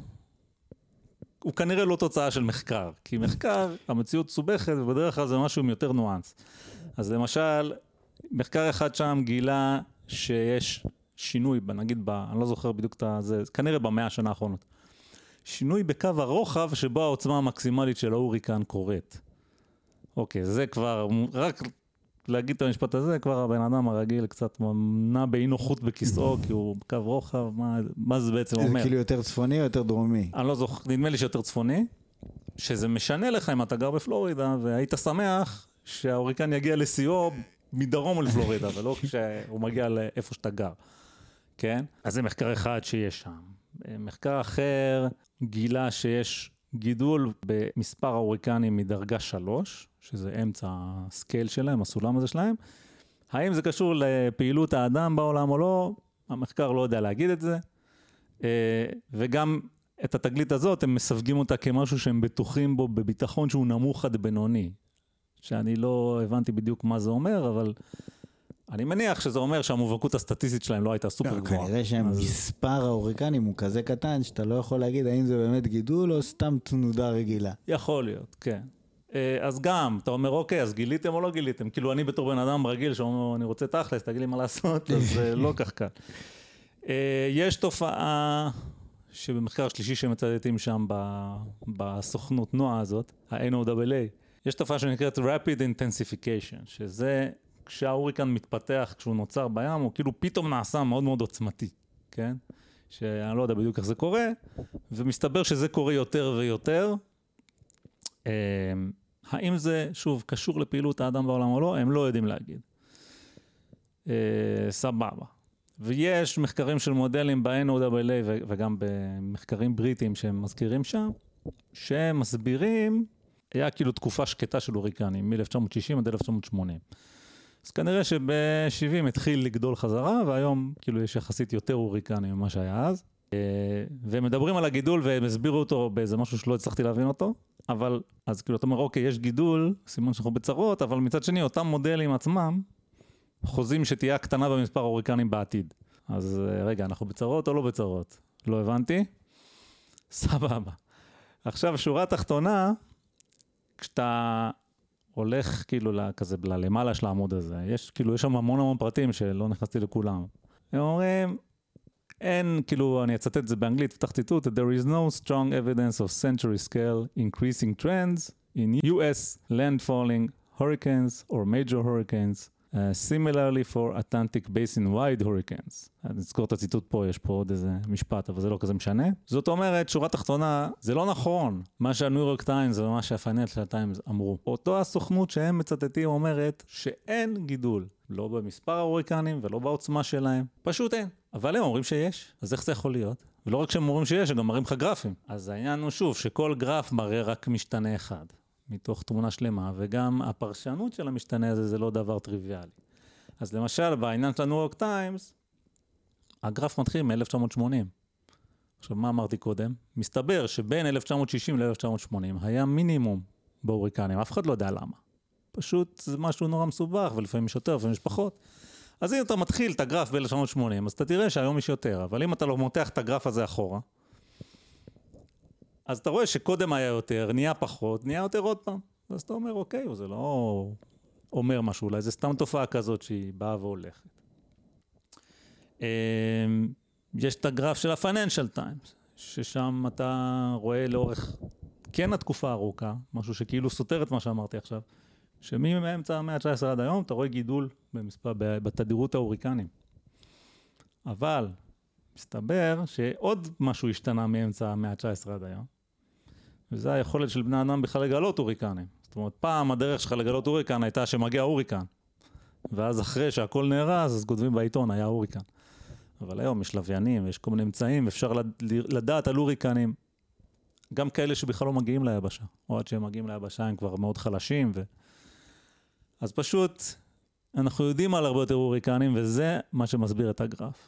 הוא כנראה לא תוצאה של מחקר. כי מחקר, המציאות סובכת, ובדרך כלל זה משהו עם יותר נואנס. אז למשל, מחקר אחד שם גילה שיש... שינוי, נגיד, ב, אני לא זוכר בדיוק את זה, כנראה במאה השנה האחרונות. שינוי בקו הרוחב שבו העוצמה המקסימלית של ההוריקן קורית. אוקיי, זה כבר, רק להגיד את המשפט הזה, כבר הבן אדם הרגיל קצת נע באי נוחות בכיסאו, כי הוא בקו רוחב, מה, מה זה בעצם אומר? זה כאילו יותר צפוני או יותר דרומי? אני לא זוכר, נדמה לי שיותר צפוני. שזה משנה לך אם אתה גר בפלורידה, והיית שמח שההוריקן יגיע לסיוע מדרום לפלורידה, ולא כשהוא מגיע לאיפה שאתה גר. כן? אז זה מחקר אחד שיש שם. מחקר אחר גילה שיש גידול במספר ההוריקנים מדרגה שלוש, שזה אמצע הסקייל שלהם, הסולם הזה שלהם. האם זה קשור לפעילות האדם בעולם או לא? המחקר לא יודע להגיד את זה. וגם את התגלית הזאת, הם מסווגים אותה כמשהו שהם בטוחים בו בביטחון שהוא נמוך עד בינוני. שאני לא הבנתי בדיוק מה זה אומר, אבל אני מניח שזה אומר שהמובהקות הסטטיסטית שלהם לא הייתה סופר גבוהה. כנראה שמספר ההוריקנים הוא כזה קטן, שאתה לא יכול להגיד האם זה באמת גידול או סתם תנודה רגילה. יכול להיות, כן. אז גם, אתה אומר, אוקיי, אז גיליתם או לא גיליתם? כאילו אני בתור בן אדם רגיל שאומר, אני רוצה תכלס, תגיד לי מה לעשות, אז זה לא כך קל. יש תופעה שבמחקר שלישי שמצטטים שם בסוכנות נועה הזאת, ה-אן או דאבל איי, יש תופעה שנקראת Rapid Intensification, שזה כשההוריקן מתפתח, כשהוא נוצר בים, הוא כאילו פתאום נעשה מאוד מאוד עוצמתי, כן? שאני לא יודע בדיוק איך זה קורה, ומסתבר שזה קורה יותר ויותר. האם זה, שוב, קשור לפעילות האדם בעולם או לא, הם לא יודעים להגיד. סבבה. ויש מחקרים של מודלים ב-אן או דאבל איי וגם במחקרים בריטיים שהם מזכירים שם, שהם מסבירים, היה כאילו תקופה שקטה של הוריקנים, מ-אלף תשע מאות שישים עד אלף תשע מאות שמונים. אז כנראה שב-שבעים התחיל לגדול חזרה, והיום כאילו יש יחסית יותר הוריקנים ממה שהיה אז. והם מדברים על הגידול והם הסבירו אותו באיזה משהו שלא הצלחתי להבין אותו, אבל אז כאילו אתה אומר, אוקיי, יש גידול, סימן שאנחנו בצרות, אבל מצד שני, אותם מודלים עצמם, חוזים שתהיה קטנה במספר ההוריקנים בעתיד. אז רגע, אנחנו בצרות או לא בצרות? לא הבנתי? סבבה. עכשיו, שורה תחתונה, כשאתה הולך כאילו כזה למעלה של העמוד הזה, יש כאילו, יש שם המון המון פרטים שלא נכנסתי לכולם. הם אומרים, אין, כאילו, אני אצטט את זה באנגלית, פתח ציטוט, there is no strong evidence of century scale increasing trends in U S landfalling hurricanes or major hurricanes, Uh, similarly for Atlantic Basin-wide hurricanes. אני אזכור את הציטוט פה, יש פה עוד איזה משפט, אבל זה לא כזה משנה. זאת אומרת, שורה תחתונה, זה לא נכון. מה שהניו יורק טיימס ומה שהפייננשל טיימס אמרו. אותו הסוכנות שהם מצטטים אומרת שאין גידול, לא במספר ההוריקנים ולא בעוצמה שלהם. פשוט אין. אבל הם אומרים שיש. אז איך זה יכול להיות? ולא רק שהם אומרים שיש, הם גם מראים לך גרפים. אז העניין הוא שוב, שכל גרף מראה רק משתנה אחד. מתוך תמונה שלמה, וגם הפרשנות של המשתנה הזה זה לא דבר טריוויאלי. אז למשל, בעניין של הניו יורק טיימס, הגרף מתחיל מ-אלף תשע מאות שמונים. עכשיו, מה אמרתי קודם? מסתבר שבין אלף תשע מאות שישים ל-אלף תשע מאות שמונים היה מינימום בהוריקנים, אף אחד לא יודע למה. פשוט זה משהו נורא מסובך, ולפעמים יש יותר, ולפעמים יש פחות. אז אם אתה מתחיל את הגרף ב-אלף תשע מאות שמונים, אז אתה תראה שהיום יש יותר, אבל אם אתה לא מותח את הגרף הזה אחורה, אז אתה רואה שקודם היה יותר, נהיה פחות, נהיה יותר עוד פעם. אז אתה אומר, אוקיי, זה לא אומר משהו, אולי זה סתם תופעה כזאת שהיא באה והולכת. יש את הגרף של הפייננשל טיימס, ששם אתה רואה לאורך, כן התקופה ארוכה, משהו שכאילו סותר את מה שאמרתי עכשיו, שמאמצע המאה ה-תשע עשרה עד היום, אתה רואה גידול במספר, בתדירות ההוריקנים. אבל מסתבר שעוד משהו השתנה מאמצע המאה ה-תשע עשרה עד היום, וזה היכולת של בני אדם בכלל לגלות הוריקנים. זאת אומרת, פעם הדרך שלך לגלות הוריקן הייתה שמגיע הוריקן, ואז אחרי שהכל נהרס, אז כותבים בעיתון, היה הוריקן. אבל היום יש לוויינים, יש כל מיני אמצעים, אפשר לדעת על הוריקנים, גם כאלה שבכלל לא מגיעים ליבשה, או עד שהם מגיעים ליבשה הם כבר מאוד חלשים. ו... אז פשוט, אנחנו יודעים על הרבה יותר הוריקנים, וזה מה שמסביר את הגרף.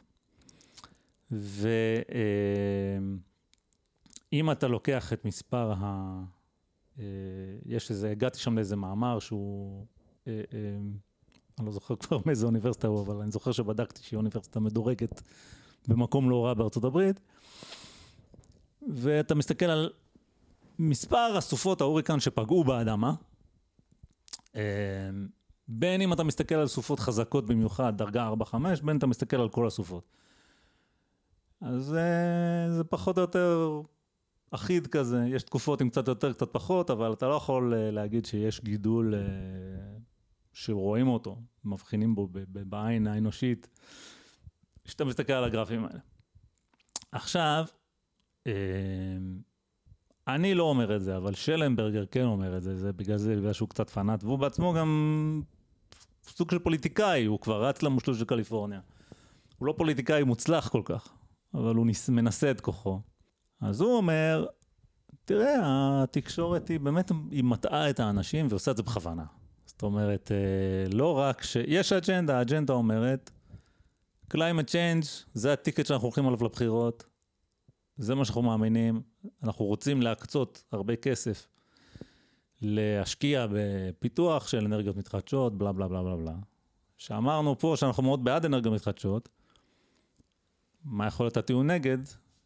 ואם אתה לוקח את מספר ה... יש איזה, הגעתי שם לאיזה מאמר שהוא, אני לא זוכר כבר מאיזה אוניברסיטה הוא, אבל אני זוכר שבדקתי שהיא אוניברסיטה מדורגת במקום לא רע בארצות הברית, ואתה מסתכל על מספר הסופות ההוריקן שפגעו באדמה, בין אם אתה מסתכל על סופות חזקות במיוחד, דרגה ארבע חמש, בין אתה מסתכל על כל הסופות. אז זה פחות או יותר אחיד כזה, יש תקופות עם קצת יותר, קצת פחות, אבל אתה לא יכול להגיד שיש גידול שרואים אותו, מבחינים בו בעין האנושית, שאתה מסתכל על הגרפים האלה. עכשיו, אני לא אומר את זה, אבל שלנברגר כן אומר את זה, זה בגלל זה, בגלל שהוא קצת פנאט, והוא בעצמו גם סוג של פוליטיקאי, הוא כבר רץ למושלוש של קליפורניה. הוא לא פוליטיקאי מוצלח כל כך, אבל הוא מנסה את כוחו. אז הוא אומר, תראה, התקשורת היא באמת, היא מטעה את האנשים ועושה את זה בכוונה. זאת אומרת, לא רק ש... יש אג'נדה, האג'נדה אומרת, climate change, זה הטיקט שאנחנו הולכים עליו לבחירות, זה מה שאנחנו מאמינים, אנחנו רוצים להקצות הרבה כסף, להשקיע בפיתוח של אנרגיות מתחדשות, בלה בלה בלה בלה בלה. שאמרנו פה שאנחנו מאוד בעד אנרגיות מתחדשות, מה יכול להיות הטיעון נגד?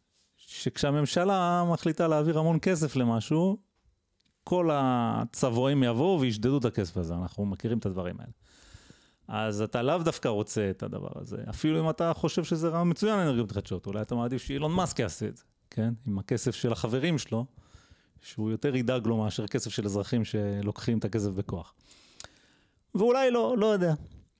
שכשהממשלה מחליטה להעביר המון כסף למשהו, כל הצבועים יבואו וישדדו את הכסף הזה, אנחנו מכירים את הדברים האלה. אז אתה לאו דווקא רוצה את הדבר הזה, אפילו אם אתה חושב שזה רעיון מצוין אנרגיות מתחדשות, אולי אתה מעדיף שאילון מאסק יעשה את זה, כן? עם הכסף של החברים שלו, שהוא יותר ידאג לו מאשר כסף של אזרחים שלוקחים את הכסף בכוח. ואולי לא, לא יודע.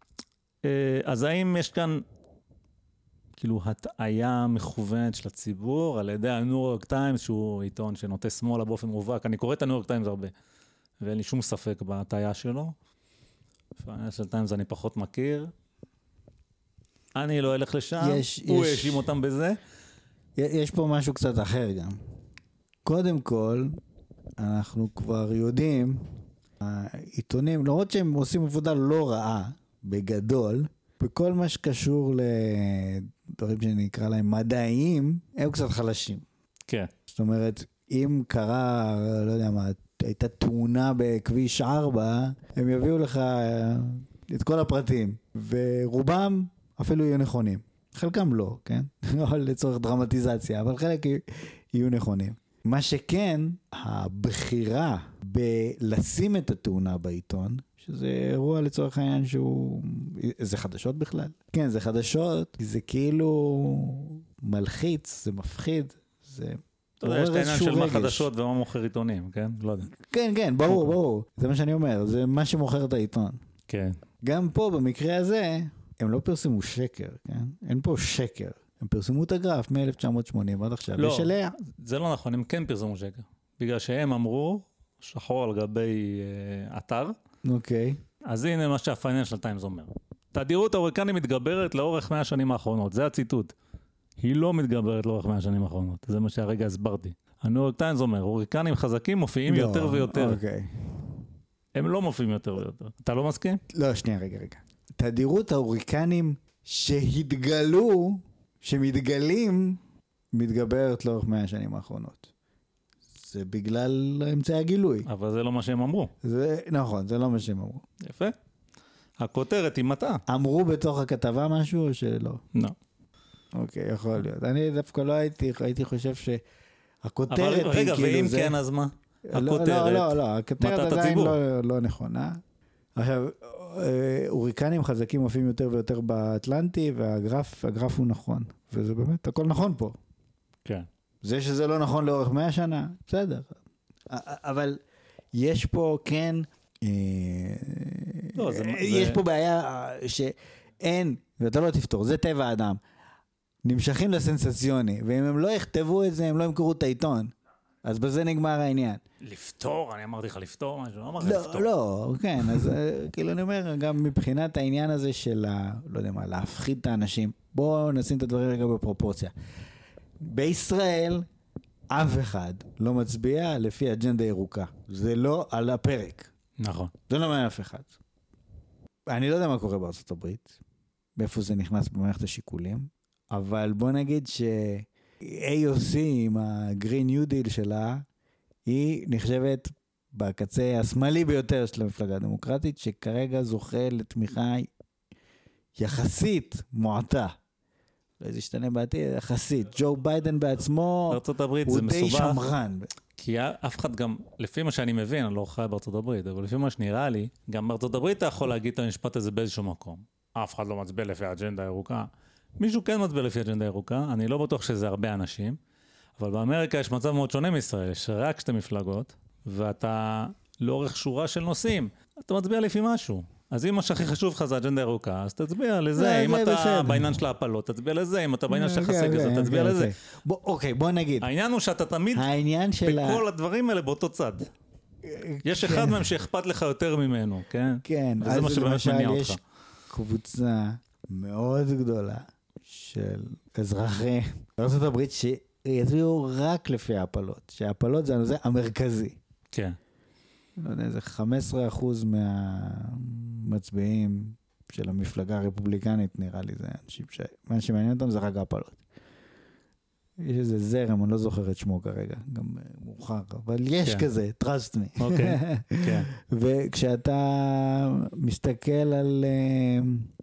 אז האם יש כאן כאילו הטעיה מכוונת של הציבור על ידי הניו יורק טיימס, שהוא עיתון שנוטה שמאלה באופן מובהק, אני קורא את הניו יורק טיימס הרבה, ואין לי שום ספק בהטעיה שלו. פייננשל טיימס אני פחות מכיר. אני לא אלך לשם, יש, הוא יש... האשים אותם בזה. יש פה משהו קצת אחר גם. קודם כל, אנחנו כבר יודעים, העיתונים, למרות שהם עושים עבודה לא רעה, בגדול, בכל מה שקשור לדברים שנקרא להם מדעיים, הם קצת חלשים. כן. זאת אומרת, אם קרה, לא יודע מה, הייתה תאונה בכביש ארבע, הם יביאו לך את כל הפרטים, ורובם אפילו יהיו נכונים. חלקם לא, כן? לא לצורך דרמטיזציה, אבל חלק יהיו נכונים. מה שכן, הבחירה בלשים את התאונה בעיתון, שזה אירוע לצורך העניין שהוא... זה חדשות בכלל? כן, זה חדשות, זה כאילו מלחיץ, זה מפחיד, זה... אתה יודע, יש את העניין של מה חדשות ומה מוכר עיתונים, כן? לא יודע. כן, כן, ברור, ברור. זה מה שאני אומר, זה מה שמוכר את העיתון. כן. גם פה, במקרה הזה, הם לא פרסמו שקר, כן? אין פה שקר. הם פרסמו את הגרף מ-אלף תשע מאות שמונים עד עכשיו. לא, זה לא נכון, הם כן פרסמו שקר. בגלל שהם אמרו, שחור על גבי אה, אתר. אוקיי. אז הנה מה שהפייננשל טיימס אומר. תדירות ההוריקנים מתגברת לאורך מאה השנים האחרונות. זה הציטוט. היא לא מתגברת לאורך מאה השנים האחרונות. זה מה שהרגע הסברתי. הניו יורק טיימס אומר, הוריקנים חזקים מופיעים לא, יותר ויותר. אוקיי. הם לא מופיעים יותר ויותר. אתה לא מסכים? לא, שנייה, רגע, רגע. תדירות ההוריקנים שהתגלו, שמתגלים, מתגברת לאורך מאה השנים האחרונות. זה בגלל אמצעי הגילוי. אבל זה לא מה שהם אמרו. זה, נכון, זה לא מה שהם אמרו. יפה. הכותרת היא מטעה. אמרו בתוך הכתבה משהו או שלא? לא. אוקיי, יכול להיות. אני דווקא לא הייתי, הייתי חושב שהכותרת היא כאילו זה... רגע, ואם כן, אז מה? הכותרת, לא, לא, לא, הכותרת עדיין לא, לא נכונה. עכשיו, הוריקנים חזקים מופיעים יותר ויותר באטלנטי, והגרף, הגרף הוא נכון. וזה באמת, הכל נכון פה. כן. זה שזה לא נכון לאורך מאה שנה, בסדר. אבל יש פה כן, לא, זה, יש זה... פה בעיה שאין, ואתה לא תפתור, זה טבע האדם. נמשכים לסנסציוני, ואם הם לא יכתבו את זה, הם לא ימכרו את העיתון. אז בזה נגמר העניין. לפתור, אני אמרתי לך לפתור משהו, לא אמרתי לא, לפתור. לא, כן, אז כאילו אני אומר, גם מבחינת העניין הזה של, לא יודע מה, להפחיד את האנשים, בואו נשים את הדברים רגע בפרופורציה. בישראל, אף אחד לא מצביע לפי אג'נדה ירוקה. זה לא על הפרק. נכון. זה לא מעניין אף אחד. אני לא יודע מה קורה בארצות הברית, באיפה זה נכנס במערכת השיקולים, אבל בוא נגיד ש-איי או סי עם ה-Green New Deal שלה, היא נחשבת בקצה השמאלי ביותר של המפלגה הדמוקרטית, שכרגע זוכה לתמיכה יחסית מועטה. לא זה ישתנה בעתיד, יחסית. ג'ו ביידן בעצמו, בארצות הברית הוא זה די מסובך, שמרן. כי אף אחד גם, לפי מה שאני מבין, אני לא חי בארצות הברית, אבל לפי מה שנראה לי, גם בארצות הברית אתה יכול להגיד את המשפט הזה באיזשהו מקום. אף אחד לא מצביע לפי האג'נדה הירוקה. מישהו כן מצביע לפי האג'נדה הירוקה, אני לא בטוח שזה הרבה אנשים, אבל באמריקה יש מצב מאוד שונה מישראל, יש רק שתי מפלגות, ואתה לאורך שורה של נושאים, אתה מצביע לפי משהו. אז אם מה שהכי חשוב לך זה אג'נדה ירוקה, אז תצביע לזה. זה- אם זה אתה בסדר. בעניין של ההפלות, תצביע לזה. אם אתה בעניין של אוקיי, יחסי אוקיי, גזע, תצביע אוקיי, לזה. אוקיי. בוא- אוקיי, בוא נגיד. העניין הוא שאתה תמיד העניין של ה... בכל הדברים האלה באותו צד. יש אחד מהם שאכפת לך יותר ממנו, כן? כן, וזה אז מה שבאמת למשל מניע יש אותך. קבוצה מאוד גדולה של אזרחי ארצות הברית שיצביעו רק לפי ההפלות, שההפלות זה הנושא המרכזי. כן. לא יודע, זה חמישה עשר אחוז מהמצביעים של המפלגה הרפובליקנית, נראה לי, זה אנשים ש... מה שמעניין אותם זה רק ההפלות. יש איזה זרם, אני לא זוכר את שמו כרגע, גם אה, מאוחר, אבל יש כן. כזה, trust me. אוקיי, כן. וכשאתה מסתכל על, אה,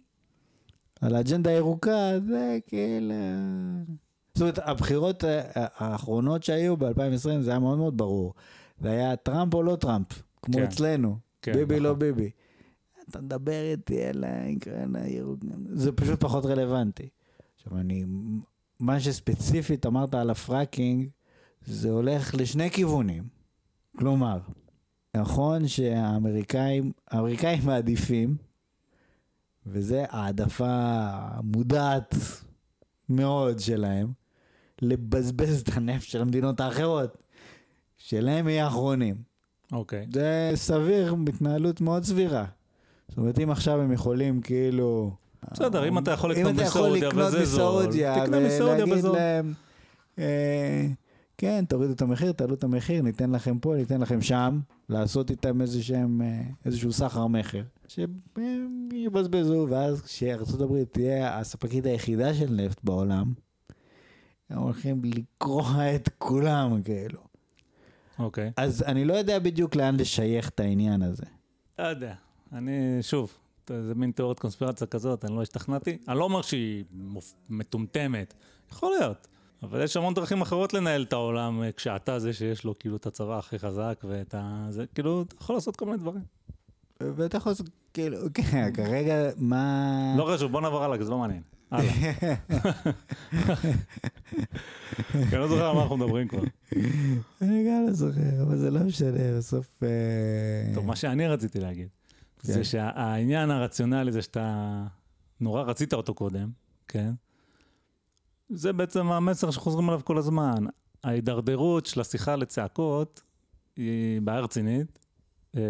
על האג'נדה הירוקה, זה כאילו... זאת אומרת, הבחירות אה, האחרונות שהיו ב-אלפיים ועשרים, זה היה מאוד מאוד ברור. זה היה טראמפ או לא טראמפ, כמו כן. אצלנו, כן, ביבי נכון. לא ביבי. אתה מדבר איתי על העקרון הירוק, זה פשוט פחות רלוונטי. עכשיו, אני... מה שספציפית אמרת על הפרקינג, זה הולך לשני כיוונים. כלומר, נכון שהאמריקאים, האמריקאים מעדיפים, וזה העדפה מודעת מאוד שלהם, לבזבז את הנפט של המדינות האחרות, שלהם יהיה אחרונים. אוקיי. זה סביר, מתנהלות מאוד סבירה. זאת אומרת, אם עכשיו הם יכולים כאילו... בסדר, אם אתה יכול אם לקנות אתה יכול מסעודיה לקנות וזה זול, מסעודיה תקנה מסעודיה ולהגיד בזול. להם, אה, כן, תורידו את המחיר, תעלו את המחיר, ניתן לכם פה, ניתן לכם שם, לעשות איתם איזשהם, אה, איזשהו סחר מחר, שהם יבזבזו, ואז כשארצות הברית תהיה הספקית היחידה של נפט בעולם, הם הולכים לקרוע את כולם כאילו. אוקיי. אז אני לא יודע בדיוק לאן לשייך את העניין הזה. לא יודע. אני, שוב, זה מין תיאוריית קונספירציה כזאת, אני לא השתכנעתי. אני לא אומר שהיא מופ- מטומטמת. יכול להיות. אבל יש המון דרכים אחרות לנהל את העולם, אה, כשאתה זה שיש לו כאילו את הצבא הכי חזק, ואת ה... זה כאילו, אתה יכול לעשות כל מיני דברים. ואתה יכול לעשות, כאילו, כן, כרגע, מה... לא חשוב, בוא נעבור הלאה, כי זה לא מעניין. הלאה. כי אני לא זוכר על מה אנחנו מדברים כבר. אני גם לא זוכר, אבל זה לא משנה, בסוף... אה, טוב, מה שאני רציתי להגיד, כן. זה שהעניין הרציונלי זה שאתה נורא רצית אותו קודם, כן? זה בעצם המסר שחוזרים עליו כל הזמן. ההידרדרות של השיחה לצעקות היא בעיה רצינית. אמ,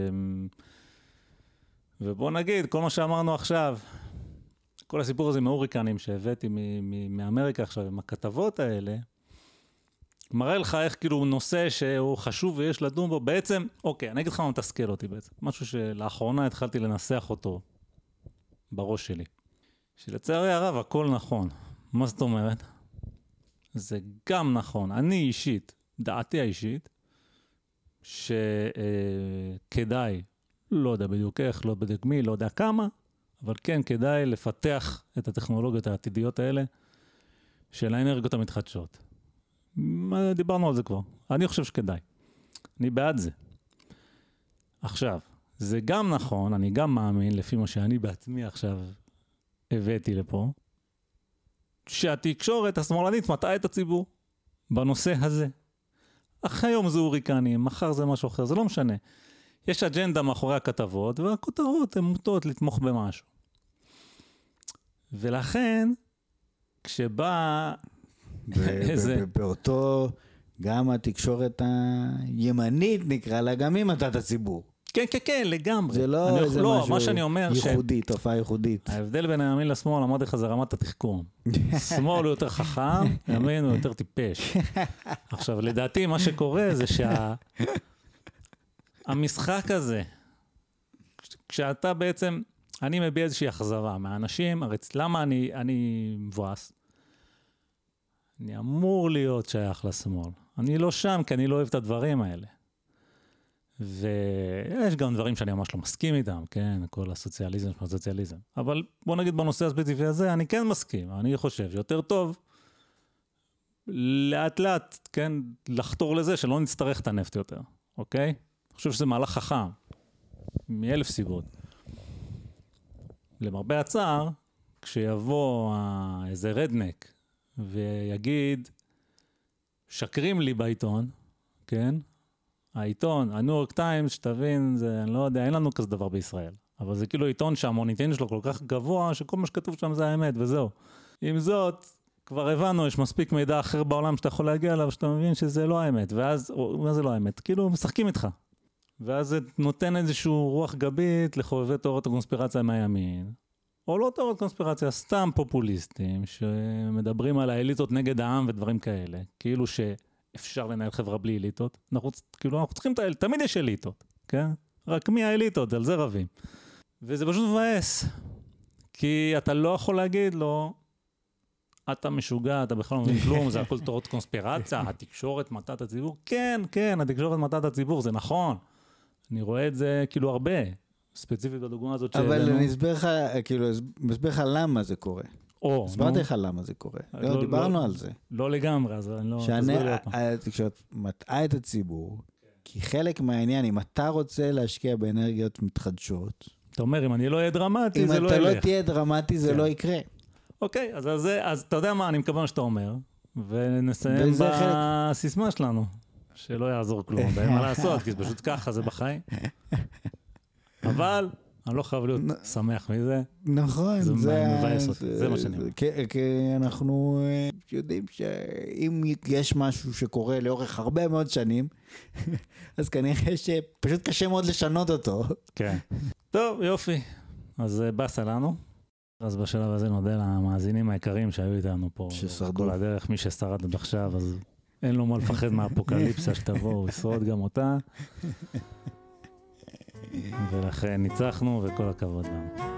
ובוא נגיד, כל מה שאמרנו עכשיו, כל הסיפור הזה עם ההוריקנים שהבאתי מ- מ- מאמריקה עכשיו, עם הכתבות האלה, מראה לך איך כאילו נושא שהוא חשוב ויש לדון בו. בעצם, אוקיי, אני אגיד לך מה מתסכל אותי בעצם. משהו שלאחרונה התחלתי לנסח אותו בראש שלי. שלצערי הרב הכל נכון. מה זאת אומרת? זה גם נכון. אני אישית, דעתי האישית, שכדאי, לא יודע בדיוק איך, לא בדיוק מי, לא יודע כמה, אבל כן כדאי לפתח את הטכנולוגיות העתידיות האלה של האנרגיות המתחדשות. מה, דיברנו על זה כבר. אני חושב שכדאי. אני בעד זה. עכשיו, זה גם נכון, אני גם מאמין, לפי מה שאני בעצמי עכשיו הבאתי לפה, שהתקשורת השמאלנית מטעה את הציבור בנושא הזה. אך היום זה הוריקנים, מחר זה משהו אחר, זה לא משנה. יש אג'נדה מאחורי הכתבות, והכותרות הן מוטות לתמוך במשהו. ולכן, כשבא איזה... באותו, גם התקשורת הימנית נקרא לה, גם היא מטעת הציבור. כן, כן, כן, לגמרי. זה לא אני- איזה לא, משהו מה שאני אומר, ש- ייחודי, תופעה ייחודית. ההבדל בין הימין לשמאל, אמרתי לך, זה רמת התחכום. שמאל הוא יותר חכם, ימין הוא יותר טיפש. עכשיו, לדעתי, מה שקורה זה שה... המשחק הזה, כש- כשאתה בעצם, אני מביע איזושהי אכזבה מהאנשים, הרי למה אני, אני מבואס? אני אמור להיות שייך לשמאל. אני לא שם, כי אני לא אוהב את הדברים האלה. ויש גם דברים שאני ממש לא מסכים איתם, כן, כל הסוציאליזם, הסוציאליזם. אבל בוא נגיד בנושא הספציפי הזה, אני כן מסכים. אני חושב שיותר טוב לאט לאט, כן, לחתור לזה שלא נצטרך את הנפט יותר, אוקיי? אני חושב שזה מהלך חכם, מאלף סיבות. למרבה הצער, כשיבוא איזה רדנק ויגיד, שקרים לי בעיתון, כן? העיתון, הניו יורק טיימס, שתבין, זה, אני לא יודע, אין לנו כזה דבר בישראל. אבל זה כאילו עיתון שהמוניטין שלו כל כך גבוה, שכל מה שכתוב שם זה האמת, וזהו. עם זאת, כבר הבנו, יש מספיק מידע אחר בעולם שאתה יכול להגיע אליו, שאתה מבין שזה לא האמת, ואז, מה זה לא האמת? כאילו, משחקים איתך. ואז זה נותן איזשהו רוח גבית לחובבי תיאוריות הקונספירציה מהימין, או לא תיאוריות קונספירציה, סתם פופוליסטים, שמדברים על האליטות נגד העם ודברים כאלה, כאילו שאפשר לנהל חברה בלי אליטות. אנחנו, כאילו, אנחנו צריכים את האליטות, תמיד יש אליטות, כן? רק מי האליטות, על זה רבים. וזה פשוט מבאס, כי אתה לא יכול להגיד לו, אתה משוגע, אתה בכלל לא מבין כלום, זה הכל תיאוריות קונספירציה, התקשורת מטעת הציבור. כן, כן, התקשורת מטעת הציבור, זה נכון. אני רואה את זה כאילו הרבה, ספציפית בדוגמה הזאת שהבאנו. אבל אני אסביר לך, כאילו, אסביר לך למה זה קורה. או, הסברתי לך למה זה קורה. לא, דיברנו על זה. לא לגמרי, אז אני לא... שהתקשורת מטעה את הציבור, כי חלק מהעניין, אם אתה רוצה להשקיע באנרגיות מתחדשות, אתה אומר, אם אני לא אהיה דרמטי, זה לא ילך. אם אתה לא תהיה דרמטי, זה לא יקרה. אוקיי, אז, אז, אז אתה יודע מה, אני מקווה מה שאתה אומר, ונסיים בסיסמה שלנו, שלא יעזור כלום, ואין מה לעשות, כי זה פשוט ככה, זה בחיים. אבל אני לא חייב להיות שמח מזה. נכון. זה מבאס אותי, זה מה שאני אומר. כי אנחנו יודעים שאם יש משהו שקורה לאורך הרבה מאוד שנים, אז כנראה שפשוט קשה מאוד לשנות אותו. כן. טוב, יופי. אז בסה לנו. אז בשלב הזה נודה למאזינים העיקריים שהיו איתנו פה. ששרדו. כל הדרך, מי ששרד עד עכשיו, אז אין לו מה לפחד מהאפוקליפסה שתבוא, הוא ישרוד גם אותה. ולכן ניצחנו וכל הכבוד לנו.